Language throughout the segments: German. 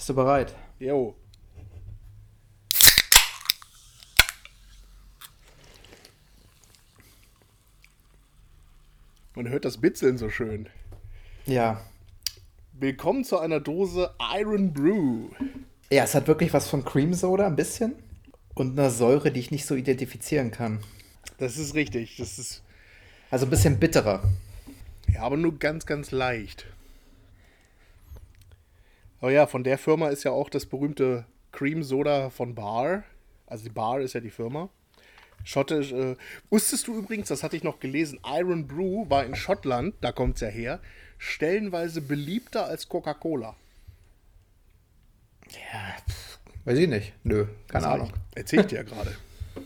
Bist du bereit? Jo. Man hört das Bitzeln so schön. Ja. Willkommen zu einer Dose Iron Brew. Ja, es hat wirklich was von Cream Soda, ein bisschen. Und einer Säure, die ich nicht so identifizieren kann. Das ist richtig. Das ist Also ein bisschen bitterer. ja, aber nur ganz, ganz leicht. Aber ja, von der Firma ist ja auch das berühmte Cream Soda von Bar. Also die Bar ist ja die Firma. Schottisch. Wusstest du übrigens, das hatte ich noch gelesen, Iron Brew war in Schottland, da kommt es ja her, stellenweise beliebter als Coca-Cola. Ja, weiß ich nicht. Nö, keine Ahnung. Erzähl ich dir ja gerade.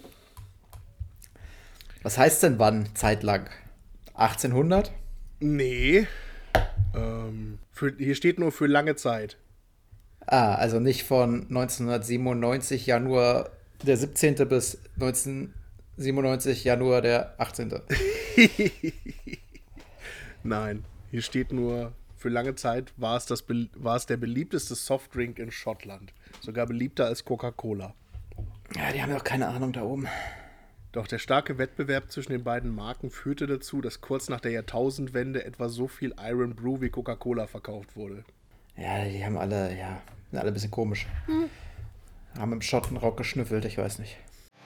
Was heißt denn wann zeitlang? 1800? Nee. Hier steht nur für lange Zeit. Ah, also nicht von 1997 Januar der 17. bis 1997 Januar der 18. Nein, hier steht nur, für lange Zeit war es der beliebteste Softdrink in Schottland. Sogar beliebter als Coca-Cola. Ja, die haben doch keine Ahnung da oben. Doch der starke Wettbewerb zwischen den beiden Marken führte dazu, dass kurz nach der Jahrtausendwende etwa so viel Iron Brew wie Coca-Cola verkauft wurde. Ja, die haben alle, ja, sind alle ein bisschen komisch. Haben im Schottenrock geschnüffelt, ich weiß nicht.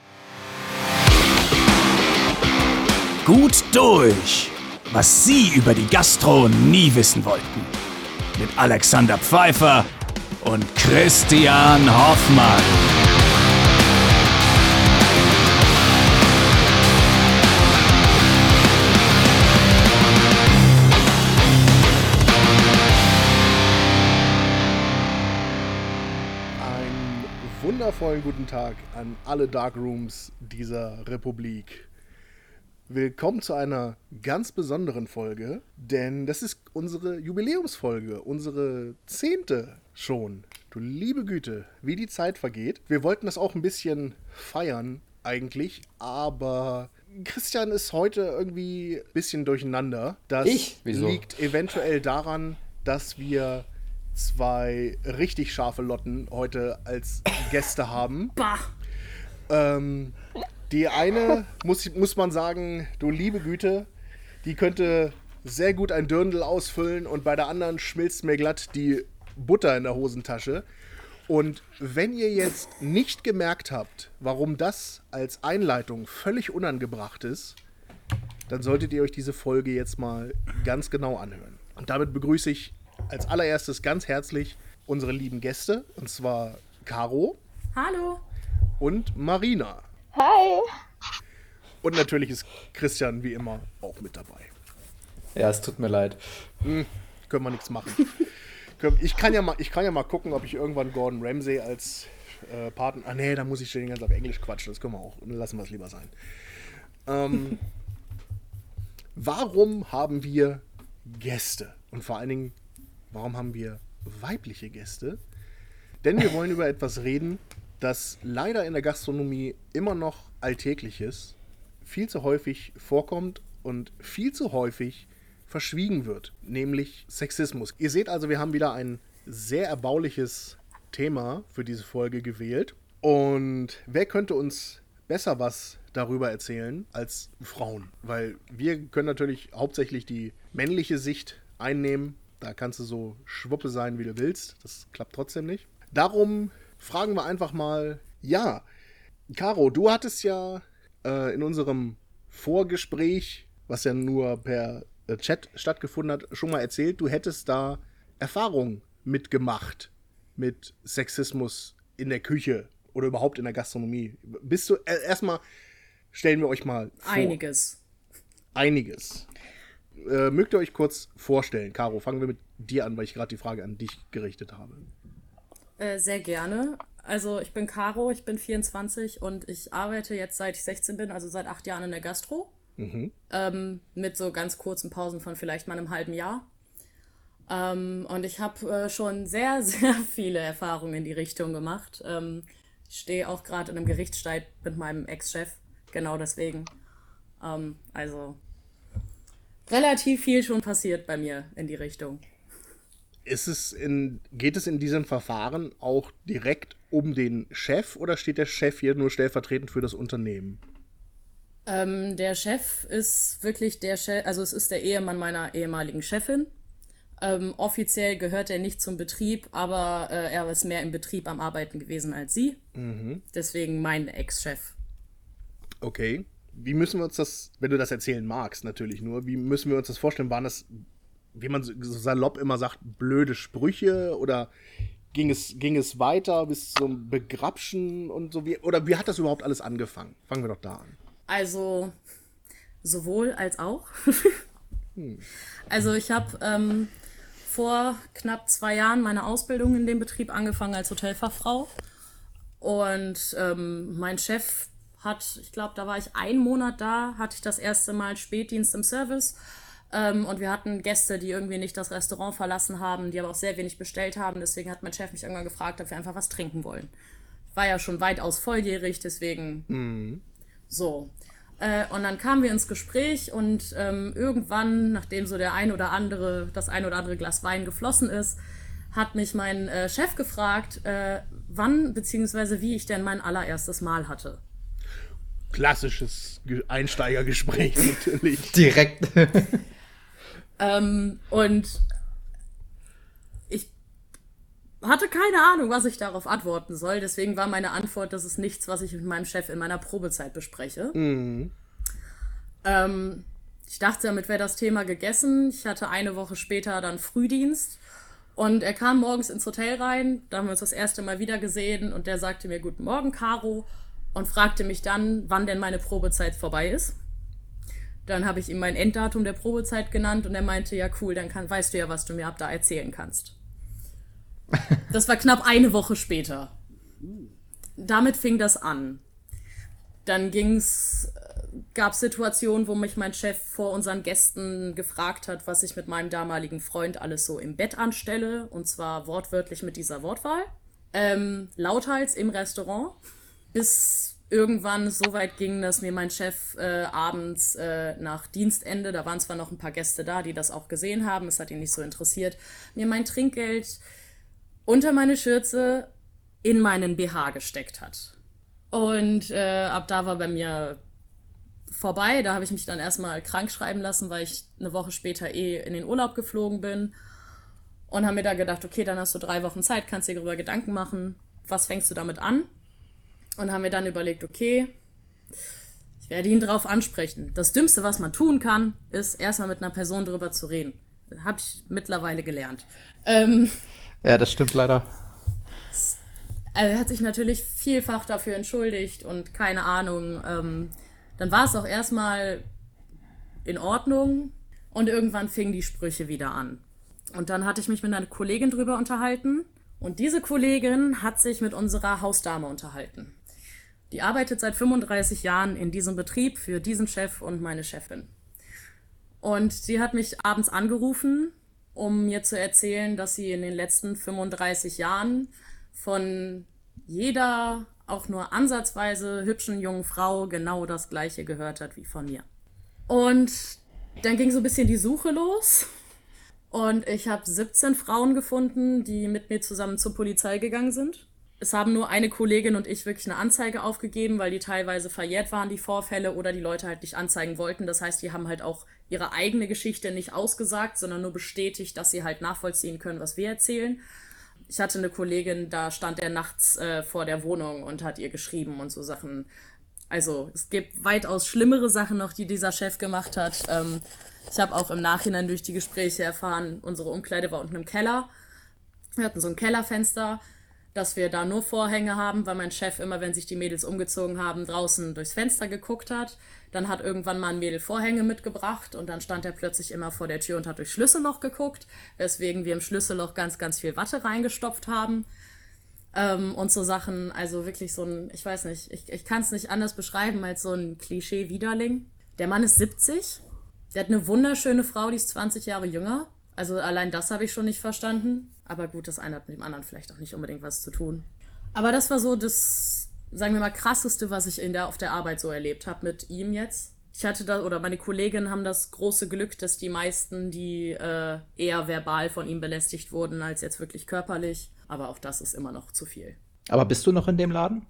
Gut durch, was Sie über die Gastro nie wissen wollten. Mit Alexander Pfeiffer und Christian Hoffmann. Einen wundervollen guten Tag an alle Darkrooms dieser Republik. Willkommen zu einer ganz besonderen Folge, denn das ist unsere Jubiläumsfolge, unsere 10. schon. Du liebe Güte, wie die Zeit vergeht. Wir wollten das auch ein bisschen feiern eigentlich, aber Christian ist heute irgendwie ein bisschen durcheinander. Das Wieso? liegt eventuell daran, dass wir 2 richtig scharfe Lotten heute als Gäste haben. Bah. Die eine, muss man sagen, du liebe Güte, die könnte sehr gut ein Dirndl ausfüllen und bei der anderen schmilzt mir glatt die Butter in der Hosentasche. Und wenn ihr jetzt nicht gemerkt habt, warum das als Einleitung völlig unangebracht ist, dann solltet ihr euch diese Folge jetzt mal ganz genau anhören. Und damit begrüße ich als allererstes ganz herzlich unsere lieben Gäste, und zwar Caro Hallo. und Marina. Hi. Und natürlich ist Christian wie immer auch mit dabei. Ja, es tut mir leid. Können wir nichts machen. Ich kann ja mal gucken, ob ich irgendwann Gordon Ramsay als Partner... Ah nee, da muss ich den ganz auf Englisch quatschen. Das können wir auch. Lassen wir es lieber sein. Warum haben wir Gäste? Und vor allen Dingen, warum haben wir weibliche Gäste? Denn wir wollen über etwas reden, das leider in der Gastronomie immer noch alltäglich ist, viel zu häufig vorkommt und viel zu häufig verschwiegen wird, nämlich Sexismus. Ihr seht also, wir haben wieder ein sehr erbauliches Thema für diese Folge gewählt. Und wer könnte uns besser was darüber erzählen als Frauen? Weil wir können natürlich hauptsächlich die männliche Sicht einnehmen. Da kannst du so schwuppe sein, wie du willst. Das klappt trotzdem nicht. Darum fragen wir einfach mal, ja, Caro, du hattest ja in unserem Vorgespräch, was ja nur per Chat stattgefunden hat, schon mal erzählt, du hättest da Erfahrung mitgemacht mit Sexismus in der Küche oder überhaupt in der Gastronomie. Bist du, erstmal stellen wir euch mal vor. Einiges. Mögt ihr euch kurz vorstellen? Caro, fangen wir mit dir an, weil ich gerade die Frage an dich gerichtet habe. Sehr gerne. Also ich bin Caro, ich bin 24 und ich arbeite jetzt seit ich 16 bin, also seit 8 Jahren in der Gastro. Mit so ganz kurzen Pausen von vielleicht mal einem halben Jahr. Und ich habe schon sehr, sehr viele Erfahrungen in die Richtung gemacht. Ich stehe auch gerade in einem Gerichtsstreit mit meinem Ex-Chef, genau deswegen. Also relativ viel schon passiert bei mir in die Richtung. geht es in diesem Verfahren auch direkt um den Chef oder steht der Chef hier nur stellvertretend für das Unternehmen? Der Chef ist wirklich der Chef, also es ist der Ehemann meiner ehemaligen Chefin. Offiziell gehört er nicht zum Betrieb, aber er ist mehr im Betrieb am Arbeiten gewesen als sie. Deswegen mein Ex-Chef. Okay. Wie müssen wir uns das, wenn du das erzählen magst, natürlich nur, wie müssen wir uns das vorstellen? Waren das, wie man so salopp immer sagt, blöde Sprüche oder ging es weiter bis zum Begrapschen und so? Oder wie hat das überhaupt alles angefangen? Fangen wir doch da an. Also sowohl als auch. Also ich habe vor knapp 2 Jahren meine Ausbildung in dem Betrieb angefangen als Hotelfachfrau. Und mein Chef hat, ich glaube, da war ich 1 Monat da, hatte ich das erste Mal Spätdienst im Service. Und wir hatten Gäste, die irgendwie nicht das Restaurant verlassen haben, die aber auch sehr wenig bestellt haben. Deswegen hat mein Chef mich irgendwann gefragt, ob wir einfach was trinken wollen. Ich war ja schon weitaus volljährig, deswegen so. Und dann kamen wir ins Gespräch und irgendwann, nachdem so das ein oder andere Glas Wein geflossen ist, hat mich mein Chef gefragt, wann bzw. wie ich denn mein allererstes Mal hatte. Klassisches Einsteigergespräch natürlich. Direkt. Und ich hatte keine Ahnung, was ich darauf antworten soll. Deswegen war meine Antwort, das ist nichts, was ich mit meinem Chef in meiner Probezeit bespreche. Ich dachte, damit wäre das Thema gegessen. Ich hatte 1 Woche später dann Frühdienst. Und er kam morgens ins Hotel rein. Da haben wir uns das erste Mal wieder gesehen. Und der sagte mir, guten Morgen, Caro. Und fragte mich dann, wann denn meine Probezeit vorbei ist. Dann habe ich ihm mein Enddatum der Probezeit genannt. Und er meinte, ja cool, dann weißt du ja, was du mir ab da erzählen kannst. Das war knapp 1 Woche später. Damit fing das an. Dann gab es Situationen, wo mich mein Chef vor unseren Gästen gefragt hat, was ich mit meinem damaligen Freund alles so im Bett anstelle. Und zwar wortwörtlich mit dieser Wortwahl. Lauthals im Restaurant. Bis irgendwann so weit ging, dass mir mein Chef abends nach Dienstende, da waren zwar noch ein paar Gäste da, die das auch gesehen haben, es hat ihn nicht so interessiert, mir mein Trinkgeld unter meine Schürze in meinen BH gesteckt hat. Und ab da war bei mir vorbei. Da habe ich mich dann erstmal krank schreiben lassen, weil ich 1 Woche später in den Urlaub geflogen bin. Und habe mir da gedacht, okay, dann hast du 3 Wochen Zeit, kannst dir darüber Gedanken machen, was fängst du damit an? Und haben mir dann überlegt, okay, ich werde ihn drauf ansprechen. Das Dümmste, was man tun kann, ist erstmal mit einer Person drüber zu reden. Das habe ich mittlerweile gelernt. Ja, das stimmt leider. Er hat sich natürlich vielfach dafür entschuldigt und keine Ahnung. Dann war es auch erstmal in Ordnung und irgendwann fingen die Sprüche wieder an. Und dann hatte ich mich mit einer Kollegin drüber unterhalten und diese Kollegin hat sich mit unserer Hausdame unterhalten. Die arbeitet seit 35 Jahren in diesem Betrieb für diesen Chef und meine Chefin. Und sie hat mich abends angerufen, um mir zu erzählen, dass sie in den letzten 35 Jahren von jeder auch nur ansatzweise hübschen jungen Frau genau das Gleiche gehört hat wie von mir. Und dann ging so ein bisschen die Suche los. Und ich habe 17 Frauen gefunden, die mit mir zusammen zur Polizei gegangen sind. Es haben nur eine Kollegin und ich wirklich eine Anzeige aufgegeben, weil die teilweise verjährt waren, die Vorfälle, oder die Leute halt nicht anzeigen wollten. Das heißt, die haben halt auch ihre eigene Geschichte nicht ausgesagt, sondern nur bestätigt, dass sie halt nachvollziehen können, was wir erzählen. Ich hatte eine Kollegin, da stand er nachts vor der Wohnung und hat ihr geschrieben und so Sachen. Also es gibt weitaus schlimmere Sachen noch, die dieser Chef gemacht hat. Ich habe auch im Nachhinein durch die Gespräche erfahren, unsere Umkleide war unten im Keller. Wir hatten so ein Kellerfenster, dass wir da nur Vorhänge haben, weil mein Chef immer, wenn sich die Mädels umgezogen haben, draußen durchs Fenster geguckt hat. Dann hat irgendwann mal ein Mädel Vorhänge mitgebracht und dann stand er plötzlich immer vor der Tür und hat durchs Schlüsselloch geguckt, weswegen wir im Schlüsselloch ganz, ganz viel Watte reingestopft haben. Und so Sachen, also wirklich so ein, ich weiß nicht, ich kann es nicht anders beschreiben als so ein Klischee-Widerling. Der Mann ist 70, der hat eine wunderschöne Frau, die ist 20 Jahre jünger. Also allein das habe ich schon nicht verstanden. Aber gut, das eine hat mit dem anderen vielleicht auch nicht unbedingt was zu tun. Aber das war so das, sagen wir mal, krasseste, was ich auf der Arbeit so erlebt habe mit ihm jetzt. Ich hatte da, oder meine Kolleginnen haben das große Glück, dass die meisten, die eher verbal von ihm belästigt wurden, als jetzt wirklich körperlich. Aber auch das ist immer noch zu viel. Aber bist du noch in dem Laden?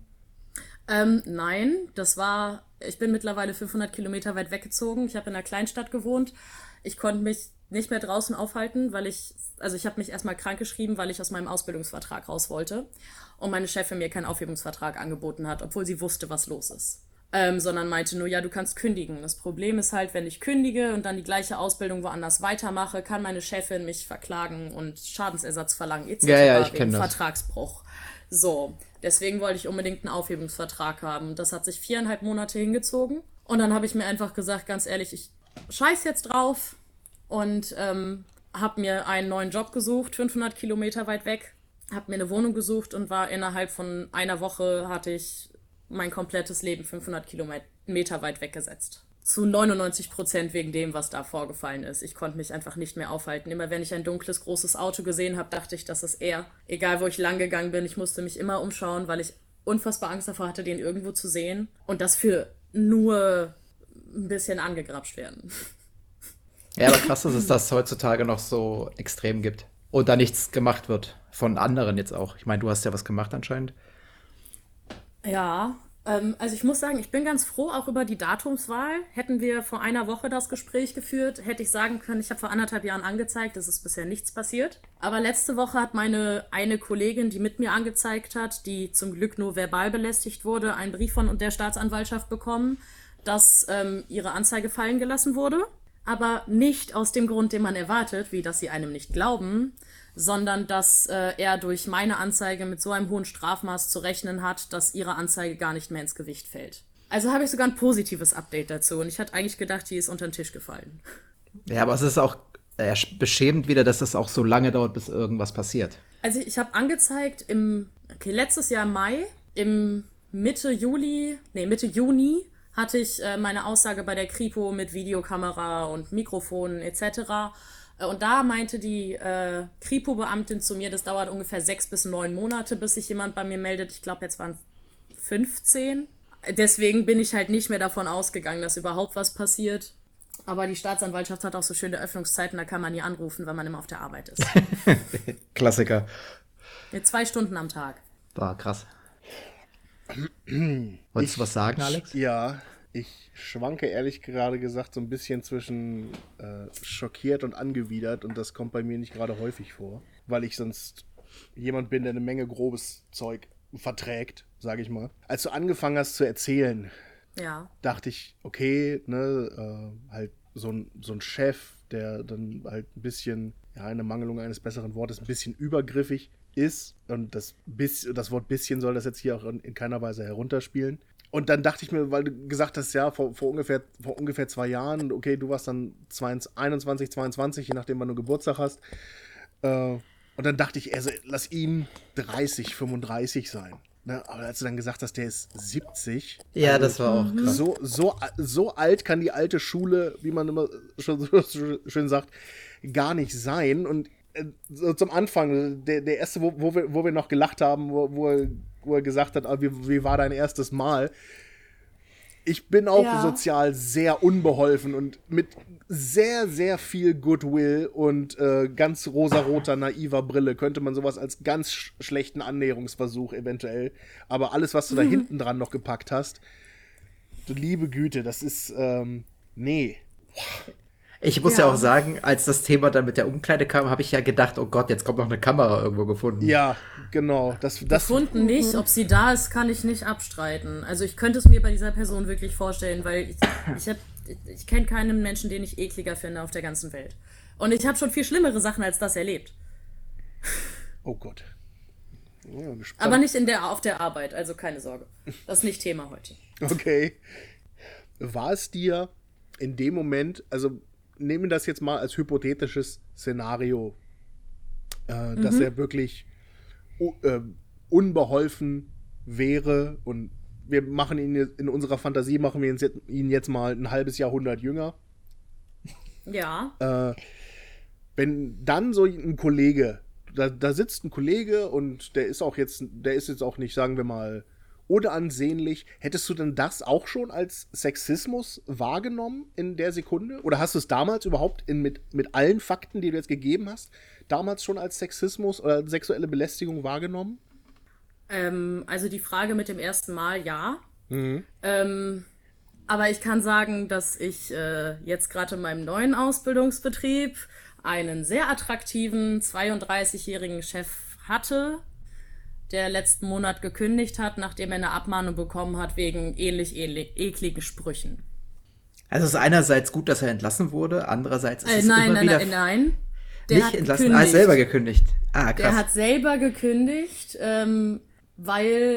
Nein, ich bin mittlerweile 500 Kilometer weit weggezogen. Ich habe in einer Kleinstadt gewohnt. Ich konnte mich nicht mehr draußen aufhalten, ich habe mich erstmal krankgeschrieben, weil ich aus meinem Ausbildungsvertrag raus wollte. Und meine Chefin mir keinen Aufhebungsvertrag angeboten hat, obwohl sie wusste, was los ist. Sondern meinte nur, ja, du kannst kündigen. Das Problem ist halt, wenn ich kündige und dann die gleiche Ausbildung woanders weitermache, kann meine Chefin mich verklagen und Schadensersatz verlangen, etc. Ja, ich wegen kenn das. Vertragsbruch. So, deswegen wollte ich unbedingt einen Aufhebungsvertrag haben. Das hat sich 4,5 Monate hingezogen. Und dann habe ich mir einfach gesagt, ganz ehrlich, ich scheiß jetzt drauf und habe mir einen neuen Job gesucht, 500 Kilometer weit weg, habe mir eine Wohnung gesucht und war innerhalb von einer Woche, hatte ich mein komplettes Leben 500 Kilometer weit weggesetzt. Zu 99% wegen dem, was da vorgefallen ist. Ich konnte mich einfach nicht mehr aufhalten. Immer wenn ich ein dunkles, großes Auto gesehen habe, dachte ich, das ist er. Egal, wo ich lang gegangen bin, ich musste mich immer umschauen, weil ich unfassbar Angst davor hatte, den irgendwo zu sehen. Und das für nur ein bisschen angegrapscht werden. Ja, aber krass, dass es das heutzutage noch so extrem gibt. Und da nichts gemacht wird. Von anderen jetzt auch. Ich meine, du hast ja was gemacht anscheinend. Ja, also ich muss sagen, ich bin ganz froh auch über die Datumswahl. Hätten wir vor einer Woche das Gespräch geführt, hätte ich sagen können, ich habe vor 1,5 Jahren angezeigt, es ist bisher nichts passiert. Aber letzte Woche hat meine eine Kollegin, die mit mir angezeigt hat, die zum Glück nur verbal belästigt wurde, einen Brief von der Staatsanwaltschaft bekommen, dass ihre Anzeige fallen gelassen wurde. Aber nicht aus dem Grund, den man erwartet, wie dass sie einem nicht glauben, sondern dass er durch meine Anzeige mit so einem hohen Strafmaß zu rechnen hat, dass ihre Anzeige gar nicht mehr ins Gewicht fällt. Also habe ich sogar ein positives Update dazu und ich hatte eigentlich gedacht, die ist unter den Tisch gefallen. Ja, aber es ist auch beschämend wieder, dass es auch so lange dauert, bis irgendwas passiert. Also ich habe angezeigt letztes Jahr im Mai, Mitte Juni hatte ich meine Aussage bei der Kripo mit Videokamera und Mikrofonen etc. Und da meinte die Kripo-Beamtin zu mir, das dauert ungefähr 6 bis 9 Monate, bis sich jemand bei mir meldet. Ich glaube, jetzt waren es 15. Deswegen bin ich halt nicht mehr davon ausgegangen, dass überhaupt was passiert. Aber die Staatsanwaltschaft hat auch so schöne Öffnungszeiten, da kann man nie anrufen, weil man immer auf der Arbeit ist. Klassiker. Mit 2 Stunden am Tag. War krass. Wolltest du was sagen, Alex? Ja, ich schwanke ehrlich gerade gesagt so ein bisschen zwischen schockiert und angewidert und das kommt bei mir nicht gerade häufig vor, weil ich sonst jemand bin, der eine Menge grobes Zeug verträgt, sage ich mal. Als du angefangen hast zu erzählen, Ja. dachte ich, okay, ne, halt so ein Chef, der dann halt ein bisschen, ja, in der Mangelung eines besseren Wortes, ein bisschen übergriffig ist und das Wort bisschen soll das jetzt hier auch in keiner Weise herunterspielen. Und dann dachte ich mir, weil du gesagt hast, ja, vor ungefähr 2 Jahren, okay, du warst dann 21, 22, je nachdem, wann du Geburtstag hast. Und dann dachte ich, also, lass ihn 30, 35 sein. Ne? Aber als du dann gesagt hast, der ist 70. Ja, also, das war auch krass. So alt kann die alte Schule, wie man immer schon so schön sagt, gar nicht sein. Und so zum Anfang, der erste, wo wir noch gelacht haben, wo er gesagt hat, wie war dein erstes Mal? Ich bin auch sozial sehr unbeholfen und mit sehr, sehr viel Goodwill und ganz rosaroter, naiver Brille könnte man sowas als ganz schlechten Annäherungsversuch eventuell. Aber alles, was du da hinten dran noch gepackt hast, du liebe Güte, das ist, nee. Ich muss ja auch sagen, als das Thema dann mit der Umkleide kam, habe ich ja gedacht, oh Gott, jetzt kommt noch eine Kamera irgendwo gefunden. Ja, genau. Das Gefunden nicht, ob sie da ist, kann ich nicht abstreiten. Also ich könnte es mir bei dieser Person wirklich vorstellen, weil ich kenne keinen Menschen, den ich ekliger finde auf der ganzen Welt. Und ich habe schon viel schlimmere Sachen als das erlebt. Oh Gott. Ja, gespannt. Aber nicht auf der Arbeit, also keine Sorge. Das ist nicht Thema heute. Okay. War es dir in dem Moment, also nehmen wir das jetzt mal als hypothetisches Szenario, dass er wirklich unbeholfen wäre und wir machen ihn in unserer Fantasie, machen wir ihn jetzt mal ein halbes Jahrhundert jünger. Ja. Wenn dann so ein Kollege, da sitzt ein Kollege und der ist jetzt auch nicht, sagen wir mal, unansehnlich. Hättest du denn das auch schon als Sexismus wahrgenommen in der Sekunde? Oder hast du es damals überhaupt mit allen Fakten, die du jetzt gegeben hast, damals schon als Sexismus oder sexuelle Belästigung wahrgenommen? Also die Frage mit dem ersten Mal, ja. Aber ich kann sagen, dass ich jetzt gerade in meinem neuen Ausbildungsbetrieb einen sehr attraktiven 32-jährigen Chef hatte, der letzten Monat gekündigt hat, nachdem er eine Abmahnung bekommen hat wegen ähnlich ekligen Sprüchen. Also es ist einerseits gut, dass er entlassen wurde, andererseits ist es Nein. Der nicht hat entlassen, gekündigt. selber gekündigt. Krass. Der hat selber gekündigt, weil,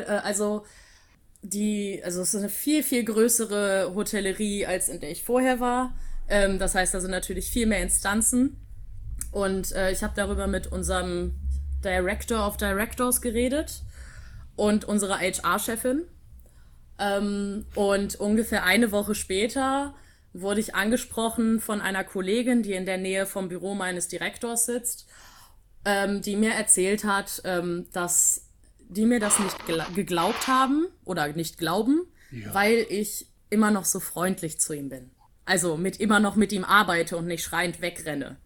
es ist eine viel, viel größere Hotellerie, als in der ich vorher war. Das heißt, da sind natürlich viel mehr Instanzen. Und ich habe darüber mit unserem Director of Directors geredet und unserer HR-Chefin. Und ungefähr eine Woche später wurde ich angesprochen von einer Kollegin, die in der Nähe vom Büro meines Direktors sitzt, die mir erzählt hat, dass die mir das nicht geglaubt haben oder nicht glauben, weil ich immer noch so freundlich zu ihm bin. Also immer noch mit ihm arbeite und nicht schreiend wegrenne.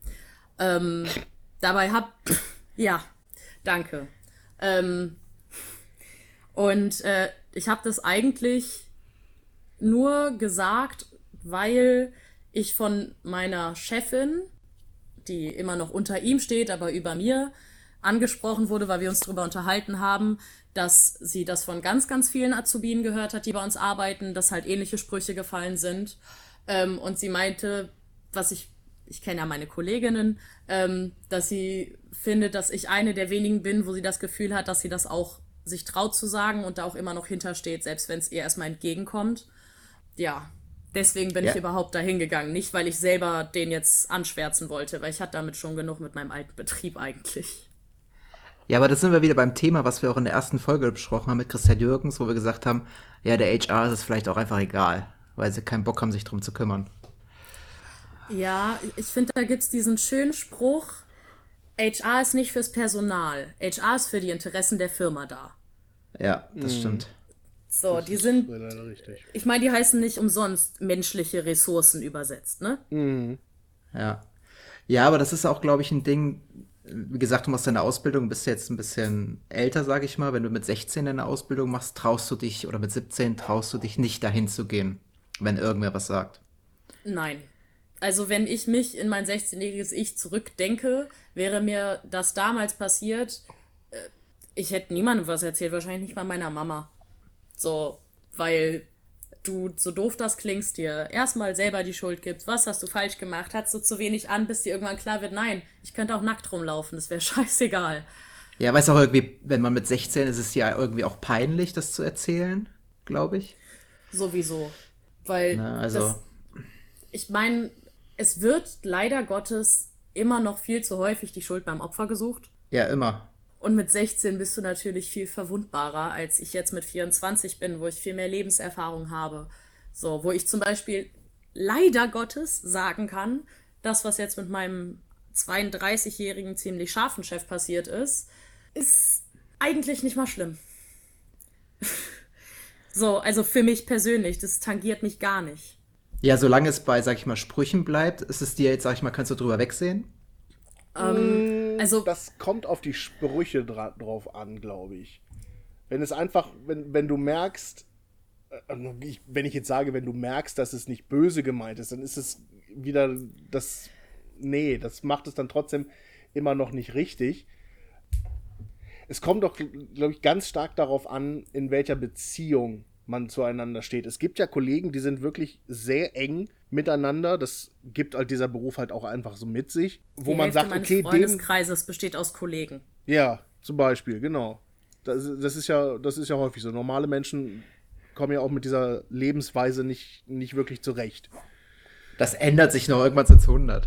Ja, danke. Ich habe das eigentlich nur gesagt, weil ich von meiner Chefin, die immer noch unter ihm steht, aber über mir, angesprochen wurde, weil wir uns darüber unterhalten haben, dass sie das von ganz, ganz vielen Azubinen gehört hat, die bei uns arbeiten, dass halt ähnliche Sprüche gefallen sind. Und sie meinte, ich kenne ja meine Kolleginnen, dass sie findet, dass ich eine der wenigen bin, wo sie das Gefühl hat, dass sie das auch sich traut zu sagen und da auch immer noch hintersteht, selbst wenn es ihr erstmal entgegenkommt. Ja, deswegen bin ich überhaupt dahin gegangen. Nicht, weil ich selber den jetzt anschwärzen wollte, weil ich hatte damit schon genug mit meinem alten Betrieb eigentlich. Ja, aber das sind wir wieder beim Thema, was wir auch in der ersten Folge besprochen haben mit Christian Jürgens, wo wir gesagt haben, ja, der HR ist es vielleicht auch einfach egal, weil sie keinen Bock haben, sich drum zu kümmern. Ja, ich finde, da gibt es diesen schönen Spruch, HR ist nicht fürs Personal, HR ist für die Interessen der Firma da. Ja, das stimmt. So, die sind, ich meine, die heißen nicht umsonst menschliche Ressourcen übersetzt, ne? Ja. Ja, aber das ist auch, glaube ich, ein Ding, wie gesagt, du machst deine Ausbildung, bist jetzt ein bisschen älter, sage ich mal. Wenn du mit 16 deine Ausbildung machst, traust du dich, oder mit 17 traust du dich nicht dahin zu gehen, wenn irgendwer was sagt. Nein. Also wenn ich mich in mein 16-jähriges Ich zurückdenke, wäre mir das damals passiert, ich hätte niemandem was erzählt, wahrscheinlich nicht mal meiner Mama. So, weil du, so doof das klingst, dir erstmal selber die Schuld gibst. Was hast du falsch gemacht? Hattest du zu wenig an, bis dir irgendwann klar wird, nein, ich könnte auch nackt rumlaufen, das wäre scheißegal. Ja, weiß auch irgendwie, wenn man mit 16 ist, ist es ja irgendwie auch peinlich, das zu erzählen, glaube ich. Sowieso. Weil ich meine, es wird leider Gottes immer noch viel zu häufig die Schuld beim Opfer gesucht. Ja, immer. Und mit 16 bist du natürlich viel verwundbarer, als ich jetzt mit 24 bin, wo ich viel mehr Lebenserfahrung habe. So, wo ich zum Beispiel leider Gottes sagen kann, das, was jetzt mit meinem 32-jährigen ziemlich scharfen Chef passiert ist eigentlich nicht mal schlimm. So, also für mich persönlich, das tangiert mich gar nicht. Ja, solange es bei, sag ich mal, Sprüchen bleibt, ist es dir jetzt, sag ich mal, kannst du drüber wegsehen? Also Das kommt auf die Sprüche drauf an, glaube ich. Wenn es einfach, wenn du merkst, wenn ich jetzt sage, wenn du merkst, dass es nicht böse gemeint ist, dann ist es wieder das macht es dann trotzdem immer noch nicht richtig. Es kommt doch, glaube ich, ganz stark darauf an, in welcher Beziehung man zueinander steht. Es gibt ja Kollegen, die sind wirklich sehr eng miteinander. Das gibt halt dieser Beruf halt auch einfach so mit sich. Wo man sagt, okay, dem Freundeskreises besteht aus Kollegen. Ja, zum Beispiel, genau. Das ist ja häufig so. Normale Menschen kommen ja auch mit dieser Lebensweise nicht wirklich zurecht. Das ändert sich noch, irgendwann sind es 100.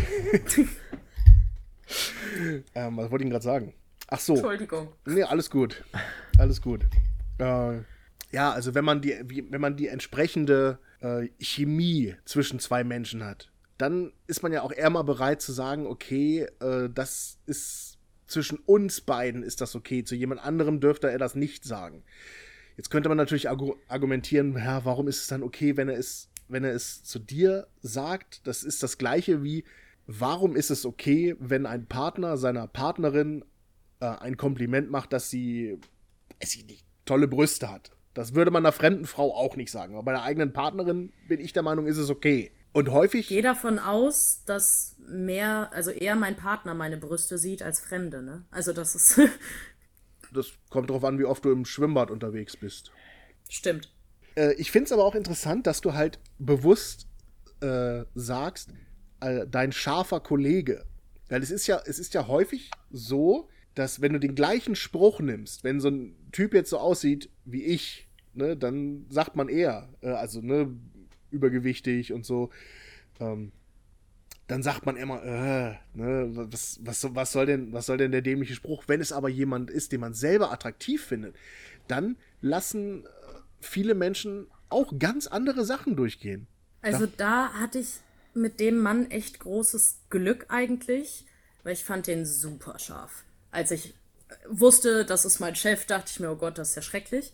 Was wollte ich gerade sagen? Ach so. Entschuldigung. Nee, alles gut. Alles gut. Ja, also wenn man die entsprechende Chemie zwischen zwei Menschen hat, dann ist man ja auch eher mal bereit zu sagen, okay, das ist zwischen uns beiden ist das okay, zu jemand anderem dürfte er das nicht sagen. Jetzt könnte man natürlich argumentieren, ja, warum ist es dann okay, wenn er es zu dir sagt? Das ist das Gleiche wie, warum ist es okay, wenn ein Partner seiner Partnerin ein Kompliment macht, dass sie, weiß ich nicht, tolle Brüste hat. Das würde man einer fremden Frau auch nicht sagen. Aber bei der eigenen Partnerin bin ich der Meinung, ist es okay. Und häufig... Ich gehe davon aus, dass eher mein Partner meine Brüste sieht als Fremde, ne? Also das ist... Das kommt darauf an, wie oft du im Schwimmbad unterwegs bist. Stimmt. Ich finde es aber auch interessant, dass du halt bewusst sagst, dein scharfer Kollege. Weil es ist ja häufig so, dass wenn du den gleichen Spruch nimmst, wenn so ein Typ jetzt so aussieht wie ich, ne, dann sagt man eher, übergewichtig und so, dann sagt man immer, ne, was soll denn der dämliche Spruch? Wenn es aber jemand ist, den man selber attraktiv findet, dann lassen viele Menschen auch ganz andere Sachen durchgehen. Also da hatte ich mit dem Mann echt großes Glück eigentlich, weil ich fand den super scharf. Als ich wusste, das ist mein Chef, dachte ich mir, oh Gott, das ist ja schrecklich.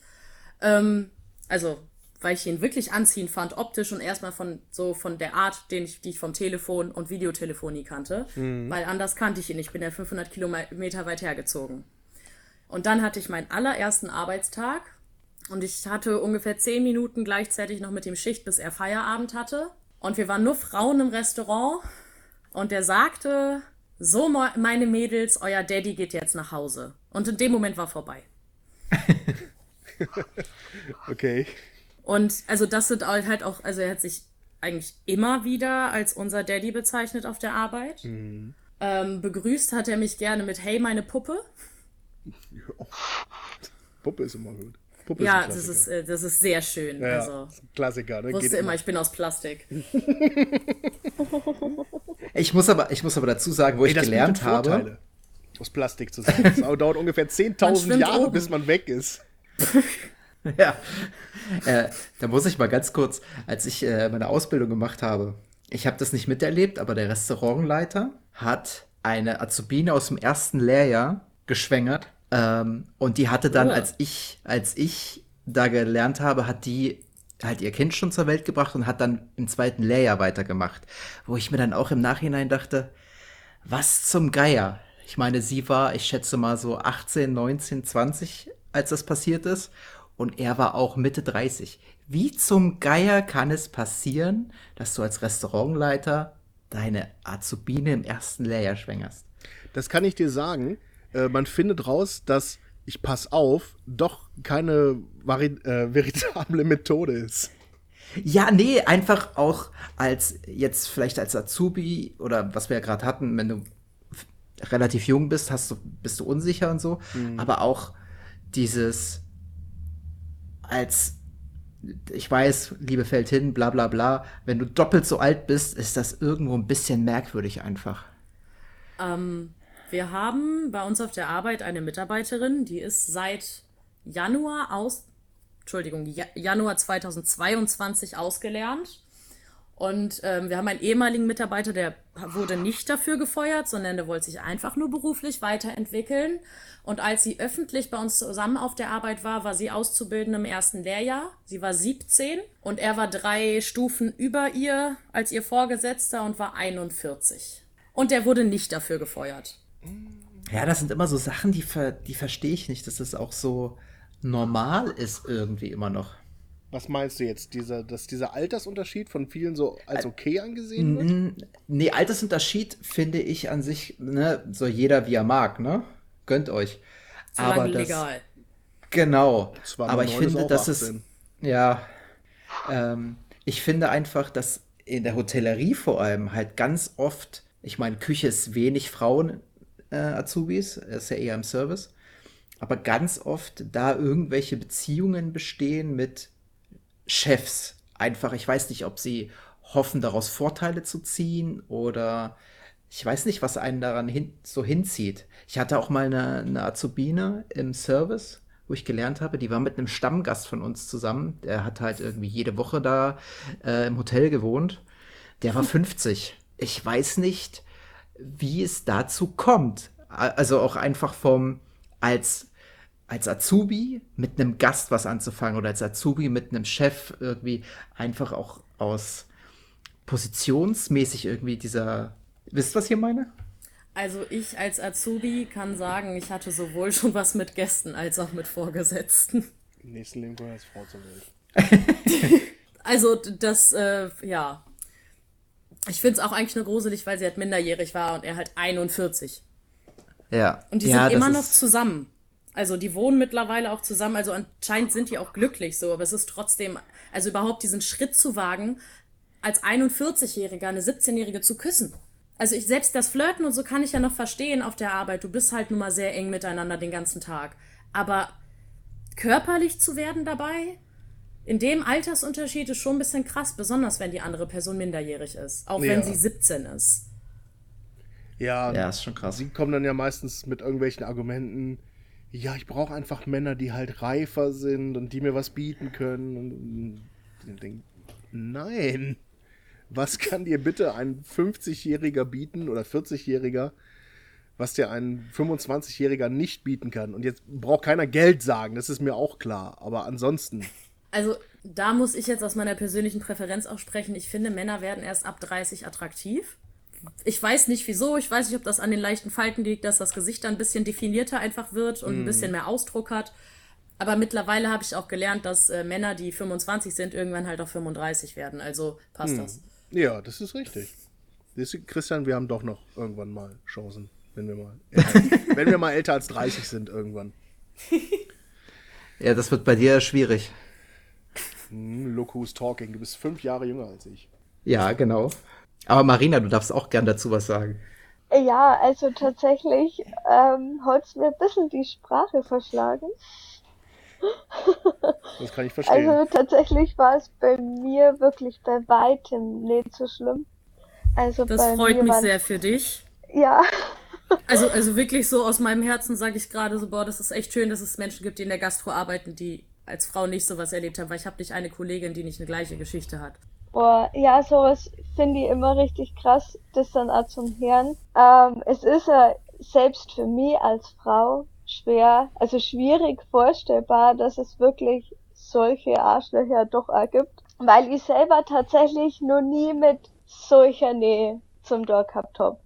Weil ich ihn wirklich anziehend fand, optisch und erstmal von der Art, die ich vom Telefon und Videotelefonie kannte. Weil anders kannte ich ihn nicht. Ich bin ja 500 Kilometer weit hergezogen. Und dann hatte ich meinen allerersten Arbeitstag und ich hatte ungefähr 10 Minuten gleichzeitig noch mit ihm Schicht, bis er Feierabend hatte. Und wir waren nur Frauen im Restaurant und der sagte, so meine Mädels, euer Daddy geht jetzt nach Hause. Und in dem Moment war vorbei. Okay. Und also das sind halt auch, also er hat sich eigentlich immer wieder als unser Daddy bezeichnet auf der Arbeit. Mhm. Begrüßt hat er mich gerne mit Hey, meine Puppe. Ja. Puppe ist immer gut. Puppe ja, ist das ist sehr schön. Ja, also, Klassiker. Ne? Wusste immer, ich bin aus Plastik. Ich muss aber dazu sagen, wo ich gelernt habe. Vorteile, aus Plastik zu sein. Das dauert ungefähr 10.000 Jahre, oben, bis man weg ist. Ja, da muss ich mal ganz kurz, als ich meine Ausbildung gemacht habe, ich habe das nicht miterlebt, aber der Restaurantleiter hat eine Azubine aus dem ersten Lehrjahr geschwängert und die hatte dann, als ich da gelernt habe, hat die halt ihr Kind schon zur Welt gebracht und hat dann im zweiten Lehrjahr weitergemacht, wo ich mir dann auch im Nachhinein dachte, was zum Geier? Ich meine, sie war, ich schätze mal so 18, 19, 20, als das passiert ist. Und er war auch Mitte 30. Wie zum Geier kann es passieren, dass du als Restaurantleiter deine Azubine im ersten Lehrjahr schwängerst? Das kann ich dir sagen. Man findet raus, dass, ich pass auf, doch keine veritable Methode ist. Ja, nee, einfach auch jetzt vielleicht als Azubi oder was wir ja gerade hatten, wenn du relativ jung bist, bist du unsicher und so. Mhm. Aber auch dieses ich weiß, Liebe fällt hin, bla bla bla, wenn du doppelt so alt bist, ist das irgendwo ein bisschen merkwürdig einfach. Wir haben bei uns auf der Arbeit eine Mitarbeiterin, die ist seit Januar 2022 ausgelernt. Und wir haben einen ehemaligen Mitarbeiter, der wurde nicht dafür gefeuert, sondern der wollte sich einfach nur beruflich weiterentwickeln. Und als sie öffentlich bei uns zusammen auf der Arbeit war sie Auszubildende im ersten Lehrjahr. Sie war 17 und er war 3 Stufen über ihr als ihr Vorgesetzter und war 41. Und der wurde nicht dafür gefeuert. Ja, das sind immer so Sachen, die verstehe ich nicht, dass das auch so normal ist irgendwie immer noch. Was meinst du jetzt? Dass dieser Altersunterschied von vielen so als okay angesehen wird? Nee, Altersunterschied finde ich an sich, ne, so jeder wie er mag, ne? Gönnt euch. Solange legal. Genau. Aber ich 9 finde, ist das 18. ist, ja, ich finde einfach, dass in der Hotellerie vor allem halt ganz oft, ich meine, Küche ist wenig Frauen Azubis, ist ja eher im Service, aber ganz oft da irgendwelche Beziehungen bestehen mit Chefs. Einfach, ich weiß nicht, ob sie hoffen, daraus Vorteile zu ziehen oder ich weiß nicht, was einen daran hinzieht. Ich hatte auch mal eine Azubine im Service, wo ich gelernt habe, die war mit einem Stammgast von uns zusammen. Der hat halt irgendwie jede Woche da im Hotel gewohnt. Der war 50. Ich weiß nicht, wie es dazu kommt. Also auch einfach als als Azubi mit einem Gast was anzufangen oder als Azubi mit einem Chef irgendwie einfach auch aus positionsmäßig irgendwie wisst ihr, was ich hier meine? Also ich als Azubi kann sagen, ich hatte sowohl schon was mit Gästen als auch mit Vorgesetzten. Im nächsten Leben kommt als Frau zur Welt. Also das, ja. Ich finde es auch eigentlich nur gruselig, weil sie halt minderjährig war und er halt 41. Ja. Und die ja, sind immer das noch ist- zusammen. Also die wohnen mittlerweile auch zusammen. Also anscheinend sind die auch glücklich so. Aber es ist trotzdem, also überhaupt diesen Schritt zu wagen, als 41-Jähriger eine 17-Jährige zu küssen. Also selbst das Flirten und so kann ich ja noch verstehen auf der Arbeit. Du bist halt nun mal sehr eng miteinander den ganzen Tag. Aber körperlich zu werden dabei, in dem Altersunterschied ist schon ein bisschen krass. Besonders wenn die andere Person minderjährig ist. Auch wenn Ja. sie 17 ist. Ja, Ja, ist schon krass. sie kommen dann ja meistens mit irgendwelchen Argumenten. Ja, ich brauche einfach Männer, die halt reifer sind und die mir was bieten können. Und ich denke, nein. Was kann dir bitte ein 50-Jähriger bieten oder 40-Jähriger, was dir ein 25-Jähriger nicht bieten kann? Und jetzt braucht keiner Geld sagen, das ist mir auch klar. Aber ansonsten, Also, da muss ich jetzt aus meiner persönlichen Präferenz auch sprechen. Ich finde, Männer werden erst ab 30 attraktiv. Ich weiß nicht wieso, ich weiß nicht, ob das an den leichten Falten liegt, dass das Gesicht dann ein bisschen definierter einfach wird und ein bisschen mehr Ausdruck hat. Aber mittlerweile habe ich auch gelernt, dass Männer, die 25 sind, irgendwann halt auch 35 werden. Also passt das. ja, das ist richtig. Siehst du, Christian, wir haben doch noch irgendwann mal Chancen, wenn wir mal älter als 30 sind irgendwann. Ja, das wird bei dir schwierig. Look who's talking. Du bist 5 Jahre jünger als ich. Ja, genau. Aber Marina, du darfst auch gern dazu was sagen. Ja, also tatsächlich hat es mir ein bisschen die Sprache verschlagen. Das kann ich verstehen. Also tatsächlich war es bei mir wirklich bei weitem nicht so schlimm. Also Das bei freut mir mich waren- sehr für dich. Ja, Also wirklich so aus meinem Herzen sage ich gerade so, boah, das ist echt schön, dass es Menschen gibt, die in der Gastro arbeiten, die als Frau nicht sowas erlebt haben, weil ich habe nicht eine Kollegin, die nicht eine gleiche Geschichte hat. boah, ja, sowas finde ich immer richtig krass, das dann auch zum Hören. Es ist ja selbst für mich als Frau schwierig vorstellbar, dass es wirklich solche Arschlöcher doch auch gibt, weil ich selber tatsächlich noch nie mit solcher Nähe zum Tor gehabt hab.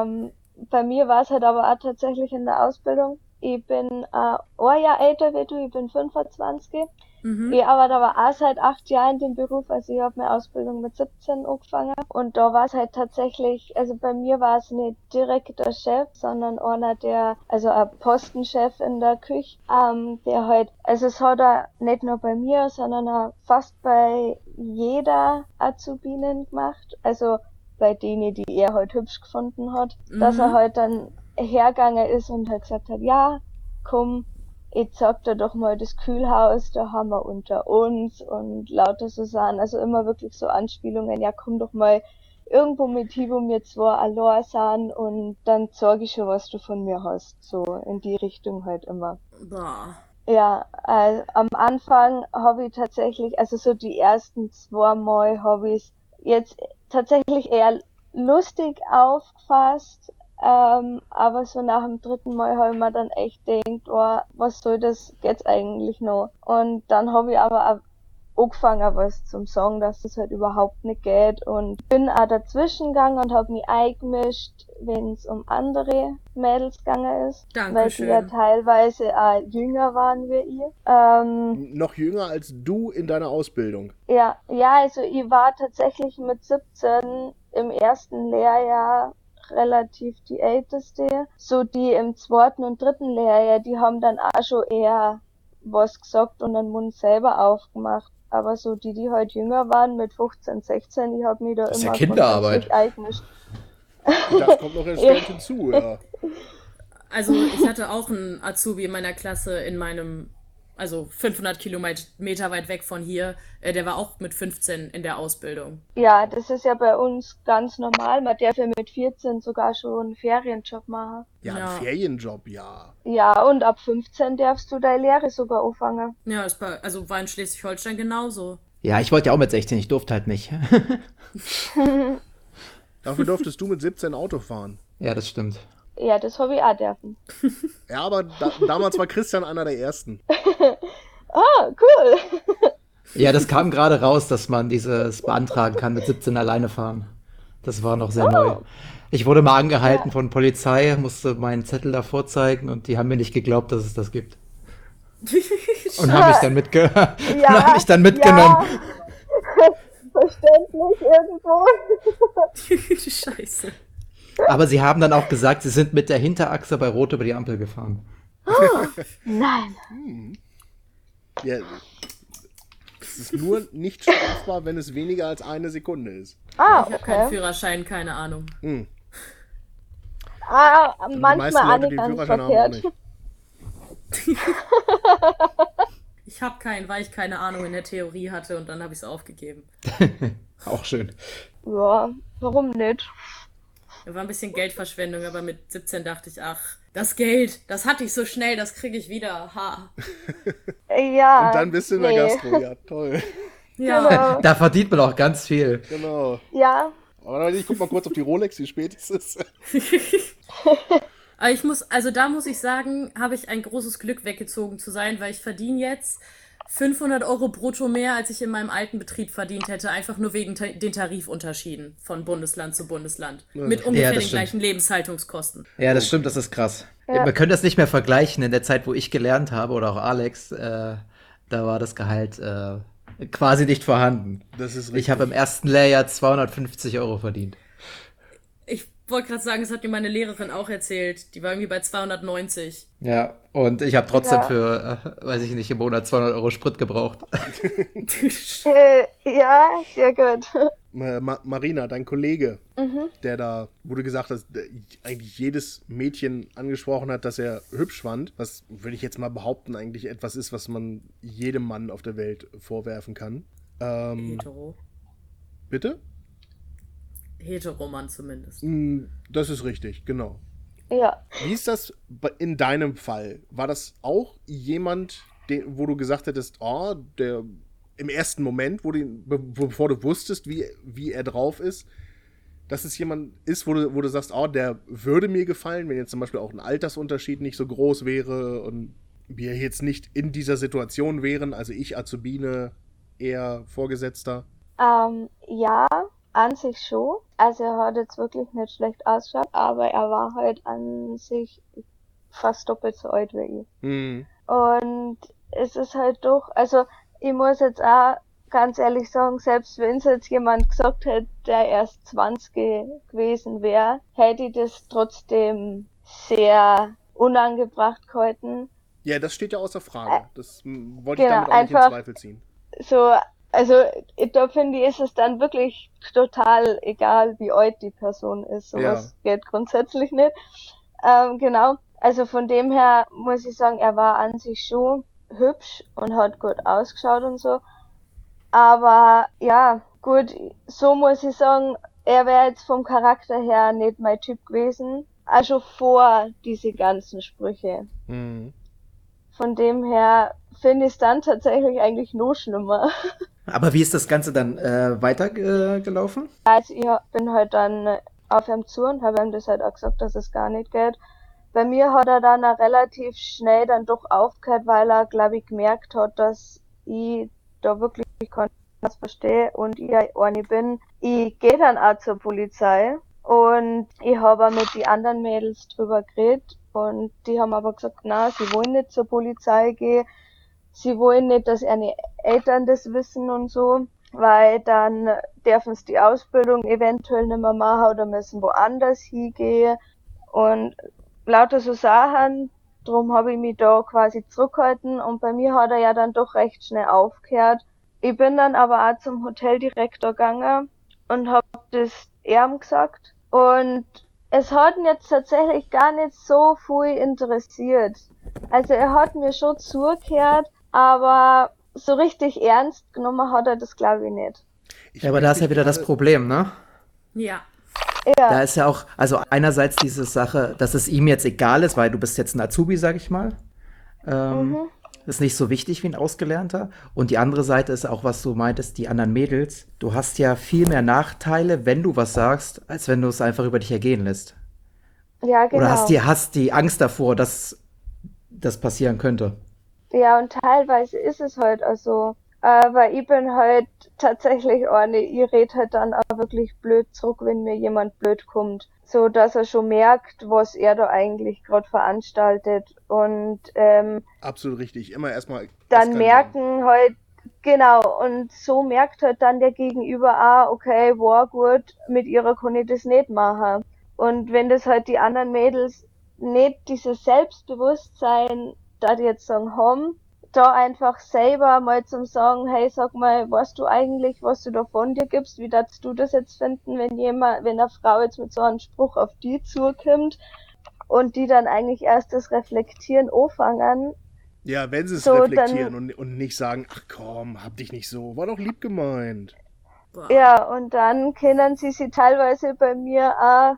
Bei mir war es halt aber auch tatsächlich in der Ausbildung. Ich bin ein Jahr älter wie du, ich bin 25. Ich arbeite aber auch seit 8 Jahren in dem Beruf, also ich habe meine Ausbildung mit 17 angefangen und da war es halt tatsächlich, also bei mir war es nicht direkt der Chef, sondern also ein Postenchef in der Küche, der halt, also es hat er nicht nur bei mir, sondern auch fast bei jeder Azubinen gemacht, also bei denen, die er halt hübsch gefunden hat, dass er halt dann hergegangen ist und halt gesagt hat, ja, komm, ich zeig dir doch mal das Kühlhaus, da haben wir unter uns und lauter so Sachen, also immer wirklich so Anspielungen, ja komm doch mal irgendwo mit hin, wo wir zwei allein sind und dann zeig ich schon, was du von mir hast, so in die Richtung halt immer. Boah. Ja, am Anfang habe ich tatsächlich, also so die ersten 2 Mal habe ich es jetzt tatsächlich eher lustig aufgefasst, aber so nach dem 3. Mal habe ich mir dann echt gedacht, oh, was soll das jetzt eigentlich noch? Und dann habe ich aber auch angefangen, was zum Sagen, dass das halt überhaupt nicht geht und bin auch dazwischen gegangen und habe mich eingemischt, wenn es um andere Mädels gegangen ist, weil die ja Dankeschön. teilweise auch jünger waren wie ich. Noch jünger als du in deiner Ausbildung. Ja, also ich war tatsächlich mit 17 im ersten Lehrjahr relativ die Älteste. So die im 2. und 3. Lehrjahr, die haben dann auch schon eher was gesagt und den Mund selber aufgemacht. Aber so die halt jünger waren mit 15, 16, ich habe mich da Das ist ja immer Kinderarbeit. grundsätzlich eingemischt. Das kommt noch erschwerend hinzu, ja. Also ich hatte auch einen Azubi in meiner Klasse also 500 Kilometer weit weg von hier, der war auch mit 15 in der Ausbildung. Ja, das ist ja bei uns ganz normal. Man darf ja mit 14 sogar schon einen Ferienjob machen. Ja, Ja. ein Ferienjob, ja. Ja, und ab 15 darfst du deine Lehre sogar anfangen. Ja, also war in Schleswig-Holstein genauso. Ja, ich wollte ja auch mit 16, ich durfte halt nicht. Dafür durftest du mit 17 Auto fahren. Ja, das stimmt. Ja, das habe ich auch dürfen. Ja, aber damals war Christian einer der Ersten. Ah, cool. Ja, das kam gerade raus, dass man dieses beantragen kann, mit 17 alleine fahren. Das war noch sehr neu. Ich wurde mal angehalten von Polizei, musste meinen Zettel da vorzeigen und die haben mir nicht geglaubt, dass es das gibt. Und haben mich dann, haben mich dann mitgenommen. Ja. Verständlich irgendwo. Scheiße. Aber sie haben dann auch gesagt, sie sind mit der Hinterachse bei Rot über die Ampel gefahren. Nein. Ja, es ist nur nicht strafbar, wenn es weniger als eine Sekunde ist. Ah, Ich habe keinen okay. Führerschein, keine Ahnung. Ah, Die meisten manchmal auch Leute, die nicht einen ganz Führerschein haben, auch verkehrt. nicht. Ich habe keinen, weil ich keine Ahnung in der Theorie hatte und dann habe ich es aufgegeben. Auch schön. Ja, warum nicht? Da war ein bisschen Geldverschwendung, aber mit 17 dachte ich, ach, das Geld, das hatte ich so schnell, das kriege ich wieder. Ha. Ja. Und dann bist du in der Gastro. Ja, toll. Ja. Genau. Da verdient man auch ganz viel. Genau. Ja. Aber Leute, ich guck mal kurz auf die Rolex, wie spät es ist. Aber da muss ich sagen, habe ich ein großes Glück weggezogen zu sein, weil ich verdiene jetzt 500 Euro brutto mehr, als ich in meinem alten Betrieb verdient hätte, einfach nur wegen den Tarifunterschieden von Bundesland zu Bundesland. Mit ungefähr das den stimmt. gleichen Lebenshaltungskosten. Ja, das stimmt, das ist krass. Ja. Man könnte das nicht mehr vergleichen. In der Zeit, wo ich gelernt habe, oder auch Alex, da war das Gehalt quasi nicht vorhanden. Das ist Ich richtig. habe im ersten Lehrjahr 250 Euro verdient. Ich wollte gerade sagen, das hat mir meine Lehrerin auch erzählt. Die war irgendwie bei 290. Ja, und ich habe trotzdem Ja. für, weiß ich nicht, im Monat 200 Euro Sprit gebraucht. Ja, sehr gut. Marina, dein Kollege, der da, wo du gesagt hast, der eigentlich jedes Mädchen angesprochen hat, dass er hübsch fand, was, würde ich jetzt mal behaupten, eigentlich etwas ist, was man jedem Mann auf der Welt vorwerfen kann. Hetero. Bitte? Heteroman zumindest. Das ist richtig, genau. Ja. Wie ist das in deinem Fall? War das auch jemand, wo du gesagt hättest, oh, der im ersten Moment, bevor du wusstest, wie er drauf ist, dass es jemand ist, wo du sagst, oh, der würde mir gefallen, wenn jetzt zum Beispiel auch ein Altersunterschied nicht so groß wäre und wir jetzt nicht in dieser Situation wären, also ich Azubine, er Vorgesetzter? Ja, an sich schon. Also er hat jetzt wirklich nicht schlecht ausgeschaut, aber er war halt an sich fast doppelt so alt wie ich. Hm. Und es ist halt doch, also ich muss jetzt auch ganz ehrlich sagen, selbst wenn es jetzt jemand gesagt hätte, der erst 20 gewesen wäre, hätte ich das trotzdem sehr unangebracht gehalten. Ja, das steht ja außer Frage. Das wollte ich Genau, damit auch nicht in einfach- Zweifel ziehen. So, also da finde ich, ist es dann wirklich total egal, wie alt die Person ist. Sowas geht grundsätzlich nicht. Genau. Also von dem her muss ich sagen, er war an sich schon hübsch und hat gut ausgeschaut und so. Aber ja, gut, so muss ich sagen, er wäre jetzt vom Charakter her nicht mein Typ gewesen. Also vor diese ganzen Sprüche. Mhm. Von dem her finde ich es dann tatsächlich eigentlich noch schlimmer. Aber wie ist das Ganze dann weitergelaufen? Also ich bin halt dann auf ihm zu und habe ihm das halt auch gesagt, dass es gar nicht geht. Bei mir hat er dann auch relativ schnell dann doch aufgehört, weil er, glaube ich, gemerkt hat, dass ich da wirklich was verstehe und ich eine bin. Ich gehe dann auch zur Polizei und ich habe auch mit den anderen Mädels drüber geredet und die haben aber gesagt, na, sie wollen nicht zur Polizei gehen. Sie wollen nicht, dass ihre Eltern das wissen und so, weil dann dürfen sie die Ausbildung eventuell nicht mehr machen oder müssen woanders hingehen und lauter so Sachen. Drum habe ich mich da quasi zurückgehalten und bei mir hat er ja dann doch recht schnell aufgehört. Ich bin dann aber auch zum Hoteldirektor gegangen und habe das ihm gesagt und es hat ihn jetzt tatsächlich gar nicht so viel interessiert. Also er hat mir schon zugehört, aber so richtig ernst genommen hat er das, glaube ich, nicht. Ja, aber da ist ja wieder das Problem, ne? Ja. Da Ja, ist ja auch, also einerseits diese Sache, dass es ihm jetzt egal ist, weil du bist jetzt ein Azubi, sag ich mal. Ist nicht so wichtig wie ein Ausgelernter. Und die andere Seite ist auch, was du meintest, die anderen Mädels. Du hast ja viel mehr Nachteile, wenn du was sagst, als wenn du es einfach über dich ergehen lässt. Ja, genau. Oder hast die Angst davor, dass das passieren könnte? Ja, und teilweise ist es halt auch so. Weil ich bin halt tatsächlich eine, ich red halt dann auch wirklich blöd zurück, wenn mir jemand blöd kommt. So, dass er schon merkt, was er da eigentlich gerade veranstaltet. Und Absolut richtig. Immer erstmal dann eskalieren. merken halt, genau, und so merkt halt dann der Gegenüber auch, okay, war gut, mit ihrer kann ich das nicht machen. Und wenn das halt die anderen Mädels nicht dieses Selbstbewusstsein, da die jetzt sagen, haben, da einfach selber mal zum sagen, hey, sag mal, weißt du eigentlich, was du da von dir gibst? Wie darfst du das jetzt finden, wenn eine Frau jetzt mit so einem Spruch auf die zukommt und die dann eigentlich erst das Reflektieren anfangen? Ja, wenn sie es So, reflektieren und nicht sagen, ach komm, hab dich nicht so, war doch lieb gemeint. Boah. Ja, und dann können sie teilweise bei mir auch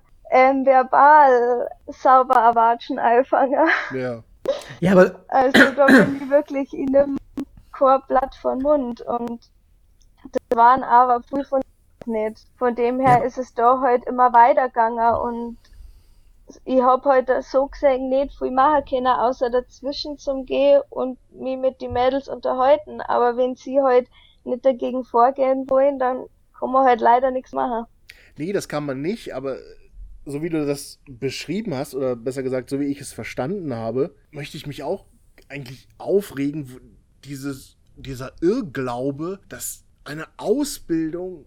verbal sauber erwatschen einfangen. Ja. Ja, aber Also da bin ich wirklich in einem Chorblatt von Mund und das waren aber viel von nicht. Von dem her Ja. ist es da halt immer weitergegangen und ich hab halt so gesehen nicht viel machen können, außer dazwischen zum Gehen und mich mit den Mädels unterhalten. Aber wenn sie halt nicht dagegen vorgehen wollen, dann kann man halt leider nichts machen. Nee, das kann man nicht, aber so wie du das beschrieben hast, oder besser gesagt, so wie ich es verstanden habe, möchte ich mich auch eigentlich aufregen, dieser Irrglaube, dass eine Ausbildung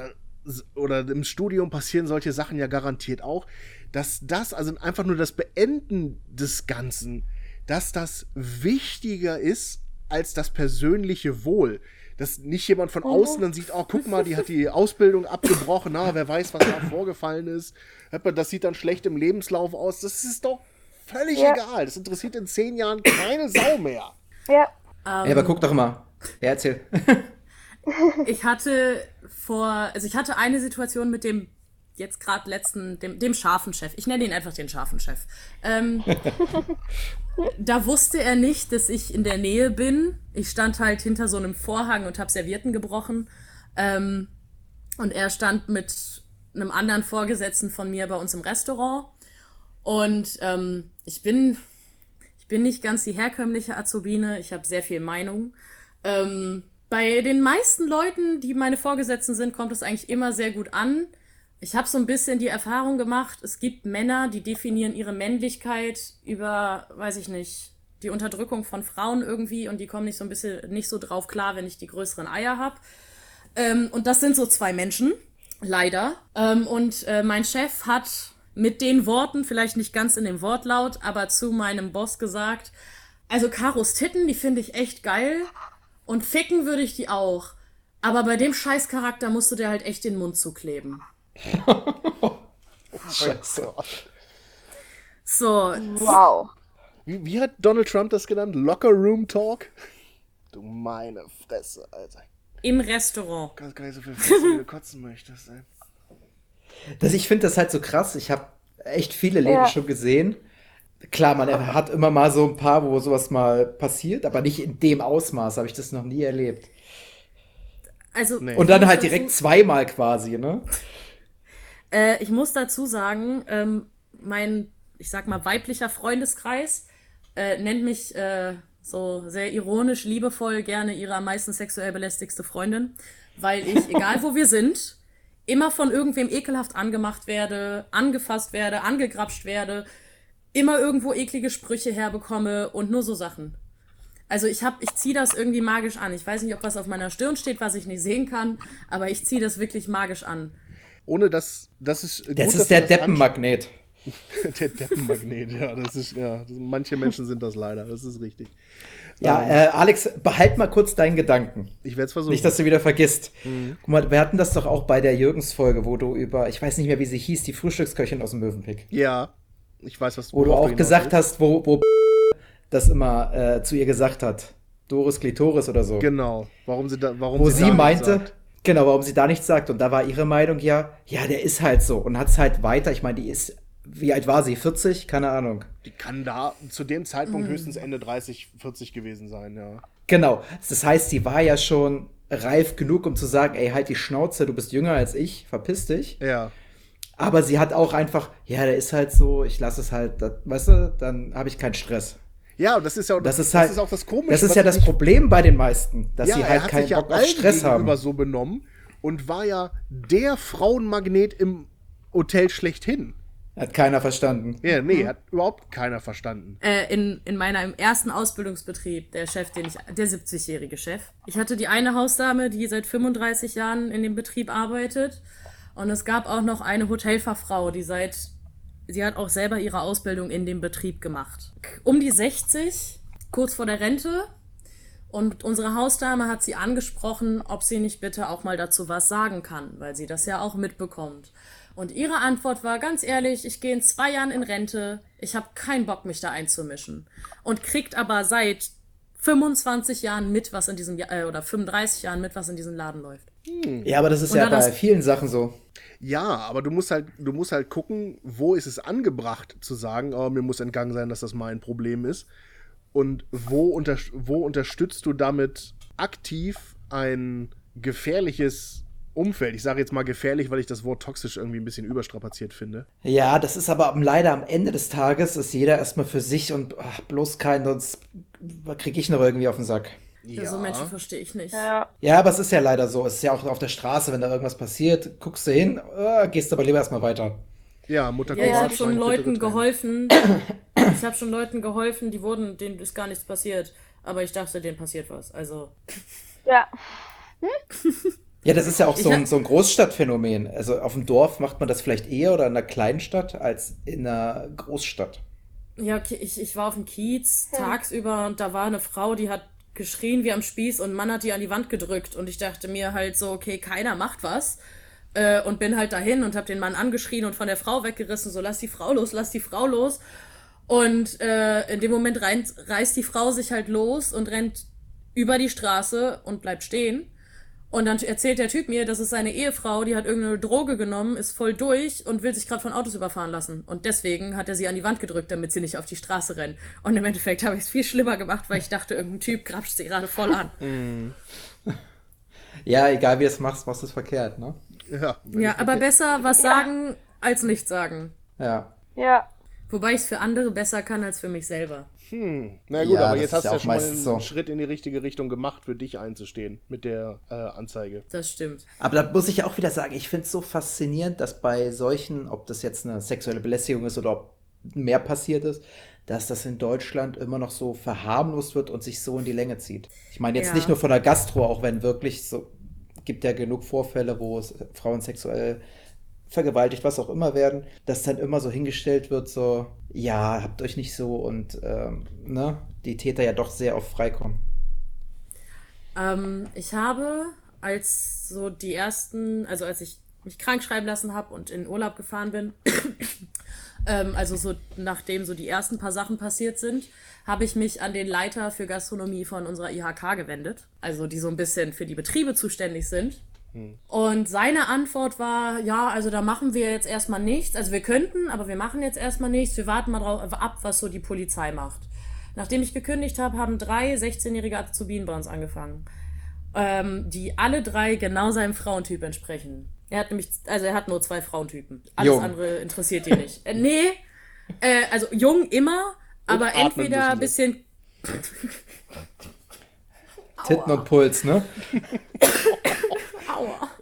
oder im Studium passieren solche Sachen ja garantiert auch, dass das, also einfach nur das Beenden des Ganzen, dass das wichtiger ist als das persönliche Wohl. Dass nicht jemand von außen dann sieht, oh, guck mal, die hat die Ausbildung abgebrochen, wer weiß, was da vorgefallen ist. Das sieht dann schlecht im Lebenslauf aus. Das ist doch völlig egal. Das interessiert in 10 Jahren keine Sau mehr. Ja, ey, aber guck doch mal. Ja, erzähl. Ich hatte eine Situation mit dem jetzt gerade dem scharfen Chef. Ich nenne ihn einfach den scharfen Chef. Da wusste er nicht, dass ich in der Nähe bin. Ich stand halt hinter so einem Vorhang und habe Servietten gebrochen. Und er stand mit einem anderen Vorgesetzten von mir bei uns im Restaurant. Und ich bin nicht ganz die herkömmliche Azubine. Ich habe sehr viel Meinung. Bei den meisten Leuten, die meine Vorgesetzten sind, kommt es eigentlich immer sehr gut an. Ich habe so ein bisschen die Erfahrung gemacht, es gibt Männer, die definieren ihre Männlichkeit über, weiß ich nicht, die Unterdrückung von Frauen irgendwie und die kommen nicht so drauf klar, wenn ich die größeren Eier habe. Und das sind so 2 Menschen, leider. Und mein Chef hat mit den Worten, vielleicht nicht ganz in dem Wortlaut, aber zu meinem Boss gesagt, also Karos Titten, die finde ich echt geil und ficken würde ich die auch. Aber bei dem Scheißcharakter musst du dir halt echt den Mund zukleben. Scheiße. So, wow. Wie hat Donald Trump das genannt? Locker Room Talk? Du meine Fresse, Alter. im Restaurant. Kannst gar nicht so viel fressen, wie du kotzen möchtest, ey. Ich finde das halt so krass. Ich habe echt viele Leben schon gesehen. Klar, man hat immer mal so ein paar, wo sowas mal passiert, aber nicht in dem Ausmaß habe ich das noch nie erlebt. Also, Nee. Und dann halt direkt zweimal quasi, ne? ich muss dazu sagen, mein, ich sag mal, weiblicher Freundeskreis nennt mich so sehr ironisch, liebevoll gerne ihre am meisten sexuell belästigste Freundin, weil ich, egal wo wir sind, immer von irgendwem ekelhaft angemacht werde, angefasst werde, angegrapscht werde, immer irgendwo eklige Sprüche herbekomme und nur so Sachen. Also ich ziehe das irgendwie magisch an. Ich weiß nicht, ob was auf meiner Stirn steht, was ich nicht sehen kann, aber ich ziehe das wirklich magisch an. Ohne dass das ist gut, Das dass ist der du das Deppenmagnet. Der Deppenmagnet, manche Menschen sind das leider, das ist richtig. Ja, Alex, behalt mal kurz deinen Gedanken. Ich werde es versuchen. Nicht, dass du wieder vergisst. Guck mal, wir hatten das doch auch bei der Jürgens-Folge, wo du über, ich weiß nicht mehr, wie sie hieß, die Frühstücksköchin aus dem Möwenpick. Ja, ich weiß, was Wo du worauf auch hinaus gesagt willst. hast, wo das immer zu ihr gesagt hat. Doris Klitoris oder so. Genau, warum Wo sie sie da nichts meinte, sagt. genau, warum sie da nichts sagt. Und da war ihre Meinung ja, der ist halt so. Und hat es halt weiter, ich meine, die ist, wie alt war sie? 40? Keine Ahnung. Die kann da zu dem Zeitpunkt höchstens Ende 30, 40 gewesen sein, ja. Genau. Das heißt, sie war ja schon reif genug, um zu sagen, ey, halt die Schnauze, du bist jünger als ich, verpiss dich. Ja, Aber sie hat auch einfach, ja, der ist halt so, ich lasse es halt, weißt du, dann habe ich keinen Stress. Ja, und das ist ja Das ist halt, das ist auch das Komische. das ist was ja das ich- Problem bei den meisten, dass Ja, sie er halt hat keinen sich ja Bock auf allen Stress haben. gegenüber so benommen und war ja der Frauenmagnet im Hotel schlechthin. Hat keiner verstanden. Ja, nee, hat überhaupt keiner verstanden. In meinem ersten Ausbildungsbetrieb, der 70-jährige Chef. Ich hatte die eine Hausdame, die seit 35 Jahren in dem Betrieb arbeitet. Und es gab auch noch eine Hotelfachfrau, sie hat auch selber ihre Ausbildung in dem Betrieb gemacht. Um die 60, kurz vor der Rente. Und unsere Hausdame hat sie angesprochen, ob sie nicht bitte auch mal dazu was sagen kann, weil sie das ja auch mitbekommt. Und ihre Antwort war, ganz ehrlich, ich gehe in 2 Jahren in Rente, ich habe keinen Bock, mich da einzumischen. Und kriegt aber seit 25 Jahren mit, was in diesem oder 35 Jahren mit, was in diesem Laden läuft. Ja, aber das ist Und ja dann bei das- vielen Sachen so. Ja, aber du musst halt gucken, wo ist es angebracht zu sagen, oh, mir muss entgangen sein, dass das mein Problem ist. Und wo unterstützt du damit aktiv ein gefährliches Umfeld? Ich sage jetzt mal gefährlich, weil ich das Wort toxisch irgendwie ein bisschen überstrapaziert finde. Ja, das ist aber leider am Ende des Tages ist jeder erstmal für sich und bloß keinen, sonst kriege ich noch irgendwie auf den Sack. So Menschen verstehe ich nicht. Ja. Ja, aber es ist ja leider so. Es ist ja auch auf der Straße, wenn da irgendwas passiert, guckst du hin, gehst aber lieber erstmal weiter. Ja, Mutter Ja, ich Gottes, habe schon bittere Leuten Tränen. geholfen. Ich habe schon Leuten geholfen, denen ist gar nichts passiert. Aber ich dachte, denen passiert was. Also, Ja. Ja, das ist ja auch so Ich ein Großstadtphänomen. Also auf dem Dorf macht man das vielleicht eher oder in einer Kleinstadt als in einer Großstadt. ja, okay, ich war auf dem Kiez tagsüber und da war eine Frau, die hat geschrien wie am Spieß und ein Mann hat die an die Wand gedrückt. Und ich dachte mir halt so, okay, keiner macht was. Und bin halt dahin und habe den Mann angeschrien und von der Frau weggerissen, so lass die Frau los, lass die Frau los. Und in dem Moment reißt die Frau sich halt los und rennt über die Straße und bleibt stehen. Und dann erzählt der Typ mir, das ist seine Ehefrau, die hat irgendeine Droge genommen, ist voll durch und will sich gerade von Autos überfahren lassen. Und deswegen hat er sie an die Wand gedrückt, damit sie nicht auf die Straße rennt. Und im Endeffekt habe ich es viel schlimmer gemacht, weil ich dachte, irgendein Typ grapscht sie gerade voll an. Ja, egal wie du es machst, machst du es verkehrt, ne? Ja, Ja, aber besser was sagen als nichts sagen. Ja. Ja. Wobei ich es für andere besser kann als für mich selber. na gut, Ja, aber das jetzt ist hast du ja ja auch schon mal meistens einen so. Schritt in die richtige Richtung gemacht, für dich einzustehen mit der Anzeige. Das stimmt. Aber da muss ich auch wieder sagen, ich finde es so faszinierend, dass bei solchen, ob das jetzt eine sexuelle Belästigung ist oder ob mehr passiert ist, dass das in Deutschland immer noch so verharmlost wird und sich so in die Länge zieht. Ich meine jetzt Ja. nicht nur von der Gastro, auch wenn wirklich so, gibt ja genug Vorfälle, wo es Frauen sexuell vergewaltigt, was auch immer werden, dass dann immer so hingestellt wird, so, ja, habt euch nicht so und ne, die Täter ja doch sehr oft freikommen. Ich habe, als ich mich krank schreiben lassen habe und in Urlaub gefahren bin, also so nachdem so die ersten paar Sachen passiert sind, habe ich mich an den Leiter für Gastronomie von unserer IHK gewendet, also die so ein bisschen für die Betriebe zuständig sind. Und seine Antwort war, ja, also da machen wir jetzt erstmal nichts. Also wir könnten, aber wir machen jetzt erstmal nichts. Wir warten mal drauf ab, was so die Polizei macht. Nachdem ich gekündigt habe, haben 3 16-jährige Azubinen bei uns angefangen, die alle 3 genau seinem Frauentyp entsprechen. Er hat nur 2 Frauentypen. Alles Jung. andere interessiert ihn nicht. Also jung immer, aber atmen entweder ein müssen sie. bisschen... Titten und Puls, ne? Aua.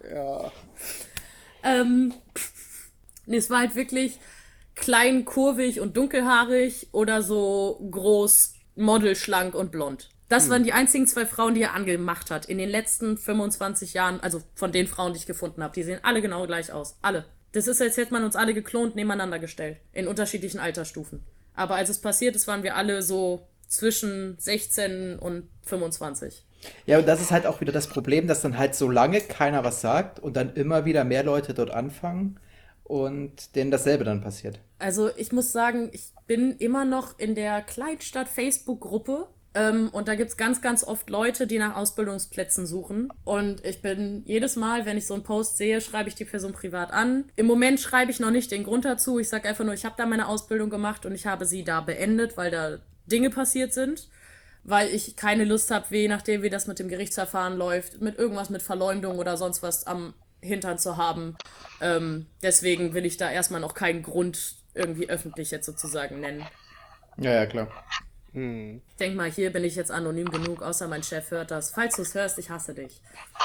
Nee, es war halt wirklich klein, kurvig und dunkelhaarig oder so groß, modelschlank und blond. Das waren die einzigen 2 Frauen, die er angemacht hat in den letzten 25 Jahren, also von den Frauen, die ich gefunden habe. Die sehen alle genau gleich aus. Alle. Das ist, als hätte man uns alle geklont nebeneinander gestellt. In unterschiedlichen Altersstufen. Aber als es passiert ist, waren wir alle so zwischen 16 und 25. Ja, und das ist halt auch wieder das Problem, dass dann halt so lange keiner was sagt und dann immer wieder mehr Leute dort anfangen und denen dasselbe dann passiert. Also ich muss sagen, ich bin immer noch in der Kleinstadt-Facebook-Gruppe und da gibt's ganz, ganz oft Leute, die nach Ausbildungsplätzen suchen. Und ich bin jedes Mal, wenn ich so einen Post sehe, schreibe ich die Person privat an. Im Moment schreibe ich noch nicht den Grund dazu. Ich sage einfach nur, ich habe da meine Ausbildung gemacht und ich habe sie da beendet, weil da Dinge passiert sind. Weil ich keine Lust habe, je nachdem, wie das mit dem Gerichtsverfahren läuft, mit irgendwas mit Verleumdung oder sonst was am Hintern zu haben. Deswegen will ich da erstmal noch keinen Grund irgendwie öffentlich jetzt sozusagen nennen. Ja, ja, klar. Ich denk mal, hier bin ich jetzt anonym genug, außer mein Chef hört das. Falls du es hörst, ich hasse dich.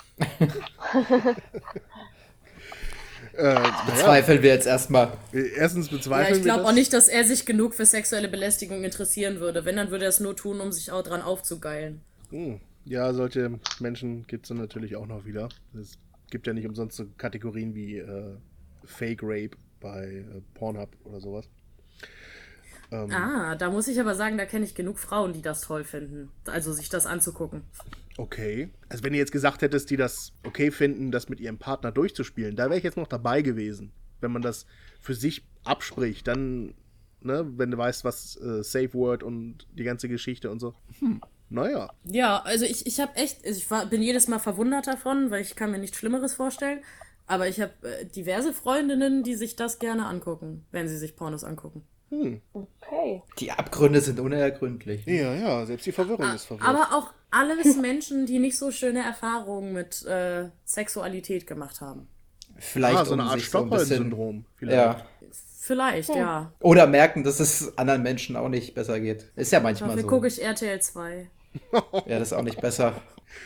Bezweifeln wir jetzt erstmal. Erstens Ja, bezweifeln ich wir glaube das. auch nicht, dass er sich genug für sexuelle Belästigung interessieren würde. Wenn, dann würde er es nur tun, um sich auch dran aufzugeilen. Ja, solche Menschen gibt es dann natürlich auch noch wieder. Es gibt ja nicht umsonst so Kategorien wie Fake Rape bei Pornhub oder sowas. Da muss ich aber sagen, da kenne ich genug Frauen, die das toll finden. Also sich das anzugucken. Okay. Also wenn ihr jetzt gesagt hättest, die das okay finden, das mit ihrem Partner durchzuspielen, da wäre ich jetzt noch dabei gewesen. Wenn man das für sich abspricht, dann, ne, wenn du weißt, was Safe Word und die ganze Geschichte und so. Naja. Ja, also ich habe echt, bin jedes Mal verwundert davon, weil ich kann mir nichts Schlimmeres vorstellen. Aber ich habe diverse Freundinnen, die sich das gerne angucken, wenn sie sich Pornos angucken. Okay. Die Abgründe sind unergründlich. Ja, selbst die Verwirrung ist verwirrt. Aber auch alles Menschen, die nicht so schöne Erfahrungen mit Sexualität gemacht haben. Vielleicht so eine um Art sich so ein bisschen, Stockholm-Syndrom. Vielleicht. ja. Vielleicht, ja. Oder merken, dass es anderen Menschen auch nicht besser geht. Ist ja manchmal Dafür so. gucke ich RTL 2. Ja, das ist auch nicht besser.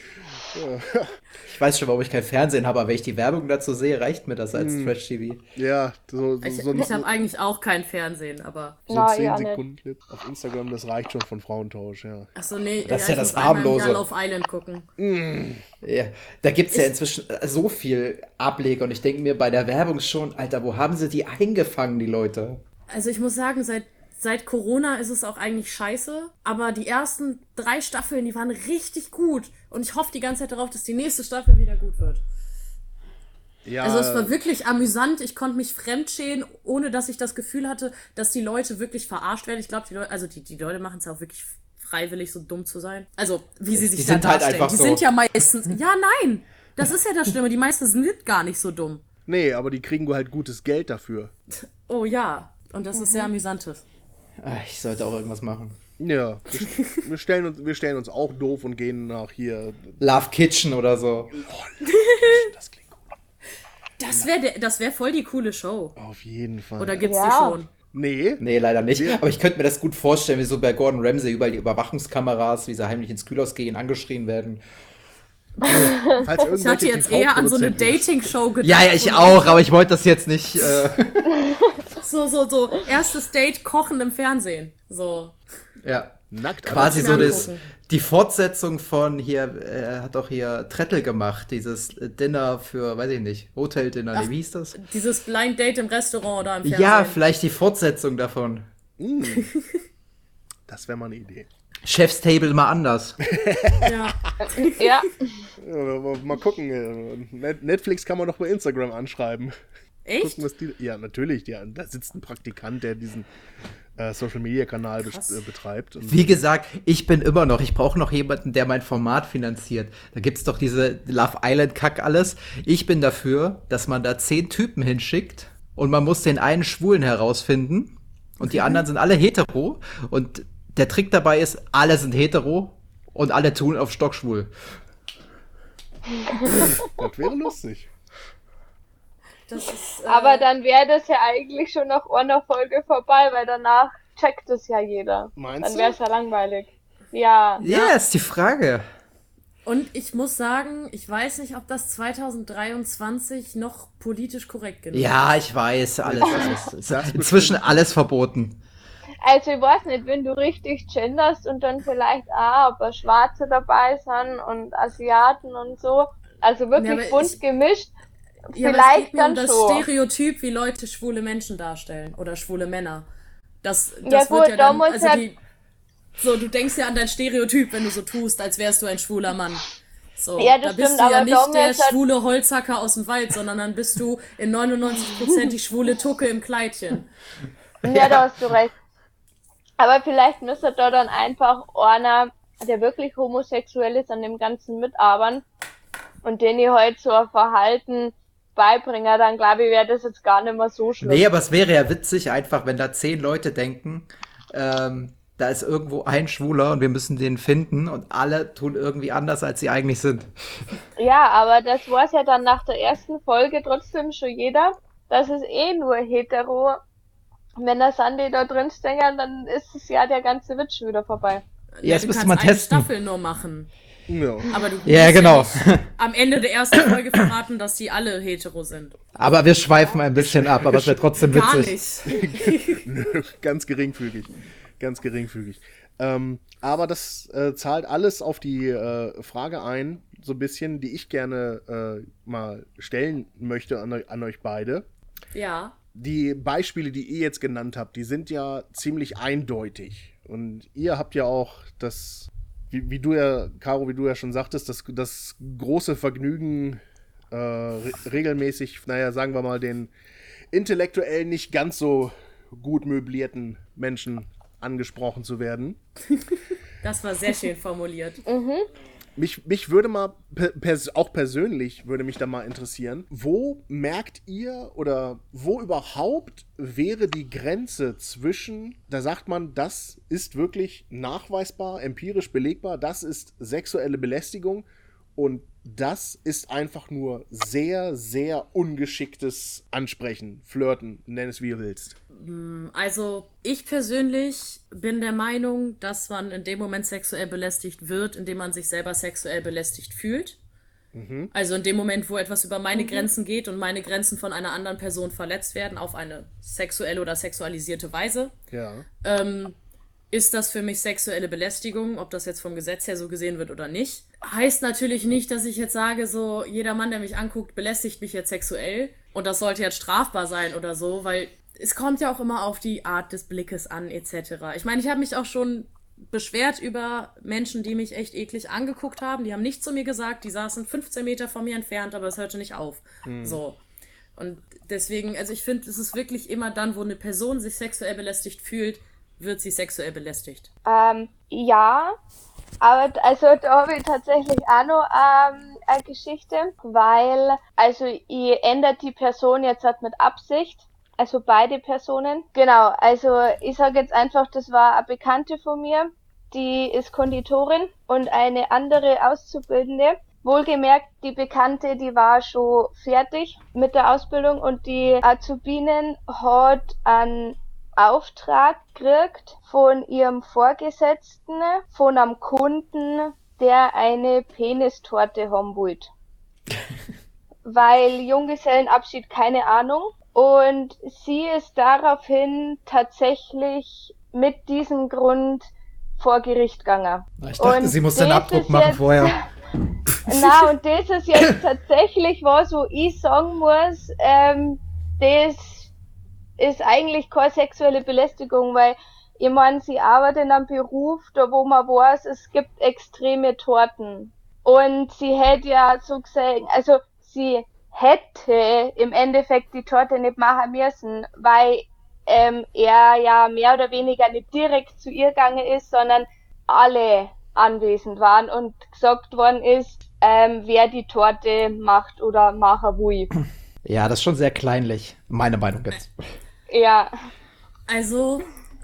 Ich weiß schon, warum ich kein Fernsehen habe, aber wenn ich die Werbung dazu sehe, reicht mir das als Trash-TV. Ja, so Ich ein habe eigentlich auch kein Fernsehen, aber. so Na, 10 ja, Sekunden Clip auf Instagram, das reicht schon von Frauentausch, ja. Achso, nee, Das ist ja ich das muss einmal im Harmlose. Jahr Love Island gucken. Ja, da gibt es ja inzwischen so viel Ableger und ich denke mir bei der Werbung schon, Alter, wo haben sie die eingefangen, die Leute? Also ich muss sagen, seit Corona ist es auch eigentlich scheiße, aber die ersten 3 Staffeln, die waren richtig gut. Und ich hoffe die ganze Zeit darauf, dass die nächste Staffel wieder gut wird. Ja, Also es war wirklich amüsant. Ich konnte mich fremdschämen, ohne dass ich das Gefühl hatte, dass die Leute wirklich verarscht werden. Ich glaube, die Leute machen es ja auch wirklich freiwillig, so dumm zu sein. Also, wie sie sich Die da sind halt darstellen. einfach Die so. sind ja meistens... Ja, nein! Das ist ja das Schlimme. Die meisten sind gar nicht so dumm. nee, aber die kriegen halt gutes Geld dafür. Oh ja. Und das ist sehr amüsantes. Ich sollte auch irgendwas machen. Ja, wir stellen uns auch doof und gehen nach hier. Love Kitchen oder so. Das klingt gut. Das wär voll die coole Show. Auf jeden Fall. Oder gibt's die Ja. schon? Nee, Nee, leider nicht. Aber ich könnte mir das gut vorstellen, wie so bei Gordon Ramsay überall die Überwachungskameras, wie sie heimlich ins Kühlhaus gehen, angeschrien werden. falls irgendwelche Ich hatte jetzt eher an so eine TV-Produzenten- Dating-Show gedacht. Ja, ich auch, aber ich wollte das jetzt nicht. So, erstes Date, Kochen im Fernsehen. So. Ja. Nackt Quasi so Angucken. das, die Fortsetzung von hier, hat auch hier Trettel gemacht, dieses Dinner für, weiß ich nicht, Hotel-Dinner, nee, wie hieß das? Dieses Blind Date im Restaurant oder im Fernsehen. Ja, vielleicht die Fortsetzung davon. Das wäre mal eine Idee. Chef's Table mal anders. Ja. Ja. Ja, mal gucken. Netflix kann man doch bei Instagram anschreiben. Echt? Gucken, was die. Ja, natürlich. Da sitzt ein Praktikant, der diesen Social-Media-Kanal betreibt. Und Wie gesagt, ich brauche noch jemanden, der mein Format finanziert. Da gibt's doch diese Love Island-Kack alles. Ich bin dafür, dass man da 10 Typen hinschickt und man muss den einen Schwulen herausfinden und die anderen sind alle hetero und der Trick dabei ist, alle sind hetero und alle tun auf Stockschwul. das wäre lustig. Das ist, Aber dann wäre das ja eigentlich schon nach einer Folge vorbei, weil danach checkt es ja jeder. Meinst Dann du? wäre es ja langweilig. Ja. Ja, ist die Frage. und ich muss sagen, ich weiß nicht, ob das 2023 noch politisch korrekt genug ist. Ja, ich weiß, alles. Ist inzwischen alles verboten. Also ich weiß nicht, wenn du richtig genderst und dann vielleicht auch ein paar Schwarze dabei sind und Asiaten und so, also Ja, wirklich aber bunt gemischt, Ja, aber es vielleicht geht mir um dann das schon. Stereotyp, wie Leute schwule Menschen darstellen oder schwule Männer. Das Ja wird gut, ja da dann, muss also halt- du denkst ja an dein Stereotyp, wenn du so tust, als wärst du ein schwuler Mann. So, Ja, das da bist stimmt, du ja aber nicht da der muss halt- schwule Holzhacker aus dem Wald, sondern dann bist du in 99% die schwule Tucke im Kleidchen. Ja, da hast du recht. Aber vielleicht müsste da dann einfach einer, der wirklich homosexuell ist, an dem Ganzen mitarbeiten und den ich heute so ein Verhalten beibringe, dann glaube ich, wäre das jetzt gar nicht mehr so schlimm. Nee, aber es wäre ja witzig einfach, wenn da 10 Leute denken, da ist irgendwo ein Schwuler und wir müssen den finden und alle tun irgendwie anders, als sie eigentlich sind. Ja, aber das war's ja dann nach der ersten Folge trotzdem schon jeder, dass es eh nur hetero Männer sind, die da drin stecken, dann ist es ja der ganze Witz schon wieder vorbei. Ja, jetzt du müsste kannst man eine testen. Staffel nur machen. Ja. Aber du Ja, musst genau. nicht am Ende der ersten Folge verraten, dass die alle hetero sind. Aber wir schweifen ein bisschen ab, aber es wäre trotzdem Gar witzig. nicht. Nö, ganz geringfügig. Ganz geringfügig. Aber das zahlt alles auf die Frage ein, so ein bisschen, die ich gerne mal stellen möchte an euch beide. Ja. Die Beispiele, die ihr jetzt genannt habt, die sind ja ziemlich eindeutig. Und ihr habt ja auch das, wie du ja, Caro, wie du ja schon sagtest, das große Vergnügen, regelmäßig, naja, sagen wir mal, den intellektuell nicht ganz so gut möblierten Menschen angesprochen zu werden. Das war sehr schön formuliert. Mich würde mal, auch persönlich würde mich da mal interessieren, wo merkt ihr oder wo überhaupt wäre die Grenze zwischen, da sagt man, das ist wirklich nachweisbar, empirisch belegbar, das ist sexuelle Belästigung und das ist einfach nur sehr, sehr ungeschicktes Ansprechen, Flirten, nenn es wie ihr willst. Also ich persönlich bin der Meinung, dass man in dem Moment sexuell belästigt wird, indem man sich selber sexuell belästigt fühlt. Also in dem Moment, wo etwas über meine Grenzen geht und meine Grenzen von einer anderen Person verletzt werden, auf eine sexuelle oder sexualisierte Weise, Ja. ist das für mich sexuelle Belästigung, ob das jetzt vom Gesetz her so gesehen wird oder nicht. Heißt natürlich nicht, dass ich jetzt sage, so jeder Mann, der mich anguckt, belästigt mich jetzt sexuell und das sollte jetzt strafbar sein oder so, weil es kommt ja auch immer auf die Art des Blickes an etc. Ich meine, ich habe mich auch schon beschwert über Menschen, die mich echt eklig angeguckt haben. Die haben nichts zu mir gesagt, die saßen 15 Meter von mir entfernt, aber es hörte nicht auf. So. Und deswegen, also ich finde, es ist wirklich immer dann, wo eine Person sich sexuell belästigt fühlt, wird sie sexuell belästigt. Ja, aber also da habe ich tatsächlich auch noch eine Geschichte, weil also ich ändert die Person jetzt halt mit Absicht, also beide Personen. Genau, also ich sage jetzt einfach, das war eine Bekannte von mir, die ist Konditorin und eine andere Auszubildende. Wohlgemerkt, die Bekannte, die war schon fertig mit der Ausbildung und die Azubinen hat einen Auftrag gekriegt von ihrem Vorgesetzten, von einem Kunden, der eine Penistorte haben wollte. Weil Junggesellenabschied, keine Ahnung. Und sie ist daraufhin tatsächlich mit diesem Grund vor Gericht gegangen. Ich dachte, Und sie muss den das Abdruck ist machen jetzt- vorher. Na, und das ist jetzt tatsächlich was, wo ich sagen muss, das ist eigentlich keine sexuelle Belästigung, weil ich meine, sie arbeitet in einem Beruf, da wo man weiß, es gibt extreme Torten. Und sie hätte ja so gesagt, also sie hätte im Endeffekt die Torte nicht machen müssen, weil er ja mehr oder weniger nicht direkt zu ihr gegangen ist, sondern alle anwesend waren und gesagt worden ist, wer die Torte macht oder machen will. Ja, das ist schon sehr kleinlich. Meine Meinung jetzt. Ja. Also,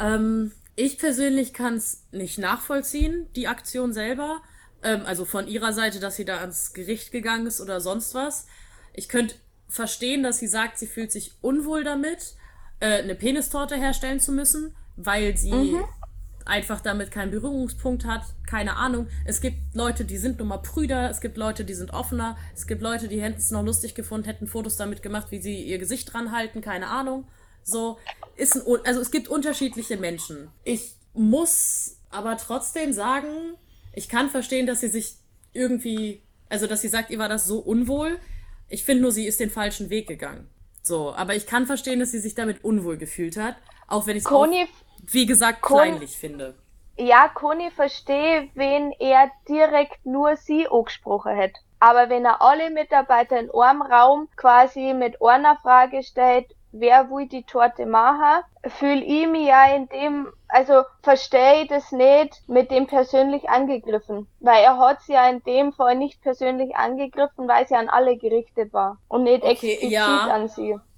ich persönlich kann es nicht nachvollziehen, die Aktion selber. Also von ihrer Seite, dass sie da ans Gericht gegangen ist oder sonst was. Ich könnte verstehen, dass sie sagt, sie fühlt sich unwohl damit, eine Penistorte herstellen zu müssen, weil sie einfach damit keinen Berührungspunkt hat, keine Ahnung. Es gibt Leute, die sind nun mal prüder, es gibt Leute, die sind offener, es gibt Leute, die hätten es noch lustig gefunden, hätten Fotos damit gemacht, wie sie ihr Gesicht dran halten, keine Ahnung. So, also es gibt unterschiedliche Menschen. Ich muss aber trotzdem sagen, ich kann verstehen, dass sie sich irgendwie, also dass sie sagt, ihr war das so unwohl. Ich finde nur, sie ist den falschen Weg gegangen. So, aber ich kann verstehen, dass sie sich damit unwohl gefühlt hat, auch wenn ich es auch, wie gesagt, kleinlich finde. Ja, kann ich verstehen, wenn er direkt nur sie angesprochen hätte. Aber wenn er alle Mitarbeiter in einem Raum quasi mit einer Frage stellt, wer will die Torte machen, fühle ich mich ja in dem, also verstehe ich das nicht mit dem persönlich angegriffen. Weil er hat sie ja in dem Fall nicht persönlich angegriffen, weil sie an alle gerichtet war. Und nicht explizit an sie.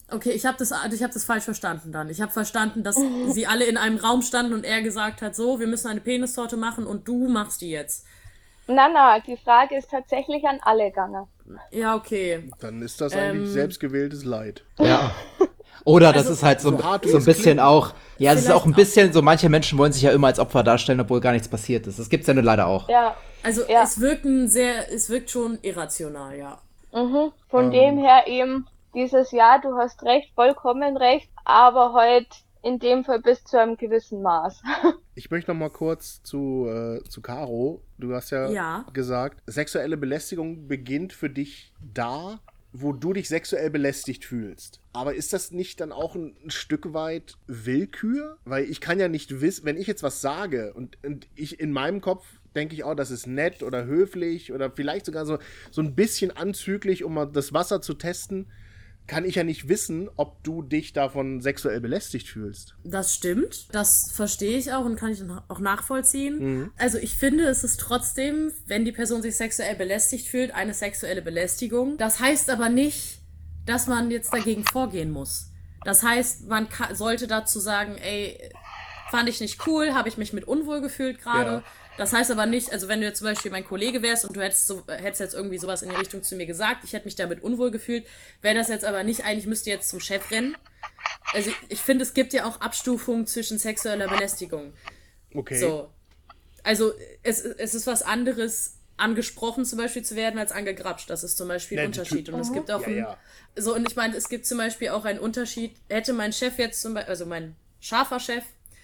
Okay, ich hab das falsch verstanden dann. Ich habe verstanden, dass sie alle in einem Raum standen und er gesagt hat, so, wir müssen eine Penistorte machen und du machst die jetzt. Na, die Frage ist tatsächlich an alle gegangen. Ja, okay. Dann ist das eigentlich selbstgewähltes Leid. Ja. Oder das Also, ist halt so hart wie so ein es bisschen klingt. auch, ja, es ist Vielleicht auch ein bisschen so, manche Menschen wollen sich ja immer als Opfer darstellen, obwohl gar nichts passiert ist. Das gibt's ja nur leider auch. Ja, Also Ja. es wirkt schon irrational, ja. von dem her eben dieses Jahr, du hast recht, vollkommen recht, aber halt in dem Fall bis zu einem gewissen Maß. Ich möchte noch mal kurz zu Caro. Du hast ja, Ja. gesagt, sexuelle Belästigung beginnt für dich da, wo du dich sexuell belästigt fühlst. Aber ist das nicht dann auch ein Stück weit Willkür? Weil ich kann ja nicht wissen, wenn ich jetzt was sage und ich in meinem Kopf denke ich, oh, das ist nett oder höflich oder vielleicht sogar so ein bisschen anzüglich, um mal das Wasser zu testen, kann ich ja nicht wissen, ob du dich davon sexuell belästigt fühlst. Das stimmt. Das verstehe ich auch und kann ich auch nachvollziehen. Also ich finde, es ist trotzdem, wenn die Person sich sexuell belästigt fühlt, eine sexuelle Belästigung. Das heißt aber nicht, dass man jetzt dagegen vorgehen muss. Das heißt, man sollte dazu sagen, ey, fand ich nicht cool, habe ich mich mit unwohl gefühlt gerade. Ja. Das heißt aber nicht, also wenn du jetzt zum Beispiel mein Kollege wärst und du hättest jetzt irgendwie sowas in die Richtung zu mir gesagt, ich hätte mich damit unwohl gefühlt, wäre das jetzt aber nicht, eigentlich müsst ihr jetzt zum Chef rennen. Also ich finde, es gibt ja auch Abstufungen zwischen sexueller Belästigung. Okay. So. Also es ist was anderes, angesprochen zum Beispiel zu werden, als angegrapscht. Das ist zum Beispiel ein Ja, Unterschied. Und es gibt auch Ja. so, und ich meine, es gibt zum Beispiel auch einen Unterschied, hätte mein Chef jetzt zum Beispiel, also mein scharfer Chef,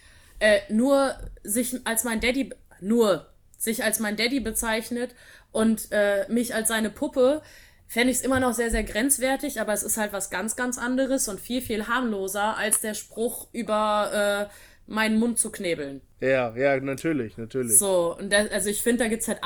nur sich als mein Daddy bezeichnet und mich als seine Puppe, fände ich es immer noch sehr, sehr grenzwertig, aber es ist halt was ganz, ganz anderes und viel, viel harmloser als der Spruch über meinen Mund zu knebeln. Ja, natürlich. So, und also ich finde, da gibt's halt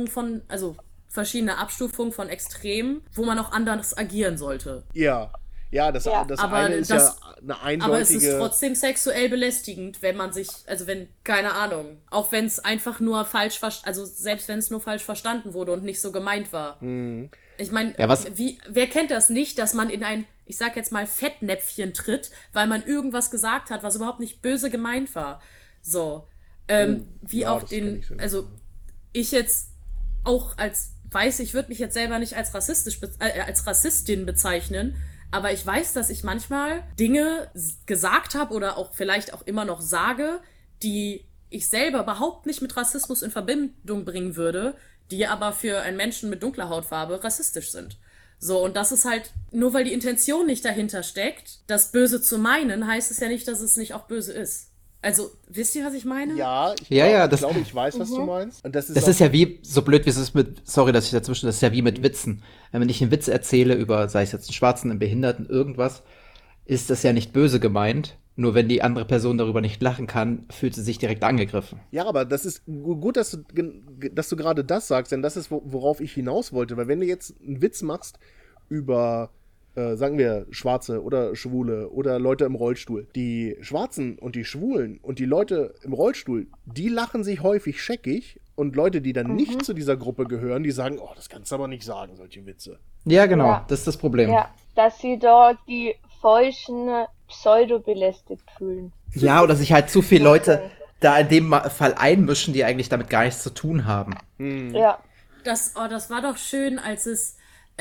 verschiedene Abstufungen von Extremen, wo man auch anders agieren sollte. Ja, das Aber eine ist ja eine eindeutige... Aber es ist trotzdem sexuell belästigend, wenn man sich, also wenn, keine Ahnung, auch wenn es einfach nur selbst wenn es nur falsch verstanden wurde und nicht so gemeint war. Ich meine, Ja, wer kennt das nicht, dass man in ein, ich sag jetzt mal, Fettnäpfchen tritt, weil man irgendwas gesagt hat, was überhaupt nicht böse gemeint war. So, wie ja, auch das kenn ich sehr also ich jetzt auch ich würde mich jetzt selber nicht als als Rassistin bezeichnen, aber ich weiß, dass ich manchmal Dinge gesagt habe oder auch vielleicht auch immer noch sage, die ich selber überhaupt nicht mit Rassismus in Verbindung bringen würde, die aber für einen Menschen mit dunkler Hautfarbe rassistisch sind. So, und das ist halt, nur weil die Intention nicht dahinter steckt, das Böse zu meinen, heißt es ja nicht, dass es nicht auch böse ist. Also, wisst ihr, was ich meine? Ja, ich glaube, ich weiß, was du meinst. Und das Das ist ja wie, so blöd wie es ist sorry, dass ich dazwischen, das ist ja wie mit Witzen. Wenn ich einen Witz erzähle über, sei es jetzt einen Schwarzen, einen Behinderten, irgendwas, ist das ja nicht böse gemeint. Nur wenn die andere Person darüber nicht lachen kann, fühlt sie sich direkt angegriffen. Ja, aber das ist gut, dass du gerade das sagst, denn das ist, worauf ich hinaus wollte. Weil wenn du jetzt einen Witz machst über, sagen wir, Schwarze oder Schwule oder Leute im Rollstuhl. Die Schwarzen und die Schwulen und die Leute im Rollstuhl, die lachen sich häufig scheckig. Und Leute, die dann nicht zu dieser Gruppe gehören, die sagen, oh, das kannst du aber nicht sagen, solche Witze. Ja, genau, Ja. das ist das Problem. Ja, dass sie da die falschen pseudo-belästigt fühlen. Ja, oder sich halt zu viele Leute da in dem Fall einmischen, die eigentlich damit gar nichts zu tun haben. Ja. Das war doch schön, als es,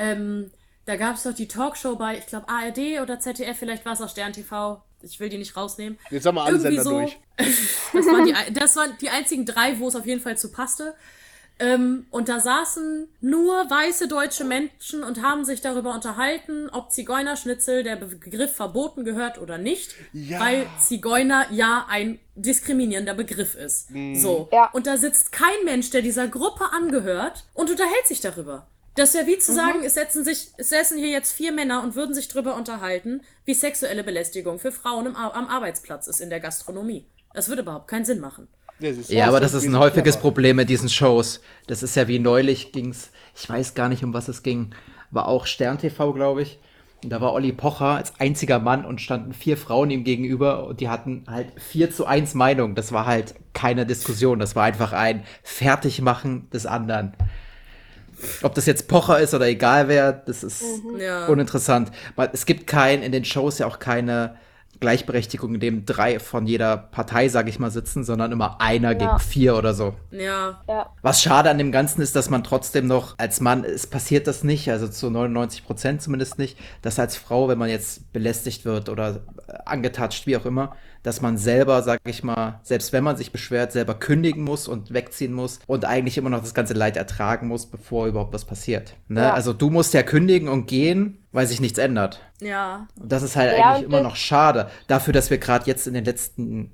da gab es doch die Talkshow bei, ich glaube, ARD oder ZDF, vielleicht war es auch Stern TV. Ich will die nicht rausnehmen. Jetzt haben wir alle Irgendwie Sender durch. Das waren die einzigen 3, wo es auf jeden Fall zu passte. Und da saßen nur weiße deutsche Menschen und haben sich darüber unterhalten, ob Zigeunerschnitzel der Begriff verboten gehört oder nicht, Ja. weil Zigeuner ja ein diskriminierender Begriff ist. So. Ja. Und da sitzt kein Mensch, der dieser Gruppe angehört und unterhält sich darüber. Das wäre wie zu sagen, es säßen hier jetzt 4 Männer und würden sich darüber unterhalten, wie sexuelle Belästigung für Frauen am Arbeitsplatz ist in der Gastronomie. Das würde überhaupt keinen Sinn machen. Ja, aber das ist ein häufiges Problem mit diesen Shows. Das ist ja wie neulich ging's, ich weiß gar nicht, um was es ging, war auch Stern TV, glaube ich. Und da war Olli Pocher als einziger Mann und standen 4 Frauen ihm gegenüber und die hatten halt 4:1 Meinung. Das war halt keine Diskussion, das war einfach ein Fertigmachen des anderen. Ob das jetzt Pocher ist oder egal wer, das ist Ja. uninteressant. Es gibt in den Shows ja auch keine Gleichberechtigung, in dem 3 von jeder Partei, sage ich mal, sitzen, sondern immer einer gegen 4 oder so. Ja. Ja. Was schade an dem Ganzen ist, dass man trotzdem noch als Mann, es passiert das nicht, also zu 99% zumindest nicht, dass als Frau, wenn man jetzt belästigt wird oder angetatscht, wie auch immer, dass man selber, sag ich mal, selbst wenn man sich beschwert, selber kündigen muss und wegziehen muss und eigentlich immer noch das ganze Leid ertragen muss, bevor überhaupt was passiert. Ne? Ja. Also du musst ja kündigen und gehen, weil sich nichts ändert. Ja. Und das ist halt Ja, eigentlich und immer das- noch schade, dafür, dass wir gerade jetzt in den letzten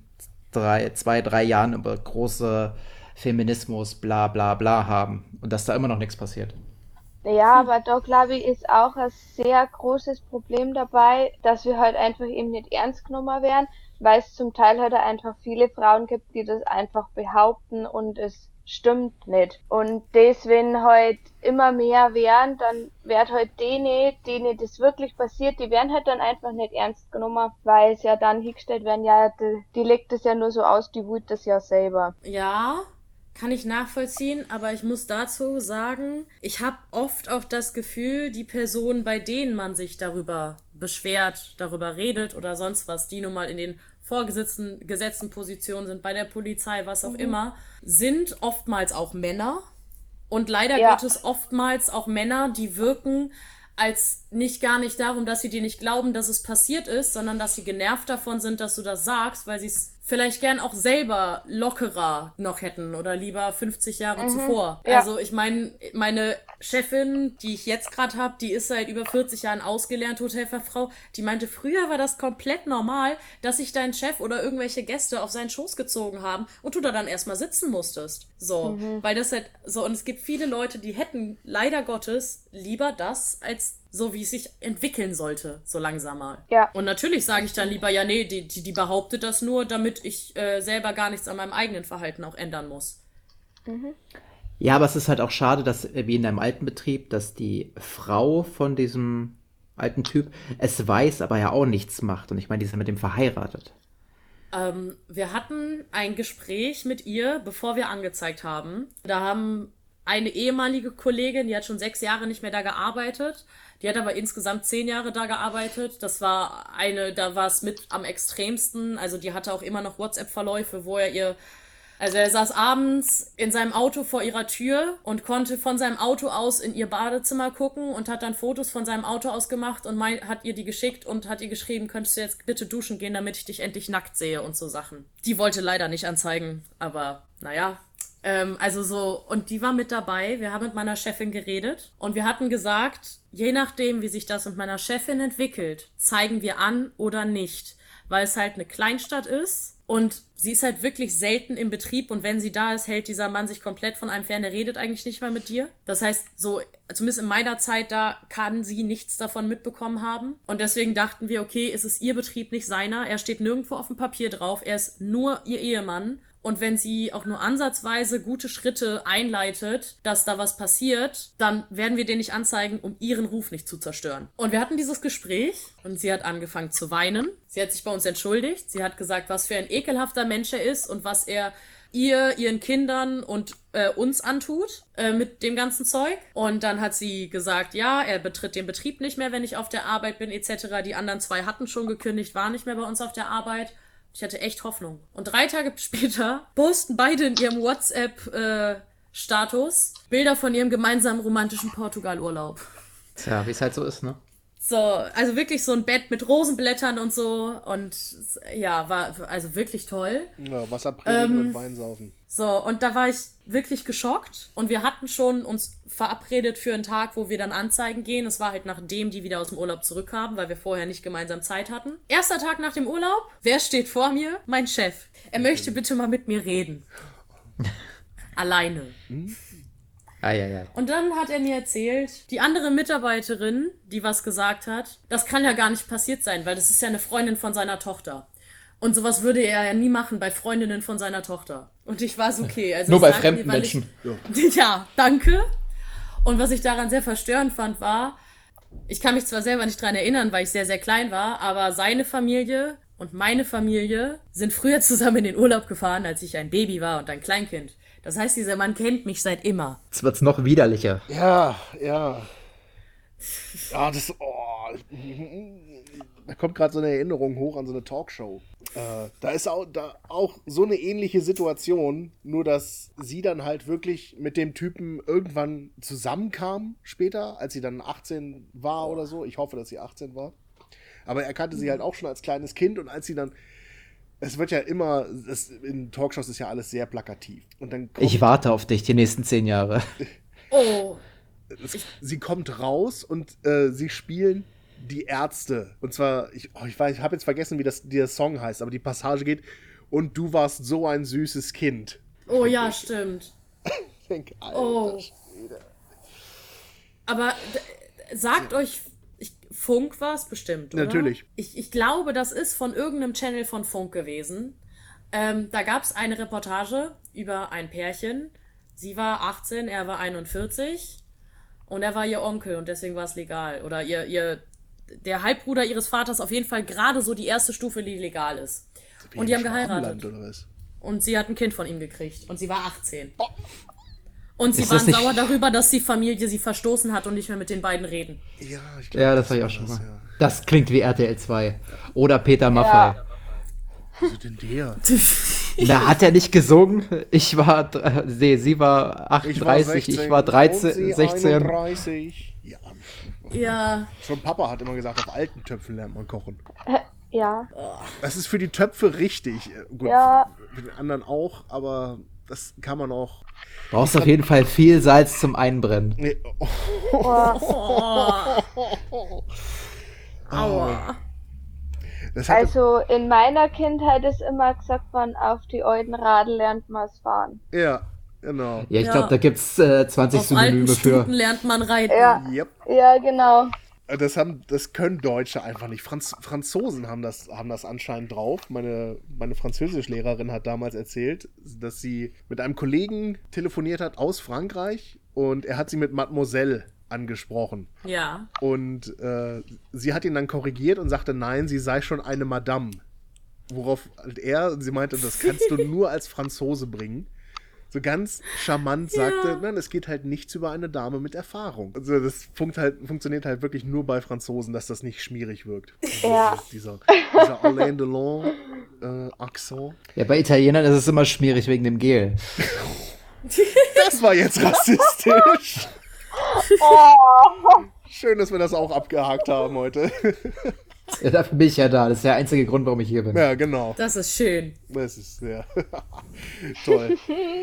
2, 3 Jahren über große Feminismus, bla bla bla haben und dass da immer noch nichts passiert. Ja, aber da glaube ich, ist auch ein sehr großes Problem dabei, dass wir halt einfach eben nicht ernst genommen werden, weil es zum Teil halt auch einfach viele Frauen gibt, die das einfach behaupten und es stimmt nicht. Und deswegen halt immer mehr werden, dann wird halt denen das wirklich passiert, die werden halt dann einfach nicht ernst genommen, weil es ja dann hingestellt werden, ja, die legt das ja nur so aus, die wut das ja selber. Ja, kann ich nachvollziehen, aber ich muss dazu sagen, ich habe oft auch das Gefühl, die Personen, bei denen man sich darüber beschwert, darüber redet oder sonst was, die nun mal in den gesetzten Positionen sind, bei der Polizei, was auch immer, sind oftmals auch Männer. Und leider Ja. Gottes oftmals auch Männer, die wirken als gar nicht darum, dass sie dir nicht glauben, dass es passiert ist, sondern dass sie genervt davon sind, dass du das sagst, weil sie es vielleicht gern auch selber lockerer noch hätten oder lieber 50 Jahre zuvor. Ja. Also ich meine Chefin, die ich jetzt gerade habe, die ist seit über 40 Jahren ausgelernte Hotelfachfrau, die meinte, früher war das komplett normal, dass sich dein Chef oder irgendwelche Gäste auf seinen Schoß gezogen haben und du da dann erstmal sitzen musstest. So, weil das halt so, und es gibt viele Leute, die hätten leider Gottes lieber das, als so wie es sich entwickeln sollte, so langsam mal. Ja. Und natürlich sage ich dann lieber, ja, nee, die behauptet das nur, damit ich selber gar nichts an meinem eigenen Verhalten auch ändern muss. Ja, aber es ist halt auch schade, dass, wie in einem alten Betrieb, dass die Frau von diesem alten Typ es weiß, aber ja auch nichts macht. Und ich meine, die ist ja mit dem verheiratet. Wir hatten ein Gespräch mit ihr, bevor wir angezeigt haben. Da haben eine ehemalige Kollegin, die hat schon 6 Jahre nicht mehr da gearbeitet. Die hat aber insgesamt 10 Jahre da gearbeitet. Da war es mit am extremsten. Also die hatte auch immer noch WhatsApp-Verläufe, wo er saß abends in seinem Auto vor ihrer Tür und konnte von seinem Auto aus in ihr Badezimmer gucken und hat dann Fotos von seinem Auto aus gemacht und hat ihr die geschickt und hat ihr geschrieben, könntest du jetzt bitte duschen gehen, damit ich dich endlich nackt sehe und so Sachen. Die wollte leider nicht anzeigen, aber naja. Und die war mit dabei. Wir haben mit meiner Chefin geredet und wir hatten gesagt, je nachdem, wie sich das mit meiner Chefin entwickelt, zeigen wir an oder nicht. Weil es halt eine Kleinstadt ist und sie ist halt wirklich selten im Betrieb und wenn sie da ist, hält dieser Mann sich komplett von einem fern, der redet eigentlich nicht mal mit dir. Das heißt, so, zumindest in meiner Zeit da, kann sie nichts davon mitbekommen haben. Und deswegen dachten wir, okay, es ist ihr Betrieb, nicht seiner. Er steht nirgendwo auf dem Papier drauf, er ist nur ihr Ehemann. Und wenn sie auch nur ansatzweise gute Schritte einleitet, dass da was passiert, dann werden wir den nicht anzeigen, um ihren Ruf nicht zu zerstören. Und wir hatten dieses Gespräch und sie hat angefangen zu weinen. Sie hat sich bei uns entschuldigt. Sie hat gesagt, was für ein ekelhafter Mensch er ist und was er ihren Kindern und uns antut mit dem ganzen Zeug. Und dann hat sie gesagt, ja, er betritt den Betrieb nicht mehr, wenn ich auf der Arbeit bin etc. Die anderen 2 hatten schon gekündigt, waren nicht mehr bei uns auf der Arbeit. Ich hatte echt Hoffnung. Und 3 Tage später posten beide in ihrem WhatsApp-Status Bilder von ihrem gemeinsamen romantischen Portugal-Urlaub. Tja, wie es halt so ist, ne? So, also wirklich so ein Bett mit Rosenblättern und so. Und ja, war also wirklich toll. Ja, Wasser predigen und Wein saufen. So, und da war ich wirklich geschockt. Und wir hatten schon uns verabredet für einen Tag, wo wir dann anzeigen gehen. Es war halt nachdem die wieder aus dem Urlaub zurückkamen, weil wir vorher nicht gemeinsam Zeit hatten. Erster Tag nach dem Urlaub. Wer steht vor mir? Mein Chef. Er möchte bitte mal mit mir reden. Alleine. Ja. Und dann hat er mir erzählt, die andere Mitarbeiterin, die was gesagt hat, das kann ja gar nicht passiert sein, weil das ist ja eine Freundin von seiner Tochter. Und sowas würde er ja nie machen bei Freundinnen von seiner Tochter. Und ich war so, okay. Also Nur bei das sagt fremden mir, weil Menschen. Ja, danke. Und was ich daran sehr verstörend fand, war, ich kann mich zwar selber nicht dran erinnern, weil ich sehr, sehr klein war, aber seine Familie und meine Familie sind früher zusammen in den Urlaub gefahren, als ich ein Baby war und ein Kleinkind. Das heißt, dieser Mann kennt mich seit immer. Jetzt wird's noch widerlicher. Ja. Ja, da kommt gerade so eine Erinnerung hoch an so eine Talkshow. Da ist auch so eine ähnliche Situation, nur dass sie dann halt wirklich mit dem Typen irgendwann zusammenkam später, als sie dann 18 war oder so. Ich hoffe, dass sie 18 war. Aber er kannte sie halt auch schon als kleines Kind und als sie dann. Es wird ja immer, in Talkshows ist ja alles sehr plakativ. Und dann Ich warte auf dich die nächsten 10 Jahre. Oh, sie kommt raus und sie spielen die Ärzte. Und zwar, ich habe jetzt vergessen, wie der Song heißt, aber die Passage geht: Und du warst so ein süßes Kind. oh ja, stimmt. Ich denke, Alter, Oh. Aber sagt euch Funk war es bestimmt, oder? Natürlich. Ich glaube, das ist von irgendeinem Channel von Funk gewesen. Da gab es eine Reportage über ein Pärchen. Sie war 18, er war 41 und er war ihr Onkel und deswegen war es legal. Oder der Halbbruder ihres Vaters auf jeden Fall gerade so die erste Stufe, die legal ist. Und die haben geheiratet. Schwabenland, oder was? Und sie hat ein Kind von ihm gekriegt. Und sie war 18. Und sie Ist das waren nicht- sauer darüber, dass die Familie sie verstoßen hat und nicht mehr mit den beiden reden. Ja, ich glaube, Ja, das war ich auch schon das, mal. ja. Das klingt wie RTL 2. Oder Peter Maffay. Wieso denn der? Da hat er nicht gesungen. Sie war 38, ich war 13, und sie 16. 31. Ja, Ja, schon Papa hat immer gesagt, auf alten Töpfen lernt man kochen. Ja. Das ist für die Töpfe richtig. Gut, Ja. für den anderen auch, aber das kann man auch. Brauchst auf jeden Fall viel Salz zum Einbrennen. Nee, aua. das hat, Also in meiner Kindheit ist immer gesagt worden, auf die alten Radl lernt man es fahren. ja, genau. Ja, ich Ja. glaube, da gibt's 20 Auf alten Synonyme für. Stuten lernt man reiten. Ja, Yep. ja, genau. Das können Deutsche einfach nicht. Franzosen haben das anscheinend drauf. Meine Französischlehrerin hat damals erzählt, dass sie mit einem Kollegen telefoniert hat aus Frankreich und er hat sie mit Mademoiselle angesprochen. Ja. Und sie hat ihn dann korrigiert und sagte, nein, sie sei schon eine Madame. Worauf halt sie meinte, das kannst du nur als Franzose bringen. So ganz charmant sagte, nein, es geht halt nichts über eine Dame mit Erfahrung. Also das funktioniert halt wirklich nur bei Franzosen, dass das nicht schmierig wirkt. Ja. Dieser Alain Delon Accent. Ja, bei Italienern ist es immer schwierig wegen dem Gel. Das war jetzt rassistisch. Oh, Schön, dass wir das auch abgehakt haben heute. Ja, dafür bin ich ja da. Das ist der einzige Grund, warum ich hier bin. Ja, genau. Das ist schön. Das ist ja toll.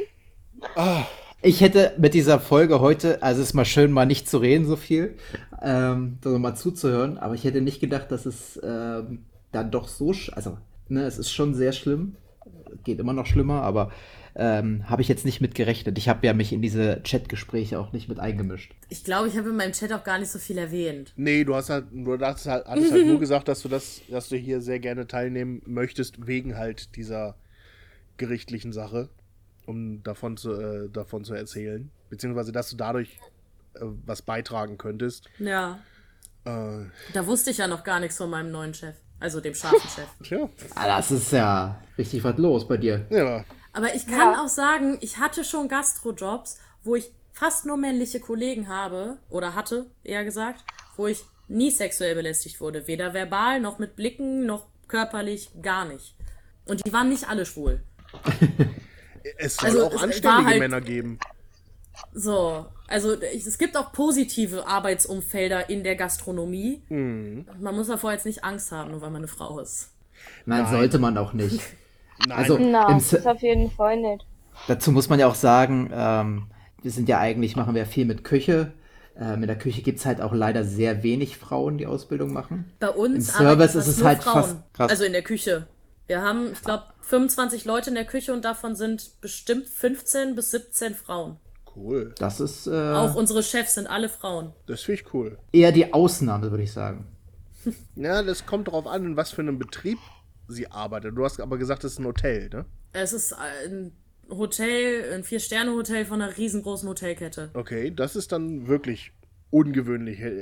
Ich hätte mit dieser Folge heute, also es ist mal schön, mal nicht zu reden so viel, sondern mal zuzuhören, aber ich hätte nicht gedacht, dass es dann doch so, es ist schon sehr schlimm, geht immer noch schlimmer, aber habe ich jetzt nicht mit gerechnet. Ich habe ja mich in diese Chatgespräche auch nicht mit eingemischt. Ich glaube, ich habe in meinem Chat auch gar nicht so viel erwähnt. Nee, hattest halt nur gesagt, dass du hier sehr gerne teilnehmen möchtest, wegen halt dieser gerichtlichen Sache, um davon zu erzählen. Beziehungsweise, dass du dadurch was beitragen könntest. Ja. Äh, Da wusste ich ja noch gar nichts von meinem neuen Chef. Also dem scharfen Chef. tja, Das ist ja richtig was los bei dir. ja. Aber ich kann auch sagen, ich hatte schon Gastrojobs, wo ich fast nur männliche Kollegen habe, oder hatte, eher gesagt, wo ich nie sexuell belästigt wurde. Weder verbal, noch mit Blicken, noch körperlich, gar nicht. Und die waren nicht alle schwul. Es soll Also, auch es anständige war halt- Männer geben. So, also es gibt auch positive Arbeitsumfelder in der Gastronomie. Man muss davor jetzt nicht Angst haben, nur weil man eine Frau ist. Nein, sollte man auch nicht. Nein, Also na, im das auf jeden Fall nicht. dazu muss man ja auch sagen, wir sind ja eigentlich, machen wir viel mit Küche. In der Küche gibt es halt auch leider sehr wenig Frauen, die Ausbildung machen. Bei uns Im Service arbeiten ist fast es nur halt Frauen. fast krass. Also in der Küche. Wir haben, ich glaube, 25 Leute in der Küche und davon sind bestimmt 15 bis 17 Frauen. cool. Das ist Auch unsere Chefs sind alle Frauen. Das finde ich cool. eher die Ausnahme, würde ich sagen. Ja, das kommt darauf an, in was für einem Betrieb sie arbeitet. Du hast aber gesagt, es ist ein Hotel, ne? Es ist ein Hotel, ein 4-Sterne-Hotel von einer riesengroßen Hotelkette. Okay, das ist dann wirklich ungewöhnlich.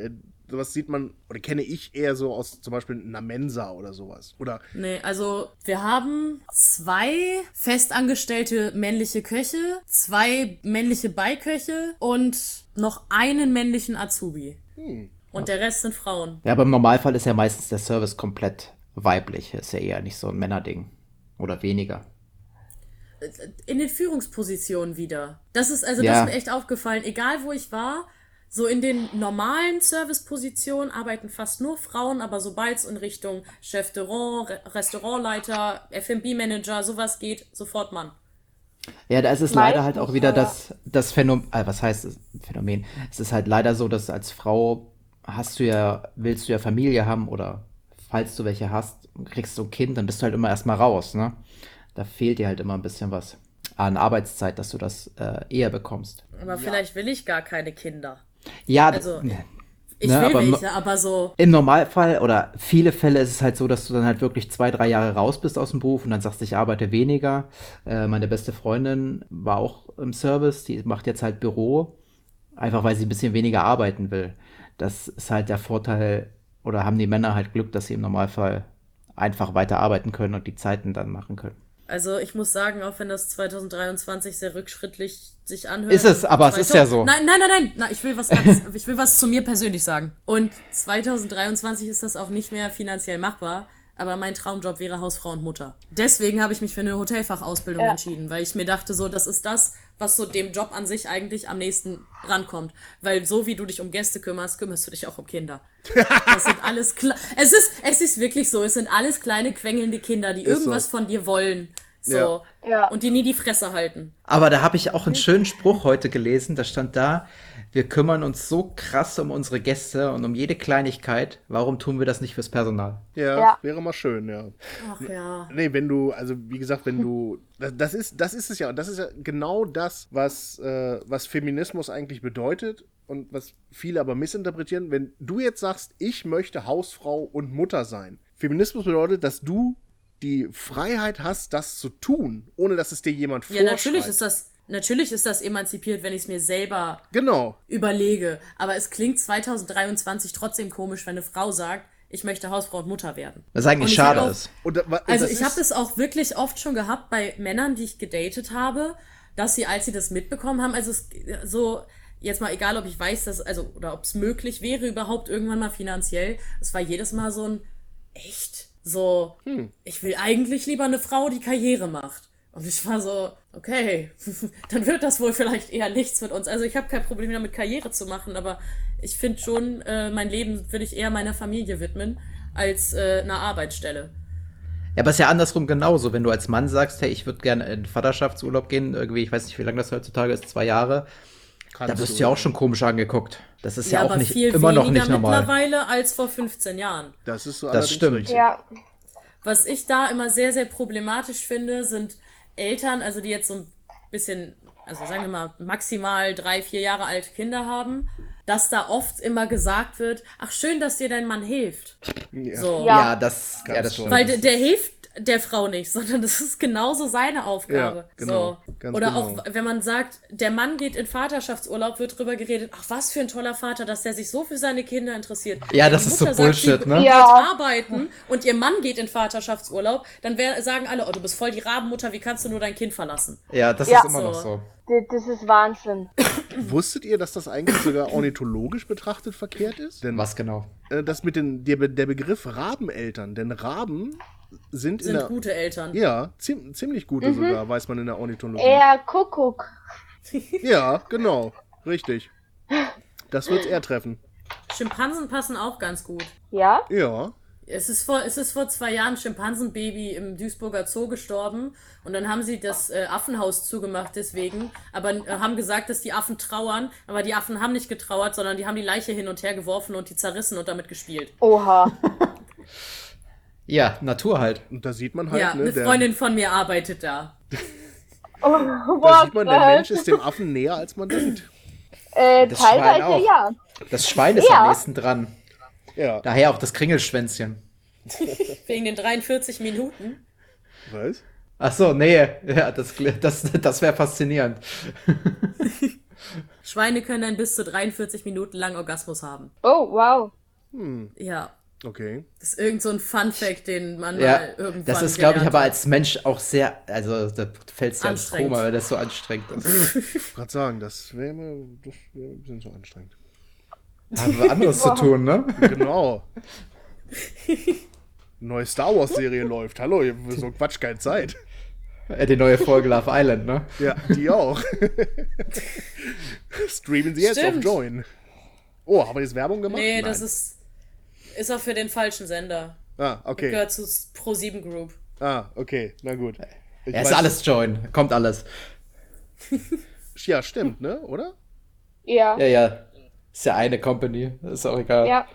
sowas sieht man, oder kenne ich eher so aus zum Beispiel einer Mensa oder sowas. Oder Nee, also wir haben 2 festangestellte männliche Köche, 2 männliche Beiköche und noch einen männlichen Azubi. Und der Rest sind Frauen. Ja, aber im Normalfall ist ja meistens der Service komplett weiblich. Ist ja eher nicht so ein Männerding. Oder weniger. In den Führungspositionen wieder. Das ist das Ja. ist mir echt aufgefallen. Egal wo ich war, so in den normalen Servicepositionen arbeiten fast nur Frauen, aber sobald es in Richtung Chef de Rang, Restaurantleiter, F&B-Manager, sowas geht, sofort Mann. Ja, da ist es leider halt Meistens, auch wieder ja. das Phänomen, was heißt das Phänomen? Es ist halt leider so, dass als Frau willst du ja Familie haben oder falls du welche hast, kriegst du ein Kind, dann bist du halt immer erstmal raus, ne? Da fehlt dir halt immer ein bisschen was an Arbeitszeit, dass du das eher bekommst. Aber vielleicht will ich gar keine Kinder. Ja, Also, Ich Ne, will aber welche, aber so. im Normalfall oder viele Fälle ist es halt so, dass du dann halt wirklich 2, 3 Jahre raus bist aus dem Beruf und dann sagst, ich arbeite weniger. Meine beste Freundin war auch im Service, die macht jetzt halt Büro, einfach weil sie ein bisschen weniger arbeiten will. Das ist halt der Vorteil, oder haben die Männer halt Glück, dass sie im Normalfall einfach weiter arbeiten können und die Zeiten dann machen können. Also ich muss sagen, auch wenn das 2023 sehr rückschrittlich sich anhört. Ist es, aber es ist ja so. Nein, ich will ich will was zu mir persönlich sagen. Und 2023 ist das auch nicht mehr finanziell machbar. Aber mein Traumjob wäre Hausfrau und Mutter. Deswegen habe ich mich für eine Hotelfachausbildung entschieden, weil ich mir dachte, so, das ist das, was so dem Job an sich eigentlich am nächsten rankommt. Weil so wie du dich um Gäste kümmerst, kümmerst du dich auch um Kinder. Das sind alles es ist wirklich so, es sind alles kleine, quengelnde Kinder, die irgendwas von dir wollen. So. Ja. Und die nie die Fresse halten. Aber da habe ich auch einen schönen Spruch heute gelesen, da stand da, wir kümmern uns so krass um unsere Gäste und um jede Kleinigkeit, warum tun wir das nicht fürs Personal? ja, wäre mal schön, ja. Ach ja. Nee, wenn du, also wie gesagt, wenn du, das ist es ja, das ist ja genau das, was Feminismus eigentlich bedeutet und was viele aber missinterpretieren. Wenn du jetzt sagst, ich möchte Hausfrau und Mutter sein. Feminismus bedeutet, dass du die Freiheit hast, das zu tun, ohne dass es dir jemand Ja, vorschreibt. natürlich ist das emanzipiert, wenn ich es mir selber Genau. überlege. Aber es klingt 2023 trotzdem komisch, wenn eine Frau sagt, ich möchte Hausfrau und Mutter werden. Was eigentlich Und ich schade hab auch- ist. Also ich habe das auch wirklich oft schon gehabt bei Männern, die ich gedatet habe, dass sie, als sie das mitbekommen haben, also so, jetzt mal egal, ob ich weiß, dass, also, oder ob es möglich wäre überhaupt irgendwann mal finanziell, es war jedes Mal so ein, echt? So, ich will eigentlich lieber eine Frau, die Karriere macht. Und ich war so, okay, dann wird das wohl vielleicht eher nichts mit uns. Also ich habe kein Problem damit, Karriere zu machen, aber ich finde schon, mein Leben will ich eher meiner Familie widmen, als einer Arbeitsstelle. Ja, aber es ist ja andersrum genauso, wenn du als Mann sagst, hey, ich würde gerne in Vaterschaftsurlaub gehen, irgendwie, ich weiß nicht, wie lange das heutzutage ist, 2 Jahre, da wirst du ja auch schon komisch angeguckt. Das ist ja auch aber nicht viel immer noch weniger nicht normal. mittlerweile als vor 15 Jahren. Das ist so Das allerdings stimmt. richtig. Ja, Was ich da immer sehr, sehr problematisch finde, sind Eltern, also die jetzt so ein bisschen, also sagen wir mal, maximal 3, 4 Jahre alte Kinder haben, dass da oft immer gesagt wird, ach schön, dass dir dein Mann hilft. So. Ja. Ja, das Ganz stimmt. Weil der hilft der Frau nicht, sondern das ist genauso seine Aufgabe. Ja, genau. So. Ganz Oder genau. auch, wenn man sagt, der Mann geht in Vaterschaftsurlaub, wird drüber geredet, ach, was für ein toller Vater, dass der sich so für seine Kinder interessiert. Ja, Wenn das die ist so Mutter sagt, Bullshit, sie ne? geht Ja. arbeiten und ihr Mann geht in Vaterschaftsurlaub, dann sagen alle, oh, du bist voll die Rabenmutter, wie kannst du nur dein Kind verlassen? Ja, das Ja. ist immer noch so. das ist Wahnsinn. Wusstet ihr, dass das eigentlich sogar ornithologisch betrachtet verkehrt ist? Denn Was genau? das mit der Begriff Rabeneltern, denn Raben sind in Sind der gute Eltern. ja, ziemlich gute sogar, weiß man in der Ornithologie. Eher Kuckuck. Ja, genau, richtig. Das wird's eher treffen. Schimpansen passen auch ganz gut. Ja? Ja, Es ist vor 2 Jahren ein Schimpansenbaby im Duisburger Zoo gestorben und dann haben sie das Affenhaus zugemacht deswegen, aber haben gesagt, dass die Affen trauern, aber die Affen haben nicht getrauert, sondern die haben die Leiche hin und her geworfen und die zerrissen und damit gespielt. Oha. Ja, Natur halt. und da sieht man halt, Ja, ne, eine Freundin von mir arbeitet da. Oh, da sieht man, der Mensch ist dem Affen näher, als man denkt. Das Schwein Teilweise auch. ja. Das Schwein ist Ja. am nächsten dran. Ja, Daher auch das Kringelschwänzchen. Wegen den 43 Minuten. was? Ach so, nee, ja, das wäre faszinierend. Schweine können einen bis zu 43 Minuten lang Orgasmus haben. Oh, wow. Ja, Okay. das ist irgend so ein Fun-Fact, den man Ja, mal irgendwann das ist, glaube ich, gelernt aber hat. als Mensch auch sehr, also da fällst du ans Anstrengend. Trauma, weil das so anstrengend ist. Ich wollte gerade sagen, das wäre ein bisschen so anstrengend. Haben wir anderes zu tun, ne? Genau. Neue Star Wars Serie läuft. Hallo, für so Quatsch keine Zeit. Die neue Folge Love Island, ne? Ja, die auch. Streamen sie jetzt auf Stimmt. Join. Oh, haben wir jetzt Werbung gemacht? Nee, Nein. das ist auch für den falschen Sender. Ah, okay. Gehört zu Pro7 Group. Ah, okay. Na gut. Ich Ja, ist weiß- alles Join, kommt alles. Ja, stimmt, ne? Oder? Ja. Ja, ja. Ist ja eine Company, ist auch egal. Ja.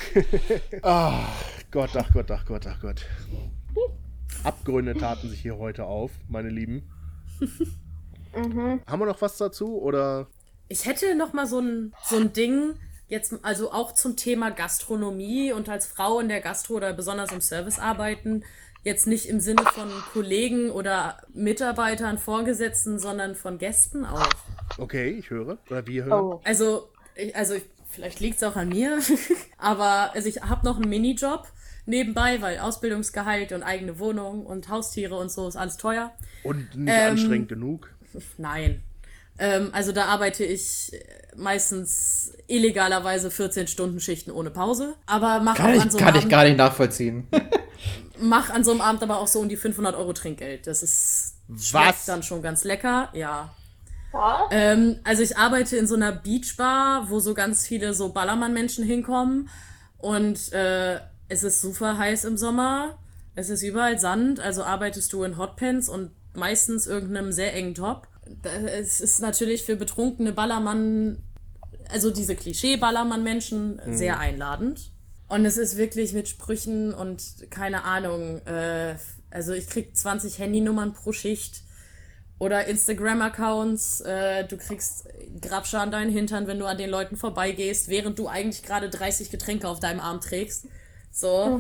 Gott, ach Gott, ach Gott, ach Gott. Abgründe taten sich hier heute auf, meine Lieben. Haben wir noch was dazu? Oder? Ich hätte noch mal so ein Ding, jetzt also auch zum Thema Gastronomie und als Frau in der Gastro oder besonders im Service arbeiten, jetzt nicht im Sinne von Kollegen oder Mitarbeitern, Vorgesetzten, sondern von Gästen auch. Okay, ich höre. Oder wir hören. Oh. Vielleicht liegt es auch an mir, aber ich habe noch einen Minijob nebenbei, weil Ausbildungsgehalt und eigene Wohnung und Haustiere und so ist alles teuer. Und nicht anstrengend genug. Nein. Also da arbeite ich meistens illegalerweise 14-Stunden-Schichten ohne Pause, aber Kann ich gar nicht nachvollziehen. mach an so einem Abend aber auch so um die 500 Euro Trinkgeld. Das ist schmeckt dann schon ganz lecker, ja. Ja. Also ich arbeite in so einer Beachbar, wo so ganz viele so Ballermann-Menschen hinkommen und es ist super heiß im Sommer, es ist überall Sand, also arbeitest du in Hotpants und meistens irgendeinem sehr engen Top. Es ist natürlich für betrunkene Ballermann, also diese Klischee-Ballermann-Menschen, sehr einladend. Und es ist wirklich mit Sprüchen und keine Ahnung, also ich krieg 20 Handynummern pro Schicht oder Instagram-Accounts, du kriegst Grabscher an deinen Hintern, wenn du an den Leuten vorbeigehst, während du eigentlich gerade 30 Getränke auf deinem Arm trägst. So.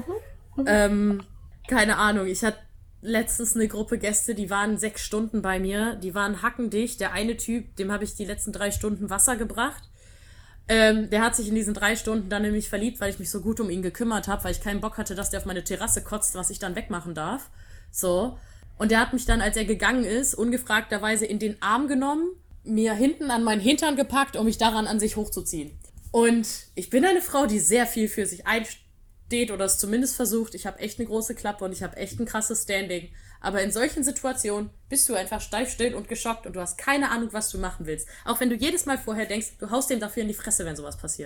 Keine Ahnung, ich hatte letztens eine Gruppe Gäste, die waren 6 Stunden bei mir, die waren hackendicht. Der eine Typ, dem habe ich die letzten 3 Stunden Wasser gebracht. Der hat sich in diesen 3 Stunden dann nämlich verliebt, weil ich mich so gut um ihn gekümmert habe, weil ich keinen Bock hatte, dass der auf meine Terrasse kotzt, was ich dann wegmachen darf. So. Und der hat mich dann, als er gegangen ist, ungefragterweise in den Arm genommen, mir hinten an meinen Hintern gepackt, um mich daran an sich hochzuziehen. Und ich bin eine Frau, die sehr viel für sich einsteht oder es zumindest versucht. Ich habe echt eine große Klappe und ich habe echt ein krasses Standing. Aber in solchen Situationen bist du einfach steif, still und geschockt und du hast keine Ahnung, was du machen willst. Auch wenn du jedes Mal vorher denkst, du haust dem dafür in die Fresse, wenn sowas passiert.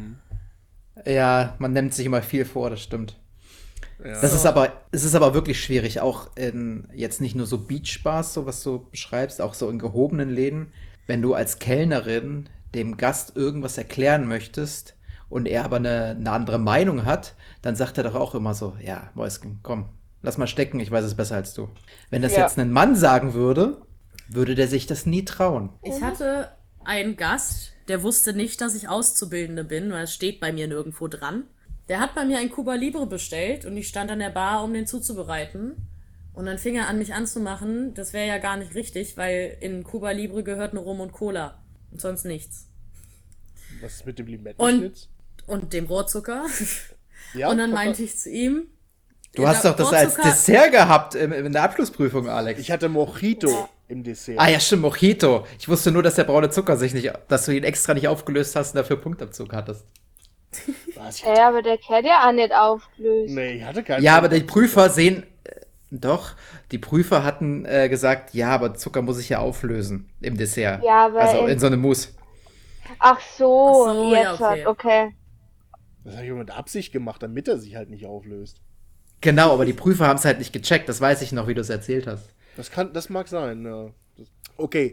Ja, man nimmt sich immer viel vor, das stimmt. Ja. Es ist aber wirklich schwierig, auch in jetzt nicht nur so Beachbars, so was du beschreibst, auch so in gehobenen Läden, wenn du als Kellnerin dem Gast irgendwas erklären möchtest und er aber eine andere Meinung hat, dann sagt er doch auch immer so, ja, Mäuschen, komm, lass mal stecken, ich weiß es besser als du. Wenn das Ja. jetzt ein Mann sagen würde, würde der sich das nie trauen. Ich hatte einen Gast, der wusste nicht, dass ich Auszubildende bin, weil es steht bei mir nirgendwo dran. Der hat bei mir ein Cuba Libre bestellt und ich stand an der Bar, um den zuzubereiten. Und dann fing er an, mich anzumachen. Das wäre ja gar nicht richtig, weil in Cuba Libre gehört nur Rum und Cola und sonst nichts. Was ist mit dem Limettenschnitz? Und dem Rohrzucker. Ja, Und dann meinte ich zu ihm... Du hast doch das als Dessert gehabt in der Abschlussprüfung, Alex. Ich hatte Mojito im Dessert. Ah ja, stimmt, Mojito. Ich wusste nur, dass der braune Zucker dass du ihn extra nicht aufgelöst hast und dafür Punktabzug hattest. Was? Ja, aber der kann ja auch nicht auflösen. Nee, ich hatte keinen. Ja, aber die Prüfer sehen, doch, die Prüfer hatten gesagt, ja, aber Zucker muss ich ja auflösen im Dessert. Ja, aber also in so einem Mousse. Ach so, Ach so, ja, jetzt okay. Okay. Das habe ich mit Absicht gemacht, damit er sich halt nicht auflöst. Genau, aber die Prüfer haben es halt nicht gecheckt, das weiß ich noch, wie du es erzählt hast. Das mag sein, ja. Okay.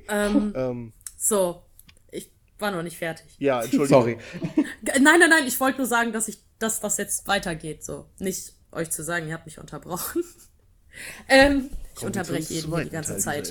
So, ich war noch nicht fertig. Ja, Entschuldigung. Sorry. Nein, ich wollte nur sagen, dass das jetzt weitergeht. So, nicht euch zu sagen, ihr habt mich unterbrochen. Ich unterbreche jeden hier die ganze Zeit.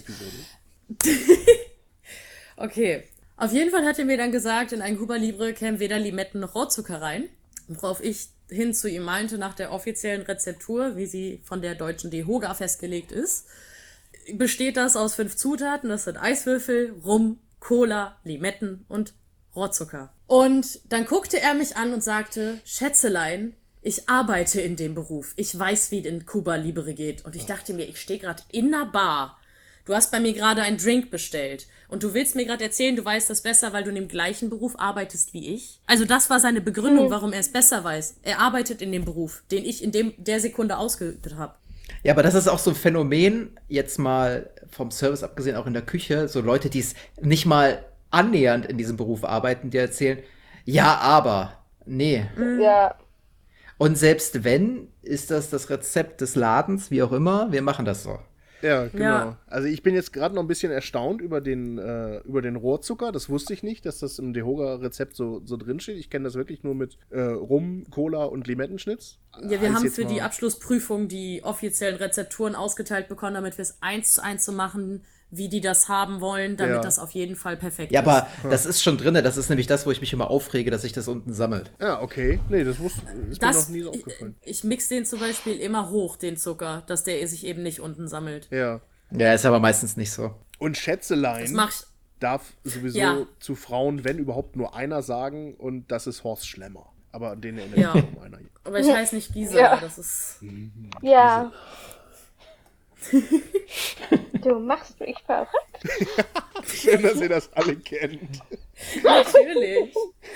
Okay. Auf jeden Fall hat er mir dann gesagt, in ein Cuba Libre kämen weder Limetten noch Rohrzucker rein. Worauf ich hin zu ihm meinte, nach der offiziellen Rezeptur, wie sie von der deutschen DEHOGA festgelegt ist, besteht das aus 5 Zutaten. Das sind Eiswürfel, Rum, Cola, Limetten und Rohrzucker. Und dann guckte er mich an und sagte, Schätzelein, ich arbeite in dem Beruf. Ich weiß, wie in Cuba Libre geht. Und ich dachte mir, ich stehe gerade in einer Bar. Du hast bei mir gerade einen Drink bestellt. Und du willst mir gerade erzählen, du weißt das besser, weil du in dem gleichen Beruf arbeitest wie ich? Also das war seine Begründung, warum er es besser weiß. Er arbeitet in dem Beruf, den ich in der Sekunde ausgeübt habe. Ja, aber das ist auch so ein Phänomen, jetzt mal vom Service abgesehen, auch in der Küche, so Leute, die es nicht mal annähernd in diesem Beruf arbeiten, die erzählen, ja, aber, nee. Ja. Und selbst wenn, ist das Rezept des Ladens, wie auch immer, wir machen das so. Ja, genau. Ja. Also ich bin jetzt gerade noch ein bisschen erstaunt über den Rohrzucker. Das wusste ich nicht, dass das im DeHoga-Rezept so drin steht. Ich kenne das wirklich nur mit Rum, Cola und Limettenschnitz. Ja, wir Heißt haben jetzt für mal- die Abschlussprüfung die offiziellen Rezepturen ausgeteilt bekommen, damit wir es 1:1 so machen, wie die das haben wollen, damit Ja. das auf jeden Fall perfekt Ja, ist. aber das ist schon drin, das ist nämlich das, wo ich mich immer aufrege, dass sich das unten sammelt. Ja, okay. Nee, ist mir noch nie so aufgefallen. ich mix den zum Beispiel immer hoch, den Zucker, dass der sich eben nicht unten sammelt. Ja. Ja, ist aber meistens nicht so. Und Das Schätzelein mach ich. darf sowieso Ja. zu Frauen, wenn überhaupt, nur einer sagen und das ist Horst Schlemmer. Aber an den erinnere Ja. ich mich um einer. Aber ich heiße nicht Gisela, Ja. das ist. Ja. Du machst mich verrückt. Schön, dass ihr das alle kennt. Natürlich.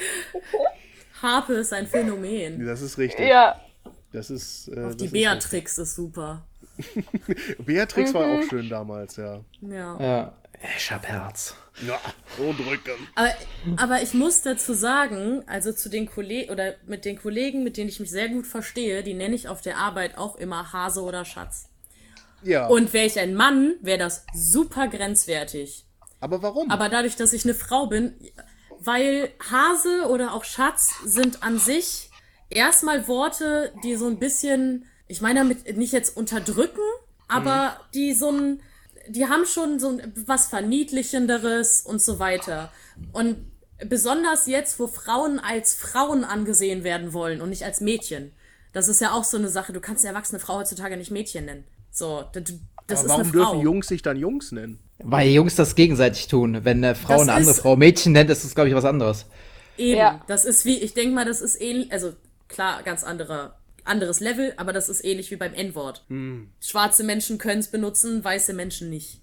Harpe ist ein Phänomen. Das ist richtig. Ja. Das ist. Auch das die ist Beatrix ist super. richtig. Beatrix war auch schön damals, ja. Ja. Ja. Ich hab Herz. Ja, so drücken. Aber ich muss dazu sagen, also zu den Kollegen oder mit den Kollegen, mit denen ich mich sehr gut verstehe, die nenne ich auf der Arbeit auch immer Hase oder Schatz. Ja. Und wäre ich ein Mann, wäre das super grenzwertig. Aber warum? Aber dadurch, dass ich eine Frau bin, weil Hase oder auch Schatz sind an sich erstmal Worte, die so ein bisschen, ich meine damit nicht jetzt unterdrücken, aber die haben schon so was Verniedlichenderes und so weiter. Und besonders jetzt, wo Frauen als Frauen angesehen werden wollen und nicht als Mädchen. Das ist ja auch so eine Sache. Du kannst eine erwachsene Frau heutzutage nicht Mädchen nennen. So, das Aber ist warum eine dürfen Frau. Jungs sich dann Jungs nennen? Weil Jungs das gegenseitig tun. Wenn eine Frau Das eine andere ist- Frau Mädchen nennt, ist das, glaube ich, was anderes. Eben, Ja. das ist wie, ich denke mal, das ist ähnlich, also klar, ganz anderes Level, aber das ist ähnlich wie beim N-Wort. Schwarze Menschen können es benutzen, weiße Menschen nicht.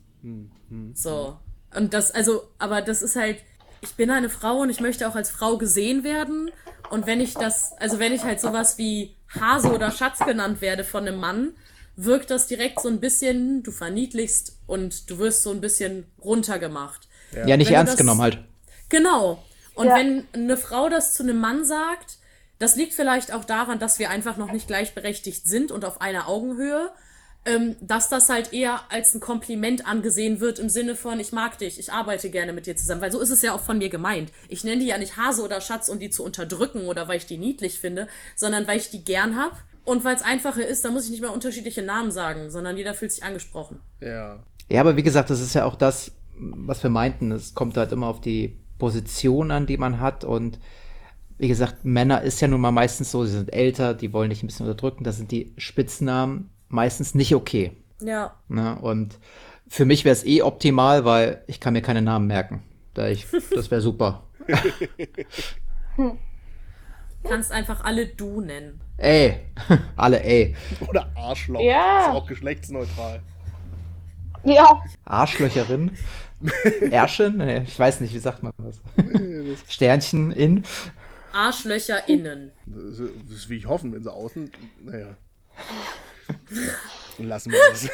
So. Und das, also, aber das ist halt, ich bin eine Frau und ich möchte auch als Frau gesehen werden. Und wenn ich halt sowas wie Hase oder Schatz genannt werde von einem Mann, wirkt das direkt so ein bisschen, du verniedlichst und du wirst so ein bisschen runtergemacht. Ja, nicht Wenn du ernst das- genommen halt. Genau. Und Ja. wenn eine Frau das zu einem Mann sagt, das liegt vielleicht auch daran, dass wir einfach noch nicht gleichberechtigt sind und auf einer Augenhöhe, dass das halt eher als ein Kompliment angesehen wird im Sinne von, ich mag dich, ich arbeite gerne mit dir zusammen. Weil so ist es ja auch von mir gemeint. Ich nenne die ja nicht Hase oder Schatz, um die zu unterdrücken oder weil ich die niedlich finde, sondern weil ich die gern hab. Und weil es einfacher ist, da muss ich nicht mehr unterschiedliche Namen sagen, sondern jeder fühlt sich angesprochen. Ja. Ja, aber wie gesagt, das ist ja auch das, was wir meinten. Es kommt halt immer auf die Position an, die man hat. Und wie gesagt, Männer ist ja nun mal meistens so, sie sind älter, die wollen dich ein bisschen unterdrücken. Da sind die Spitznamen meistens nicht okay. Ja. Ne? Und für mich wäre es optimal, weil ich kann mir keine Namen merken. Das wäre super. Kannst einfach alle du nennen. Ey, alle ey. Oder Arschloch. Ja. Ist auch geschlechtsneutral. Ja. Arschlöcherin. Ärschen? Nee, ich weiß nicht, wie sagt man das? Sternchen in. Arschlöcher innen. Das ist wie ich hoffen, wenn sie außen. Naja. Lassen wir das.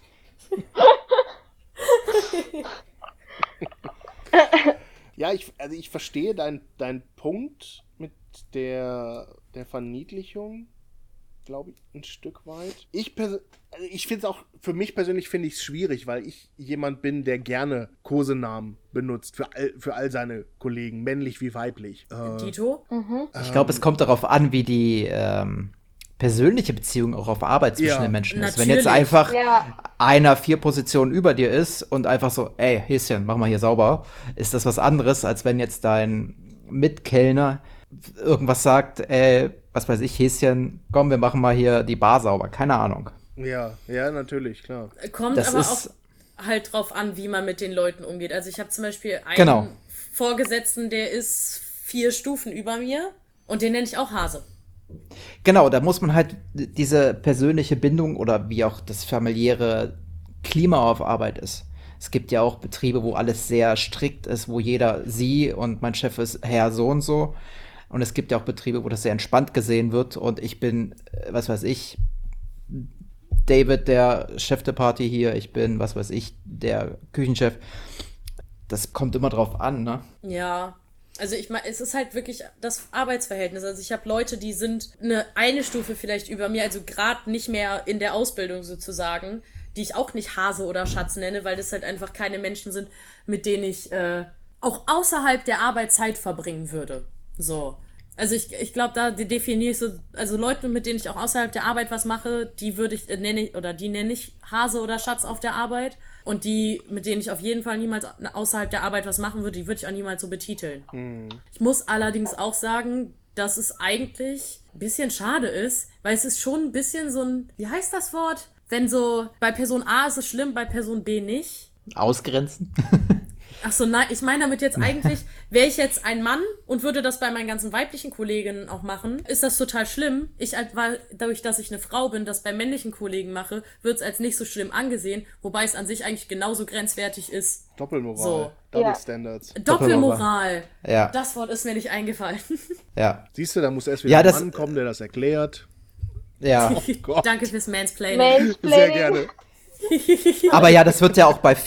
Ja, ich verstehe deinen Punkt mit der Verniedlichung, glaube ich, ein Stück weit. Ich finde es auch, für mich persönlich finde ich es schwierig, weil ich jemand bin, der gerne Kosenamen benutzt für all seine Kollegen, männlich wie weiblich. Dito? Ich glaube, es kommt darauf an, wie die persönliche Beziehung auch auf Arbeit zwischen Ja, den Menschen ist. natürlich. Wenn jetzt einfach Ja. einer 4 Positionen über dir ist und einfach so, ey, Häschen, mach mal hier sauber, ist das was anderes, als wenn jetzt dein Mitkellner irgendwas sagt, was weiß ich, Häschen, komm, wir machen mal hier die Bar sauber. Keine Ahnung. Ja, natürlich, klar. Kommt Das aber ist- auch halt drauf an, wie man mit den Leuten umgeht. Also ich habe zum Beispiel einen Genau. Vorgesetzten, der ist 4 Stufen über mir und den nenne ich auch Hase. Genau, da muss man halt diese persönliche Bindung oder wie auch das familiäre Klima auf Arbeit ist. Es gibt ja auch Betriebe, wo alles sehr strikt ist, wo jeder sie und mein Chef ist Herr so und so. Und es gibt ja auch Betriebe, wo das sehr entspannt gesehen wird und ich bin, was weiß ich, David, der Chef der Party hier, ich bin, was weiß ich, der Küchenchef. Das kommt immer drauf an, ne? Ja, also ich meine, es ist halt wirklich das Arbeitsverhältnis. Also ich habe Leute, die sind eine Stufe vielleicht über mir, also gerade nicht mehr in der Ausbildung sozusagen, die ich auch nicht Hase oder Schatz nenne, weil das halt einfach keine Menschen sind, mit denen ich auch außerhalb der Arbeit Zeit verbringen würde. So. Also ich glaube, da definiere ich so, also Leute, mit denen ich auch außerhalb der Arbeit was mache, die würde ich, die nenne ich Hase oder Schatz auf der Arbeit. Und die, mit denen ich auf jeden Fall niemals außerhalb der Arbeit was machen würde, die würde ich auch niemals so betiteln. Ich muss allerdings auch sagen, dass es eigentlich ein bisschen schade ist, weil es ist schon ein bisschen so ein, wie heißt das Wort? Wenn so, bei Person A ist es schlimm, bei Person B nicht. Ausgrenzen. Ach so, nein, ich meine damit jetzt eigentlich, wäre ich jetzt ein Mann und würde das bei meinen ganzen weiblichen Kolleginnen auch machen, ist das total schlimm. Weil dadurch, dass ich eine Frau bin, das bei männlichen Kollegen mache, wird es als nicht so schlimm angesehen, wobei es an sich eigentlich genauso grenzwertig ist. Doppelmoral. So. Double Ja. Standards. Doppelmoral. Ja. Das Wort ist mir nicht eingefallen. Ja. Siehst du, da muss erst Ja, wieder ein das- Mann kommen, der das erklärt. Ja. Gott. Danke fürs Mansplaining. Sehr Mansplaining. gerne. Aber ja, das wird ja auch bei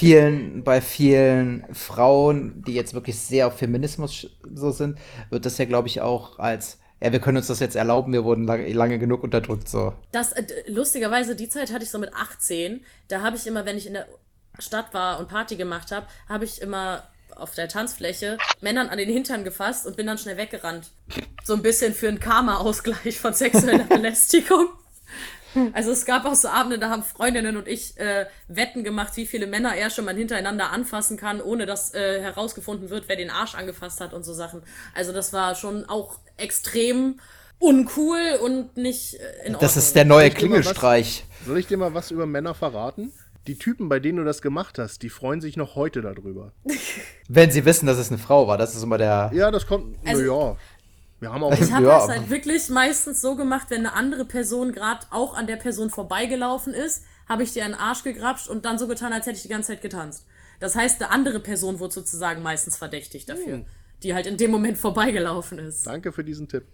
vielen Frauen, die jetzt wirklich sehr auf Feminismus so sind, wird das ja, glaube ich, auch als, ja, wir können uns das jetzt erlauben, wir wurden lange genug unterdrückt, so. Das, lustigerweise, die Zeit hatte ich so mit 18. Da habe ich immer, wenn ich in der Stadt war und Party gemacht habe, habe ich immer auf der Tanzfläche Männern an den Hintern gefasst und bin dann schnell weggerannt. So ein bisschen für einen Karma-Ausgleich von sexueller Belästigung. Also es gab auch so Abende, da haben Freundinnen und ich Wetten gemacht, wie viele Männer er schon mal hintereinander anfassen kann, ohne dass herausgefunden wird, wer den Arsch angefasst hat und so Sachen. Also das war schon auch extrem uncool und nicht in Ordnung. Das ist der neue Soll ich dir mal was- Klingelstreich. Soll ich dir mal was über Männer verraten? Die Typen, bei denen du das gemacht hast, die freuen sich noch heute darüber. Wenn sie wissen, dass es eine Frau war, das ist immer der. Ja, das kommt. Also- Naja. Wir haben auch. Ich habe Ja. das halt wirklich meistens so gemacht, wenn eine andere Person gerade auch an der Person vorbeigelaufen ist, habe ich dir einen Arsch gegrapscht und dann so getan, als hätte ich die ganze Zeit getanzt. Das heißt, eine andere Person wurde sozusagen meistens verdächtig dafür, die halt in dem Moment vorbeigelaufen ist. Danke für diesen Tipp.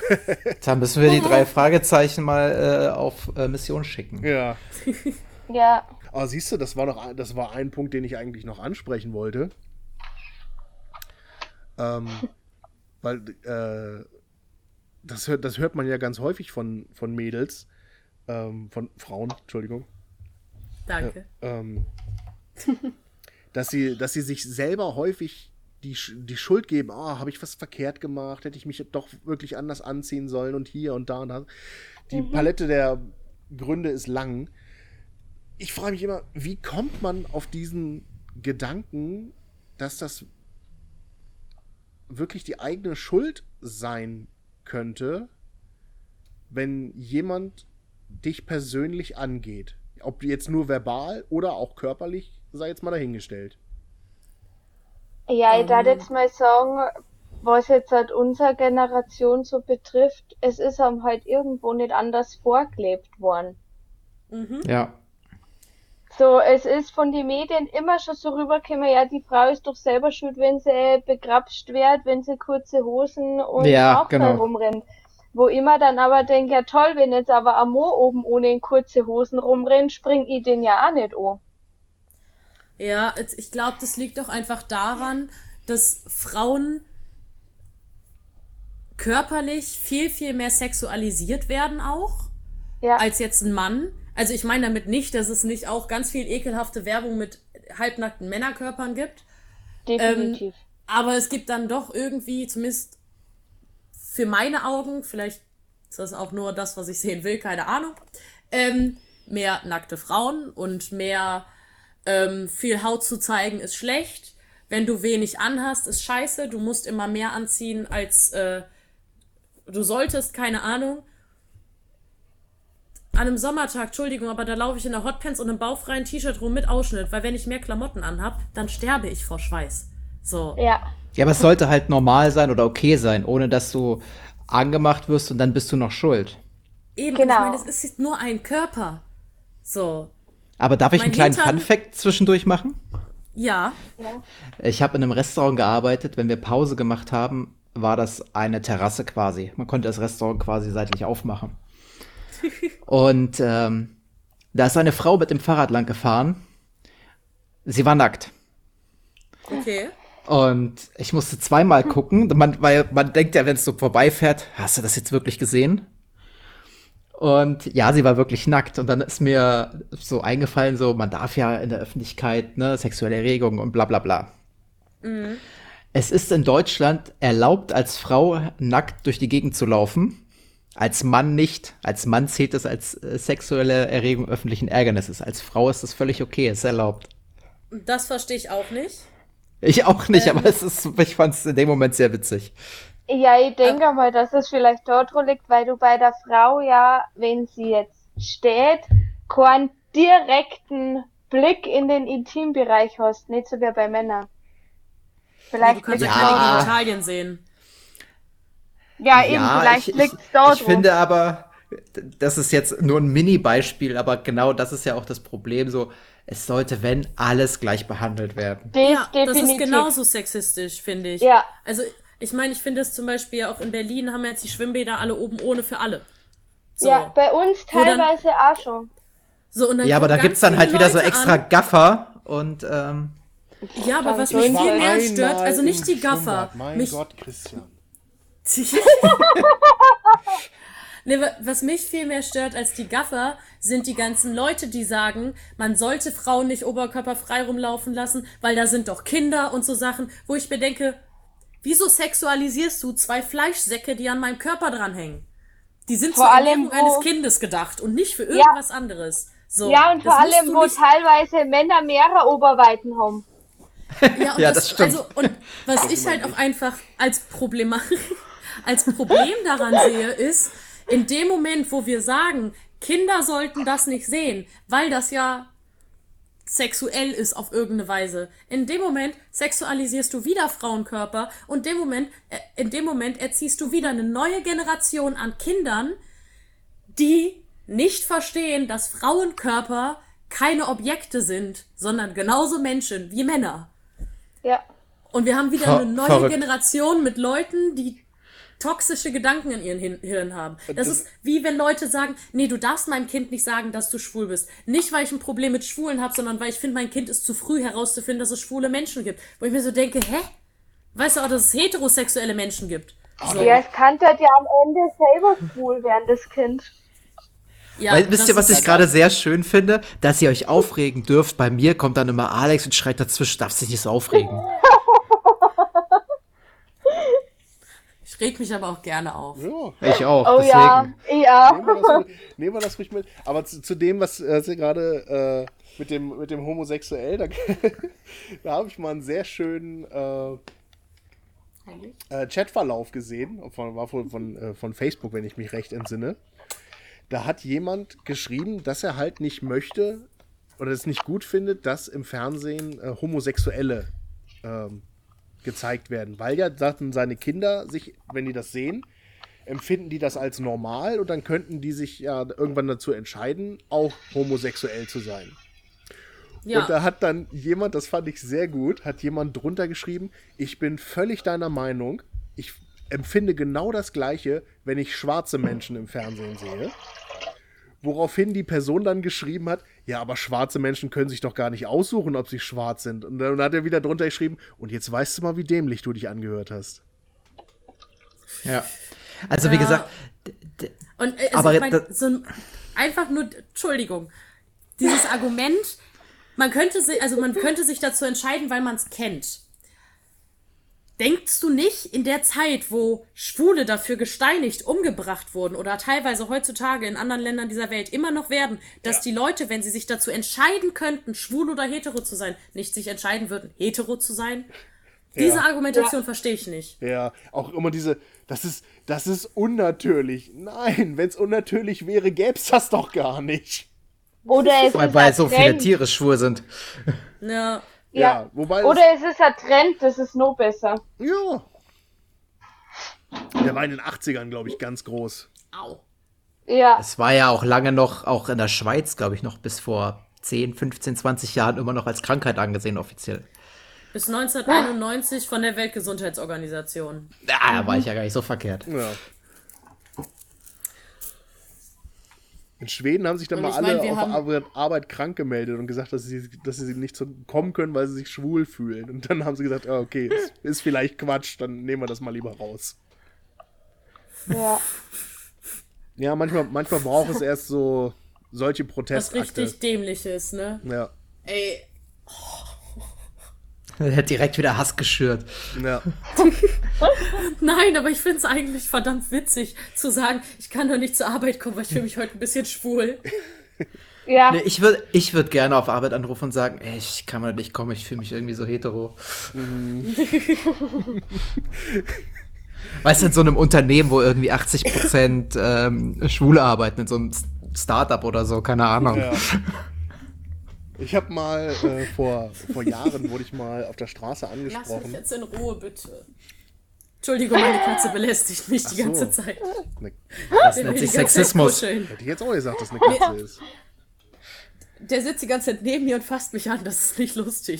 Da müssen wir die 3 Fragezeichen mal auf Mission schicken. Ja. Ja, Aber siehst du, das war ein Punkt, den ich eigentlich noch ansprechen wollte. Weil das hört man ja ganz häufig von Mädels, von Frauen, Entschuldigung, Danke. dass sie sich selber häufig die Schuld geben, habe ich was verkehrt gemacht, hätte ich mich doch wirklich anders anziehen sollen und hier und da und da. Die Palette der Gründe ist lang. Ich frage mich immer, wie kommt man auf diesen Gedanken, dass das wirklich die eigene Schuld sein könnte, wenn jemand dich persönlich angeht. Ob jetzt nur verbal oder auch körperlich, sei jetzt mal dahingestellt. ja, ich darf jetzt mal sagen, was jetzt halt unsere Generation so betrifft, es ist einem halt irgendwo nicht anders vorgelebt worden. Ja. So, es ist von den Medien immer schon so rübergekommen, ja, die Frau ist doch selber schuld, wenn sie begrapscht wird, wenn sie kurze Hosen und Ja, Rauchfall genau. rumrennt. Wo immer dann aber denke, ja toll, wenn jetzt aber ein Mo oben ohne kurze Hosen rumrennt, spring ich den ja auch nicht an. Ja, ich glaube, das liegt doch einfach daran, dass Frauen körperlich viel, viel mehr sexualisiert werden auch, Ja, als jetzt ein Mann. Also ich meine damit nicht, dass es nicht auch ganz viel ekelhafte Werbung mit halbnackten Männerkörpern gibt. definitiv. Aber es gibt dann doch irgendwie, zumindest für meine Augen, vielleicht ist das auch nur das, was ich sehen will, keine Ahnung, mehr nackte Frauen und mehr viel Haut zu zeigen ist schlecht. Wenn du wenig anhast, ist scheiße. Du musst immer mehr anziehen, als du solltest, keine Ahnung. an einem Sommertag, Entschuldigung, aber da laufe ich in der Hotpants und einem bauchfreien T-Shirt rum mit Ausschnitt, weil wenn ich mehr Klamotten anhab, dann sterbe ich vor Schweiß. So. Ja. Ja, aber es sollte halt normal sein oder okay sein, ohne dass du angemacht wirst und dann bist du noch schuld. Eben, Genau. ich meine, es ist nur ein Körper. So. Aber darf ich Mein einen kleinen Hintern- Fun-Fact zwischendurch machen? Ja. Ich habe in einem Restaurant gearbeitet. Wenn wir Pause gemacht haben, war das eine Terrasse quasi. Man konnte das Restaurant quasi seitlich aufmachen. Und da ist eine Frau mit dem Fahrrad lang gefahren. Sie war nackt. Okay. Und ich musste zweimal gucken, weil man denkt ja, wenn es so vorbeifährt, hast du das jetzt wirklich gesehen? Und ja, sie war wirklich nackt. Und dann ist mir so eingefallen, so, man darf ja in der Öffentlichkeit, ne, sexuelle Erregung und bla bla bla. Es ist in Deutschland erlaubt, als Frau nackt durch die Gegend zu laufen. Als Mann nicht. Als Mann zählt es als sexuelle Erregung öffentlichen Ärgernisses. Als Frau ist das völlig okay, ist erlaubt. Das verstehe ich auch nicht. Ich auch nicht, aber ich fand es in dem Moment sehr witzig. Ja, ich denke mal, dass es vielleicht daran liegt, weil du bei der Frau ja, wenn sie jetzt steht, keinen direkten Blick in den Intimbereich hast, nicht so wie bei Männern. Du Vielleicht kannst ja liegt's keine daran. Genitalien sehen. Ja, eben, vielleicht liegt's daran. ich finde aber, das ist jetzt nur ein Mini-Beispiel, aber genau das ist ja auch das Problem, so, es sollte, wenn, alles gleich behandelt werden. Das Ja, das ist definitiv. genauso sexistisch, finde ich. Ja. Also, ich meine, ich finde es zum Beispiel auch in Berlin haben wir jetzt die Schwimmbäder alle oben ohne für alle. So. Ja, bei uns Wo dann- teilweise auch schon. So, und dann Ja, aber da kommen gibt's ganz dann halt viele wieder so Leute extra an. Gaffer und Ja, aber was Ich mich war viel mehr Einmal stört, also im nicht die Gaffer. Schwimmbad. Mein Mich, Gott, Christian. Nee, was mich viel mehr stört als die Gaffer, sind die ganzen Leute, die sagen, man sollte Frauen nicht oberkörperfrei rumlaufen lassen, weil da sind doch Kinder und so Sachen, wo ich mir denke, wieso sexualisierst du zwei Fleischsäcke, die an meinem Körper dranhängen? Die sind zur Vor allem, Ernährung wo- eines Kindes gedacht und nicht für irgendwas anderes. So, Ja, und das vor musst allem, du wo nicht- teilweise Männer mehrere Oberweiten haben. Ja, und Ja, das stimmt. Also, und was ich halt auch einfach als Problem daran sehe, ist, in dem Moment, wo wir sagen, Kinder sollten das nicht sehen, weil das ja sexuell ist auf irgendeine Weise. In dem Moment sexualisierst du wieder Frauenkörper und in dem Moment erziehst du wieder eine neue Generation an Kindern, die nicht verstehen, dass Frauenkörper keine Objekte sind, sondern genauso Menschen wie Männer. Ja. Und wir haben wieder eine neue Verrückt. Generation mit Leuten, die toxische Gedanken in ihren Hirn haben. Das ist wie wenn Leute sagen, nee, du darfst meinem Kind nicht sagen, dass du schwul bist. Nicht, weil ich ein Problem mit Schwulen habe, sondern weil ich finde, mein Kind ist zu früh herauszufinden, dass es schwule Menschen gibt. Wo ich mir so denke, hä? Weißt du auch, dass es heterosexuelle Menschen gibt? So. Ja, es kann halt ja am Ende selber schwul werden, das Kind. Ja, Weil, wisst ihr, das was ist- ich gerade sehr schön finde? Dass ihr euch aufregen dürft. Bei mir kommt dann immer Alex und schreit dazwischen, darfst dich nicht so aufregen. Ich reg mich aber auch gerne auf. Ja, Ich auch, Oh deswegen. ja, ja. nehmen wir das ruhig mit. Aber zu dem, was ihr gerade mit dem Homosexuell, da, da habe ich mal einen sehr schönen Chatverlauf gesehen. War von Facebook, wenn ich mich recht entsinne. Da hat jemand geschrieben, dass er halt nicht möchte oder es nicht gut findet, dass im Fernsehen Homosexuelle gezeigt werden. Weil ja sagten seine Kinder sich, wenn die das sehen, empfinden die das als normal und dann könnten die sich ja irgendwann dazu entscheiden, auch homosexuell zu sein. Ja. Und da hat dann jemand, das fand ich sehr gut, hat jemand drunter geschrieben, ich bin völlig deiner Meinung, ich empfinde genau das Gleiche, wenn ich schwarze Menschen im Fernsehen sehe. Woraufhin die Person dann geschrieben hat, ja, aber schwarze Menschen können sich doch gar nicht aussuchen, ob sie schwarz sind. Und dann hat er wieder drunter geschrieben, und jetzt weißt du mal, wie dämlich du dich angehört hast. Ja. Also, wie Ja. gesagt, Und Aber ich mein, das- so einfach nur, Entschuldigung, dieses Argument, man könnte sich dazu entscheiden, weil man es kennt. Denkst du nicht, in der Zeit, wo Schwule dafür gesteinigt umgebracht wurden oder teilweise heutzutage in anderen Ländern dieser Welt immer noch werden, dass die Leute, wenn sie sich dazu entscheiden könnten, schwul oder hetero zu sein, nicht sich entscheiden würden, hetero zu sein? Diese Ja. Argumentation verstehe ich nicht. Ja, auch immer das ist unnatürlich. Nein, wenn es unnatürlich wäre, gäbe es das doch gar nicht. Oder es ist Weil ein so viele Trend. Tiere schwul sind. Ja, Ja, wobei Oder es ist ein Trend, das ist noch besser. ja. Der war in den 80ern, glaube ich, ganz groß. au. Ja, Es war ja auch lange noch, auch in der Schweiz, glaube ich, noch bis vor 10, 15, 20 Jahren immer noch als Krankheit angesehen, offiziell. Bis 1991 von der Weltgesundheitsorganisation. Ja, da war ich ja gar nicht so verkehrt. Ja. In Schweden haben sich dann Und mal ich alle mein, wir auf haben- Arbeit krank gemeldet und gesagt, dass sie nicht kommen können, weil sie sich schwul fühlen. Und dann haben sie gesagt, ah, okay, ist vielleicht Quatsch, dann nehmen wir das mal lieber raus. ja. Ja, manchmal braucht es erst solche Was Protestakte. richtig Dämliches, ne? Ja, Ey, Er hat direkt wieder Hass geschürt. ja. nein, aber ich finde es eigentlich verdammt witzig zu sagen, ich kann doch nicht zur Arbeit kommen, weil ich fühle mich heute ein bisschen schwul. Ja, Nee, ich würd gerne auf Arbeit anrufen und sagen, ey, ich kann mal nicht kommen, ich fühle mich irgendwie so hetero. Weißt du, in so einem Unternehmen, wo irgendwie 80% Schwule arbeiten, in so einem Startup oder so, keine Ahnung. Ja. Ich habe mal, vor Jahren wurde ich mal auf der Straße Lass mich angesprochen. jetzt in Ruhe, bitte. Entschuldigung, meine Katze belästigt mich die Ach so. ganze Zeit. Ne, Das Der nennt will sich die ganze Zeit Sexismus. kuscheln. hätte ich jetzt auch gesagt, dass eine Katze ist. Der sitzt die ganze Zeit neben mir und fasst mich an, das ist nicht lustig.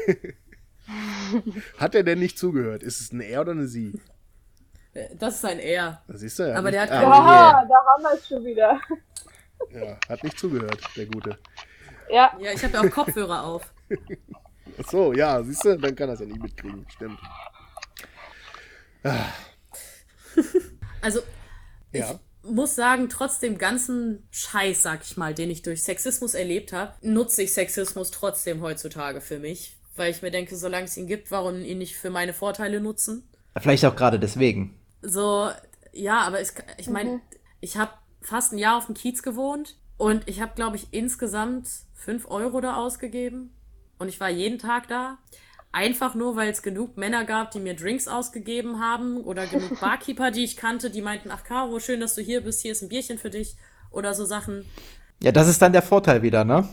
Hat er denn nicht zugehört? Ist es ein Er oder eine Sie? Das ist ein Er. Das siehst du ja. Aber der hat Ah, keine aha, da haben wir es schon wieder. Ja, hat nicht zugehört, der Gute. Ja, Ja, ich habe ja auch Kopfhörer auf. Ach so, ja, siehst du, dann kann er es ja nicht mitkriegen. Stimmt. Also, Ja. muss sagen, trotz dem ganzen Scheiß, sag ich mal, den ich durch Sexismus erlebt habe, nutze ich Sexismus trotzdem heutzutage für mich. Weil ich mir denke, solange es ihn gibt, warum ihn nicht für meine Vorteile nutzen? Vielleicht auch gerade deswegen. So, ja, aber ich meine, ich habe fast ein Jahr auf dem Kiez gewohnt und ich habe, glaube ich, insgesamt 5 Euro da ausgegeben. Und ich war jeden Tag da. Einfach nur, weil es genug Männer gab, die mir Drinks ausgegeben haben oder genug Barkeeper, die ich kannte, die meinten, ach Caro, schön, dass du hier bist, hier ist ein Bierchen für dich oder so Sachen. Ja, das ist dann der Vorteil wieder, ne?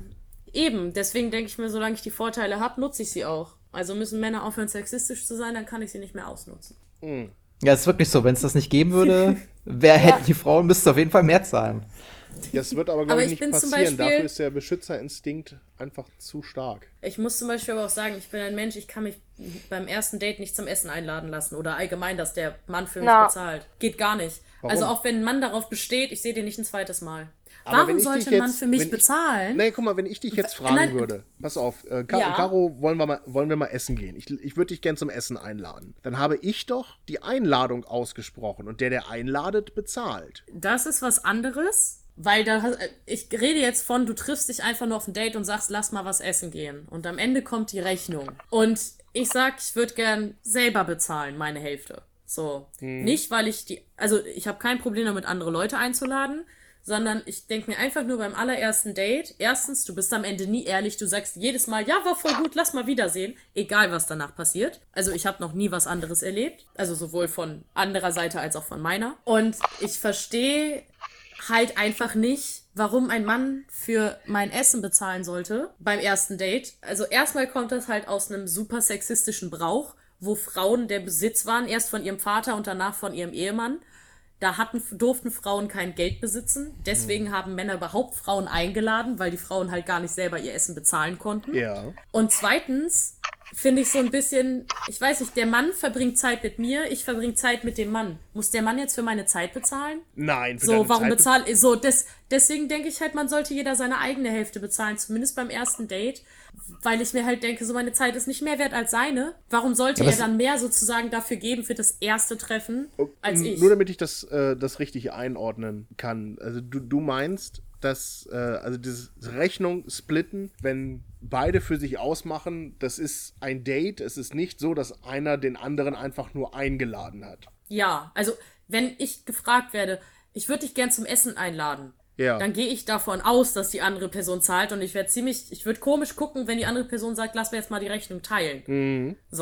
Eben, deswegen denke ich mir, solange ich die Vorteile habe, nutze ich sie auch. Also müssen Männer aufhören, sexistisch zu sein, dann kann ich sie nicht mehr ausnutzen. Ja, ist wirklich so. Wenn es das nicht geben würde, hätten die Frauen müssten auf jeden Fall mehr zahlen. Das wird aber, Aber glaube ich, ich nicht bin zum passieren. Beispiel- Dafür ist der Beschützerinstinkt einfach zu stark. Ich muss zum Beispiel aber auch sagen, ich bin ein Mensch, ich kann mich beim ersten Date nicht zum Essen einladen lassen oder allgemein, dass der Mann für mich Na. bezahlt. Geht gar nicht. Warum? Also auch wenn ein Mann darauf besteht, ich sehe den nicht ein zweites Mal. Aber wenn Warum ich sollte dich ein Mann jetzt- für mich wenn ich- bezahlen? Nee, guck mal, wenn ich dich jetzt fragen Nein. würde, pass auf, Ja. Caro, wollen wir mal essen gehen? Ich würde dich gern zum Essen einladen. Dann habe ich doch die Einladung ausgesprochen und der einladet, bezahlt. Das ist was anderes, weil ich rede jetzt von, du triffst dich einfach nur auf ein Date und sagst, lass mal was essen gehen. Und am Ende kommt die Rechnung. Und ich sag, ich würde gern selber bezahlen, meine Hälfte. So. Nicht, weil also ich habe kein Problem damit, andere Leute einzuladen, sondern ich denke mir einfach nur beim allerersten Date, erstens, du bist am Ende nie ehrlich, du sagst jedes Mal, ja, war voll gut, lass mal wiedersehen, egal was danach passiert. Also ich habe noch nie was anderes erlebt, also sowohl von anderer Seite als auch von meiner. Und ich verstehe halt einfach nicht, warum ein Mann für mein Essen bezahlen sollte beim ersten Date. Also erstmal kommt das halt aus einem super sexistischen Brauch, wo Frauen der Besitz waren, erst von ihrem Vater und danach von ihrem Ehemann. Da durften Frauen kein Geld besitzen. Deswegen haben Männer überhaupt Frauen eingeladen, weil die Frauen halt gar nicht selber ihr Essen bezahlen konnten. Ja. Und zweitens finde ich so ein bisschen, ich weiß nicht, der Mann verbringt Zeit mit mir, ich verbringe Zeit mit dem Mann. Muss der Mann jetzt für meine Zeit bezahlen? Nein, für So, deine warum Zeit- bezahlt, deswegen denke ich halt, man sollte jeder seine eigene Hälfte bezahlen, zumindest beim ersten Date, weil ich mir halt denke, so meine Zeit ist nicht mehr wert als seine. Warum sollte er dann mehr sozusagen dafür geben für das erste Treffen als ich? Nur damit ich das richtig einordnen kann. Also du meinst, dass also dieses Rechnung splitten, wenn beide für sich ausmachen, das ist ein Date, es ist nicht so, dass einer den anderen einfach nur eingeladen hat. Ja, also wenn ich gefragt werde, ich würde dich gern zum Essen einladen, Ja. dann gehe ich davon aus, dass die andere Person zahlt und ich würde komisch gucken, wenn die andere Person sagt, lass mir jetzt mal die Rechnung teilen. So.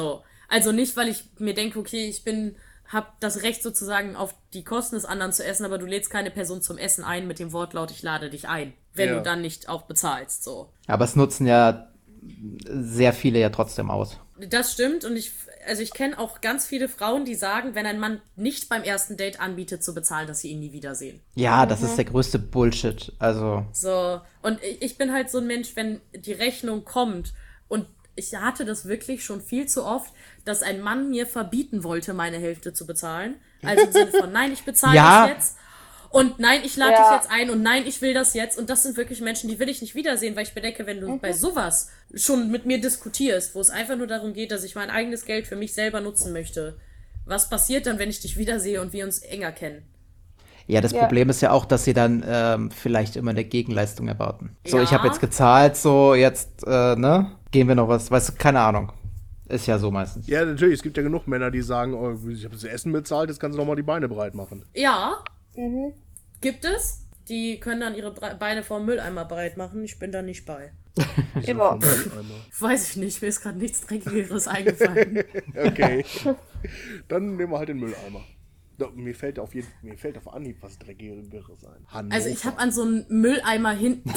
Also nicht, weil ich mir denke, okay, hab das Recht sozusagen auf die Kosten des anderen zu essen, aber du lädst keine Person zum Essen ein mit dem Wortlaut, ich lade dich ein, wenn du dann nicht auch bezahlst, so. Aber es nutzen ja sehr viele ja trotzdem aus. Das stimmt und ich kenne auch ganz viele Frauen, die sagen, wenn ein Mann nicht beim ersten Date anbietet zu bezahlen, dass sie ihn nie wiedersehen. Ja, das ist der größte Bullshit. Also. So, und ich bin halt so ein Mensch, wenn die Rechnung kommt und ich hatte das wirklich schon viel zu oft, dass ein Mann mir verbieten wollte, meine Hälfte zu bezahlen. Also im Sinne von, nein, ich bezahle das jetzt. Und nein, ich lade dich jetzt ein und nein, ich will das jetzt. Und das sind wirklich Menschen, die will ich nicht wiedersehen, weil ich bedenke, wenn du bei sowas schon mit mir diskutierst, wo es einfach nur darum geht, dass ich mein eigenes Geld für mich selber nutzen möchte, was passiert dann, wenn ich dich wiedersehe und wir uns enger kennen? Ja, das Problem ist ja auch, dass sie dann vielleicht immer eine Gegenleistung erwarten. So, ich Ja. habe jetzt gezahlt, so jetzt, gehen wir noch was, weißt du, keine Ahnung. Ist ja so meistens. Ja, natürlich, es gibt ja genug Männer, die sagen, oh, ich habe das Essen bezahlt, jetzt kannst du noch mal die Beine breit machen. Ja, gibt es. Die können dann ihre Beine vor dem Mülleimer breit machen. Ich bin da nicht bei. Immer. Weiß ich nicht, mir ist gerade nichts Dreckigeres eingefallen. Okay. Dann nehmen wir halt den Mülleimer. Doch, mir fällt auf Anhieb was Dreckigeres ein. Hannover. Also ich habe an so einen Mülleimer hinten...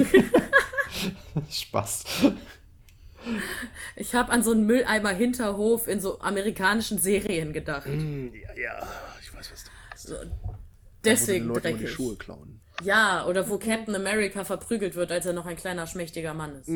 Spaß. Ich habe an so einen Mülleimer-Hinterhof in so amerikanischen Serien gedacht. Ja, ich weiß, was du meinst. So, Wo die deswegen Leute immer die dreckig. Schuhe klauen. Ja, oder wo Captain America verprügelt wird, als er noch ein kleiner, schmächtiger Mann ist.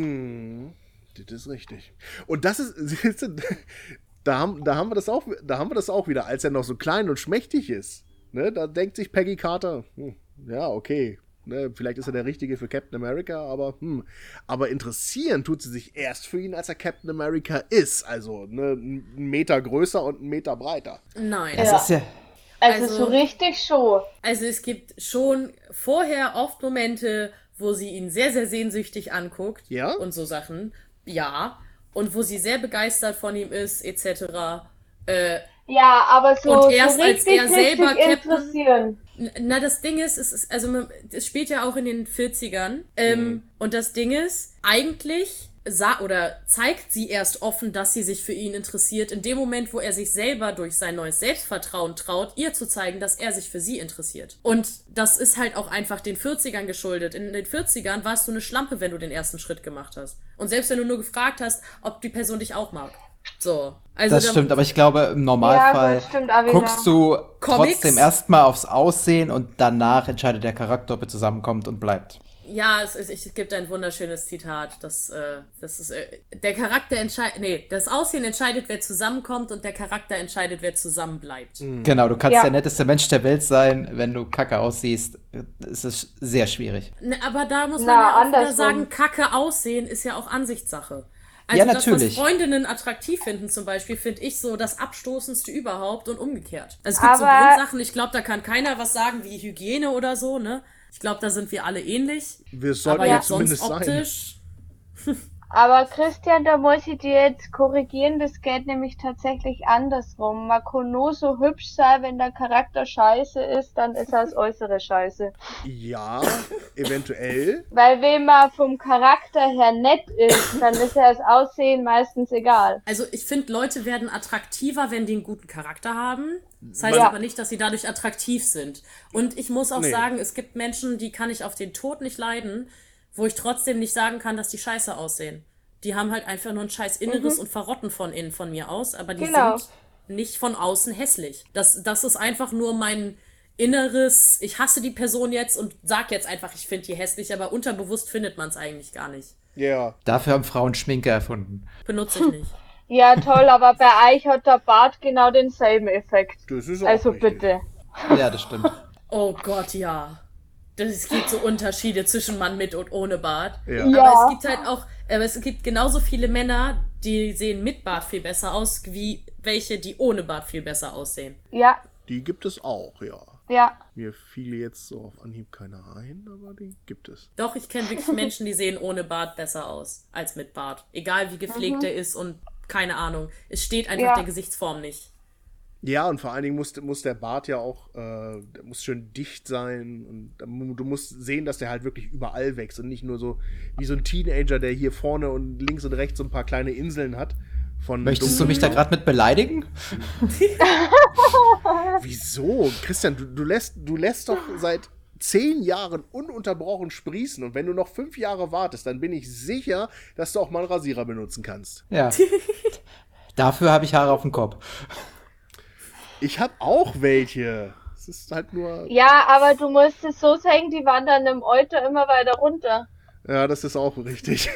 Das ist richtig. Und das ist, siehst du, da haben wir das auch wieder, als er noch so klein und schmächtig ist. Ne, da denkt sich Peggy Carter, ja, okay. Ne, vielleicht ist er der Richtige für Captain America, aber interessieren tut sie sich erst für ihn, als er Captain America ist. Also ne, 1 Meter größer und 1 Meter breiter. Nein. Das ist ja. Also so richtig schon. Also es gibt schon vorher oft Momente, wo sie ihn sehr, sehr sehnsüchtig anguckt. Ja? Und so Sachen. Ja. Und wo sie sehr begeistert von ihm ist, etc. Ja, aber so, Und erst so als richtig, er selber richtig Captain- interessieren. Na, das Ding ist, es spielt ja auch in den 40ern. Und das Ding ist, eigentlich zeigt sie erst offen, dass sie sich für ihn interessiert, in dem Moment, wo er sich selber durch sein neues Selbstvertrauen traut, ihr zu zeigen, dass er sich für sie interessiert. Und das ist halt auch einfach den 40ern geschuldet. In den 40ern warst du eine Schlampe, wenn du den ersten Schritt gemacht hast. Und selbst wenn du nur gefragt hast, ob die Person dich auch mag. So. Also Das stimmt, aber ich glaube, im Normalfall Ja, gut, stimmt auch wieder. guckst du Comics? trotzdem erstmal aufs Aussehen und danach entscheidet der Charakter, ob er zusammenkommt und bleibt. Ja, es gibt ein wunderschönes Zitat, das ist, der Charakter das Aussehen entscheidet, wer zusammenkommt und der Charakter entscheidet, wer zusammenbleibt. Genau, du kannst Ja. der netteste Mensch der Welt sein, wenn du kacke aussiehst, ist es sehr schwierig. Ne, aber da muss man Na, ja auch wieder andersrum. sagen, Kacke aussehen ist ja auch Ansichtssache. Also Ja, das, was natürlich. Freundinnen attraktiv finden zum Beispiel, finde ich so das Abstoßendste überhaupt und umgekehrt. Also es gibt so Aber- Grundsachen, ich glaube, da kann keiner was sagen wie Hygiene oder so, ne? Ich glaube, da sind wir alle ähnlich. Wir sollten Aber ja jetzt sonst zumindest sein. optisch... Aber Christian, da muss ich dir jetzt korrigieren, das geht nämlich tatsächlich andersrum. Man kann nur so hübsch sein, wenn der Charakter scheiße ist, dann ist er das Äußere scheiße. Ja, eventuell. Weil wenn man vom Charakter her nett ist, dann ist ja das Aussehen meistens egal. Also ich finde, Leute werden attraktiver, wenn die einen guten Charakter haben. Das heißt Ja. aber nicht, dass sie dadurch attraktiv sind. Und ich muss auch Nee. sagen, es gibt Menschen, die kann ich auf den Tod nicht leiden, wo ich trotzdem nicht sagen kann, dass die scheiße aussehen. Die haben halt einfach nur ein scheiß Inneres und verrotten von innen von mir aus, aber die Genau. sind nicht von außen hässlich. Das ist einfach nur mein Inneres, ich hasse die Person jetzt und sag jetzt einfach, ich finde die hässlich, aber unterbewusst findet man es eigentlich gar nicht. Ja. Dafür haben Frauen Schminke erfunden. Benutze ich nicht. Ja, toll, aber bei euch hat der Bart genau denselben Effekt. Das ist auch Also richtig. bitte. Ja, das stimmt. Oh Gott, ja. Es gibt so Unterschiede zwischen Mann mit und ohne Bart. Ja. Ja. Aber es gibt halt auch, es gibt genauso viele Männer, die sehen mit Bart viel besser aus, wie welche, die ohne Bart viel besser aussehen. Ja, Die gibt es auch, ja. ja. Mir fiel jetzt so auf Anhieb keiner ein, aber die gibt es. Doch, ich kenne wirklich Menschen, die sehen ohne Bart besser aus als mit Bart. Egal wie gepflegt er ist und keine Ahnung. Es steht einfach Ja. der Gesichtsform nicht. Ja, und vor allen Dingen muss der Bart ja auch, der muss schön dicht sein und du musst sehen, dass der halt wirklich überall wächst und nicht nur so wie so ein Teenager, der hier vorne und links und rechts so ein paar kleine Inseln hat, Möchtest du mich da gerade mit beleidigen? Wieso? Christian, du lässt doch seit 10 Jahren ununterbrochen sprießen und wenn du noch 5 Jahre wartest, dann bin ich sicher, dass du auch mal einen Rasierer benutzen kannst. Ja. Dafür habe ich Haare auf dem Kopf. Ich habe auch welche. Es ist halt nur... Ja, aber du musst es so sagen, die wandern im Alter immer weiter runter. Ja, das ist auch richtig.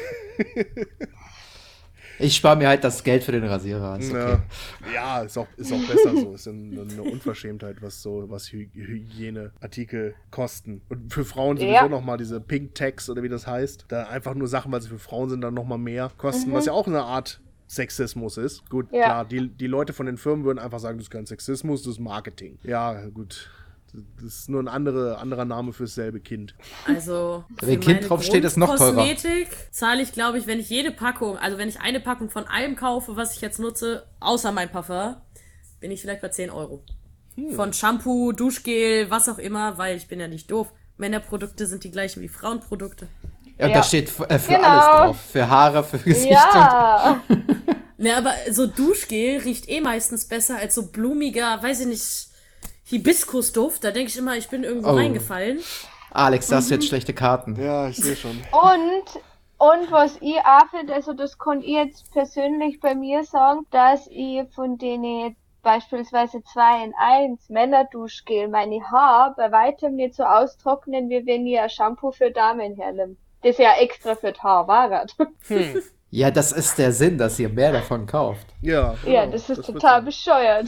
Ich spare mir halt das Geld für den Rasierer. Ist okay. Ja, ist auch besser so. Ist eine Unverschämtheit, was Hygieneartikel kosten. Und für Frauen sowieso nochmal diese Pink Tags oder wie das heißt. Da einfach nur Sachen, weil sie für Frauen sind, dann nochmal mehr kosten. Was ja auch eine Art Sexismus ist. Gut, klar, die Leute von den Firmen würden einfach sagen, das ist kein Sexismus, das ist Marketing. Ja, gut. Das ist nur ein anderer Name fürs selbe Kind. Also, wenn Kind draufsteht, ist noch teurer. Kosmetik zahle ich, glaube ich, wenn ich wenn ich eine Packung von allem kaufe, was ich jetzt nutze, außer mein Parfum, bin ich vielleicht bei 10 Euro. Von Shampoo, Duschgel, was auch immer, weil ich bin ja nicht doof. Männerprodukte sind die gleichen wie Frauenprodukte. Ja, und da steht für alles drauf. Für Haare, für Gesicht. Ja. Ne, aber so Duschgel riecht meistens besser als so blumiger, weiß ich nicht, Hibiskusduft. Da denke ich immer, ich bin irgendwo reingefallen. Alex, da hast du jetzt schlechte Karten. Ja, ich sehe schon. Und was ich auch finde, also das kann ich jetzt persönlich bei mir sagen, dass ich von denen beispielsweise 2 in 1 Männerduschgel meine Haare bei weitem nicht so austrocknen, wie wenn ich ein Shampoo für Damen hernehme. Das ja extra für die Haare war. Ja, das ist der Sinn, dass ihr mehr davon kauft. Ja, genau. Ja, das ist total bescheuert.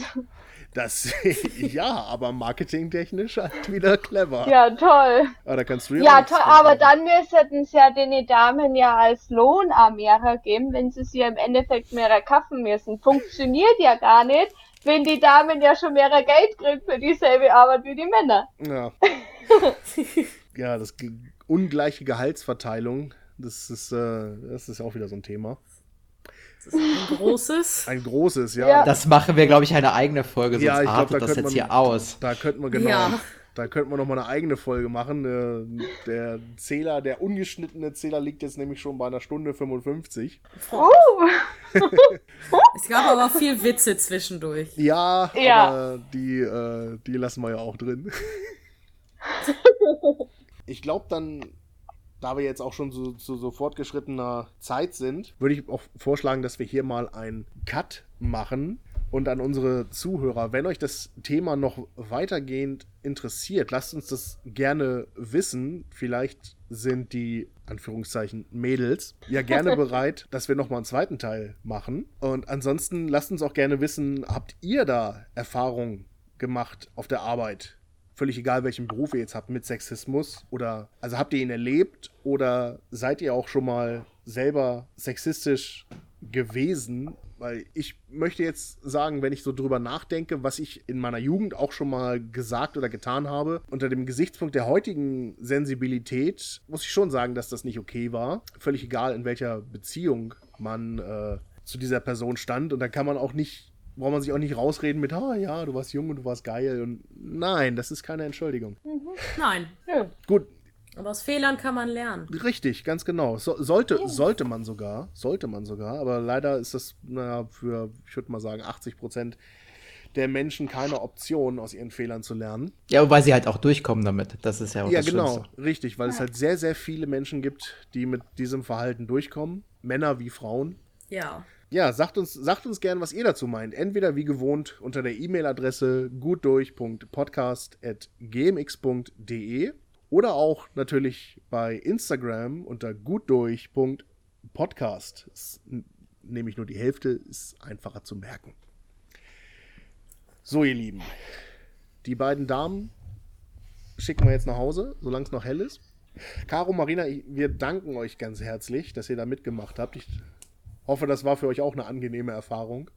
Ja, aber marketingtechnisch halt wieder clever. Ja, toll. Aber da kannst du Ja, auch toll, aber dann müssten es ja den Damen ja als Lohn auch mehr geben, wenn sie ja im Endeffekt mehr kaufen müssen. Funktioniert ja gar nicht, wenn die Damen ja schon mehr Geld kriegen für dieselbe Arbeit wie die Männer. Ja. Ja, das ungleiche Gehaltsverteilung, das ist auch wieder so ein Thema. Das ist ein großes. Ein großes, ja. Ja. Das machen wir, glaube ich, eine eigene Folge, sonst Ja, ich glaub, artet da das könnte jetzt man- hier aus. Da könnten wir genau, Ja. da könnten wir nochmal eine eigene Folge machen. Der Zähler, der ungeschnittene Zähler liegt jetzt nämlich schon bei 1:55. Es gab aber viel Witze zwischendurch. Ja, Ja. aber die lassen wir ja auch drin. Ich glaube dann, da wir jetzt auch schon so fortgeschrittener Zeit sind, würde ich auch vorschlagen, dass wir hier mal einen Cut machen und an unsere Zuhörer, wenn euch das Thema noch weitergehend interessiert, lasst uns das gerne wissen. Vielleicht sind die, Anführungszeichen, Mädels ja gerne bereit, dass wir nochmal einen zweiten Teil machen. Und ansonsten lasst uns auch gerne wissen, habt ihr da Erfahrungen gemacht auf der Arbeit? Völlig egal, welchen Beruf ihr jetzt habt mit Sexismus oder, also habt ihr ihn erlebt oder seid ihr auch schon mal selber sexistisch gewesen? Weil ich möchte jetzt sagen, wenn ich so drüber nachdenke, was ich in meiner Jugend auch schon mal gesagt oder getan habe, unter dem Gesichtspunkt der heutigen Sensibilität muss ich schon sagen, dass das nicht okay war. Völlig egal, in welcher Beziehung man zu dieser Person stand. Und dann kann man auch nicht, braucht man sich auch nicht rausreden mit, ja, du warst jung und du warst geil. Und nein, das ist keine Entschuldigung. Nein. Gut, Aber aus Fehlern kann man lernen. richtig, ganz genau. Sollte man sogar, aber leider ist das, für, ich würde mal sagen, 80% der Menschen keine Option, aus ihren Fehlern zu lernen. Ja, wobei sie halt auch durchkommen damit. Das ist ja auch Ja, das genau, Schlimmste. richtig, weil es halt sehr, sehr viele Menschen gibt, die mit diesem Verhalten durchkommen. Männer wie Frauen. Ja. Ja, sagt uns gern, was ihr dazu meint. Entweder wie gewohnt unter der E-Mail-Adresse gutdurch.podcast@gmx.de oder auch natürlich bei Instagram unter gutdurch.podcast. Ist nämlich nur die Hälfte, ist einfacher zu merken. So, ihr Lieben, die beiden Damen schicken wir jetzt nach Hause, solange es noch hell ist. Caro, Marina, wir danken euch ganz herzlich, dass ihr da mitgemacht habt. Ich hoffe, das war für euch auch eine angenehme Erfahrung.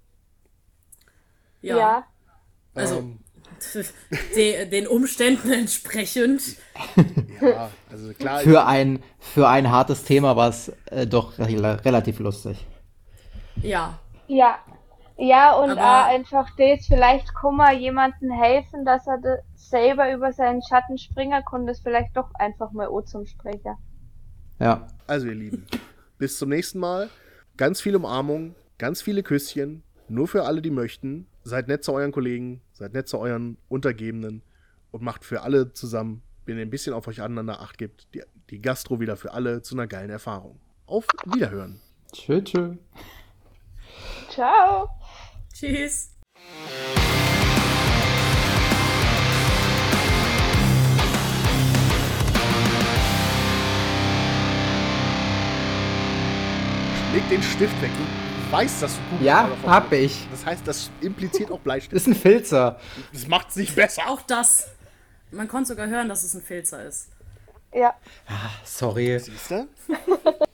Ja. Also, den Umständen entsprechend. Ja, also klar. Für ein hartes Thema war es doch relativ lustig. Ja. Ja. Ja, und Aber- auch einfach das, vielleicht kann man jemandem helfen, dass er selber über seinen Schatten springen kann, das vielleicht doch einfach mal zum Sprecher. Ja. Also ihr Lieben, bis zum nächsten Mal. Ganz viel Umarmung Ganz viele Küsschen, nur für alle, die möchten. Seid nett zu euren Kollegen, seid nett zu euren Untergebenen und macht für alle zusammen, wenn ihr ein bisschen auf euch aneinander Acht gibt, die Gastro wieder für alle zu einer geilen Erfahrung. Auf Wiederhören. Tschö, tschö. Ciao. Tschüss. Leg den Stift weg. Du weißt, dass du Kugelschreiber Ja, verwendest. hab ich. Das heißt, das impliziert auch Bleistift. Ist ein Filzer. Das macht's nicht besser. Auch das. Man konnte sogar hören, dass es ein Filzer ist. Ja. Sorry. Siehst du?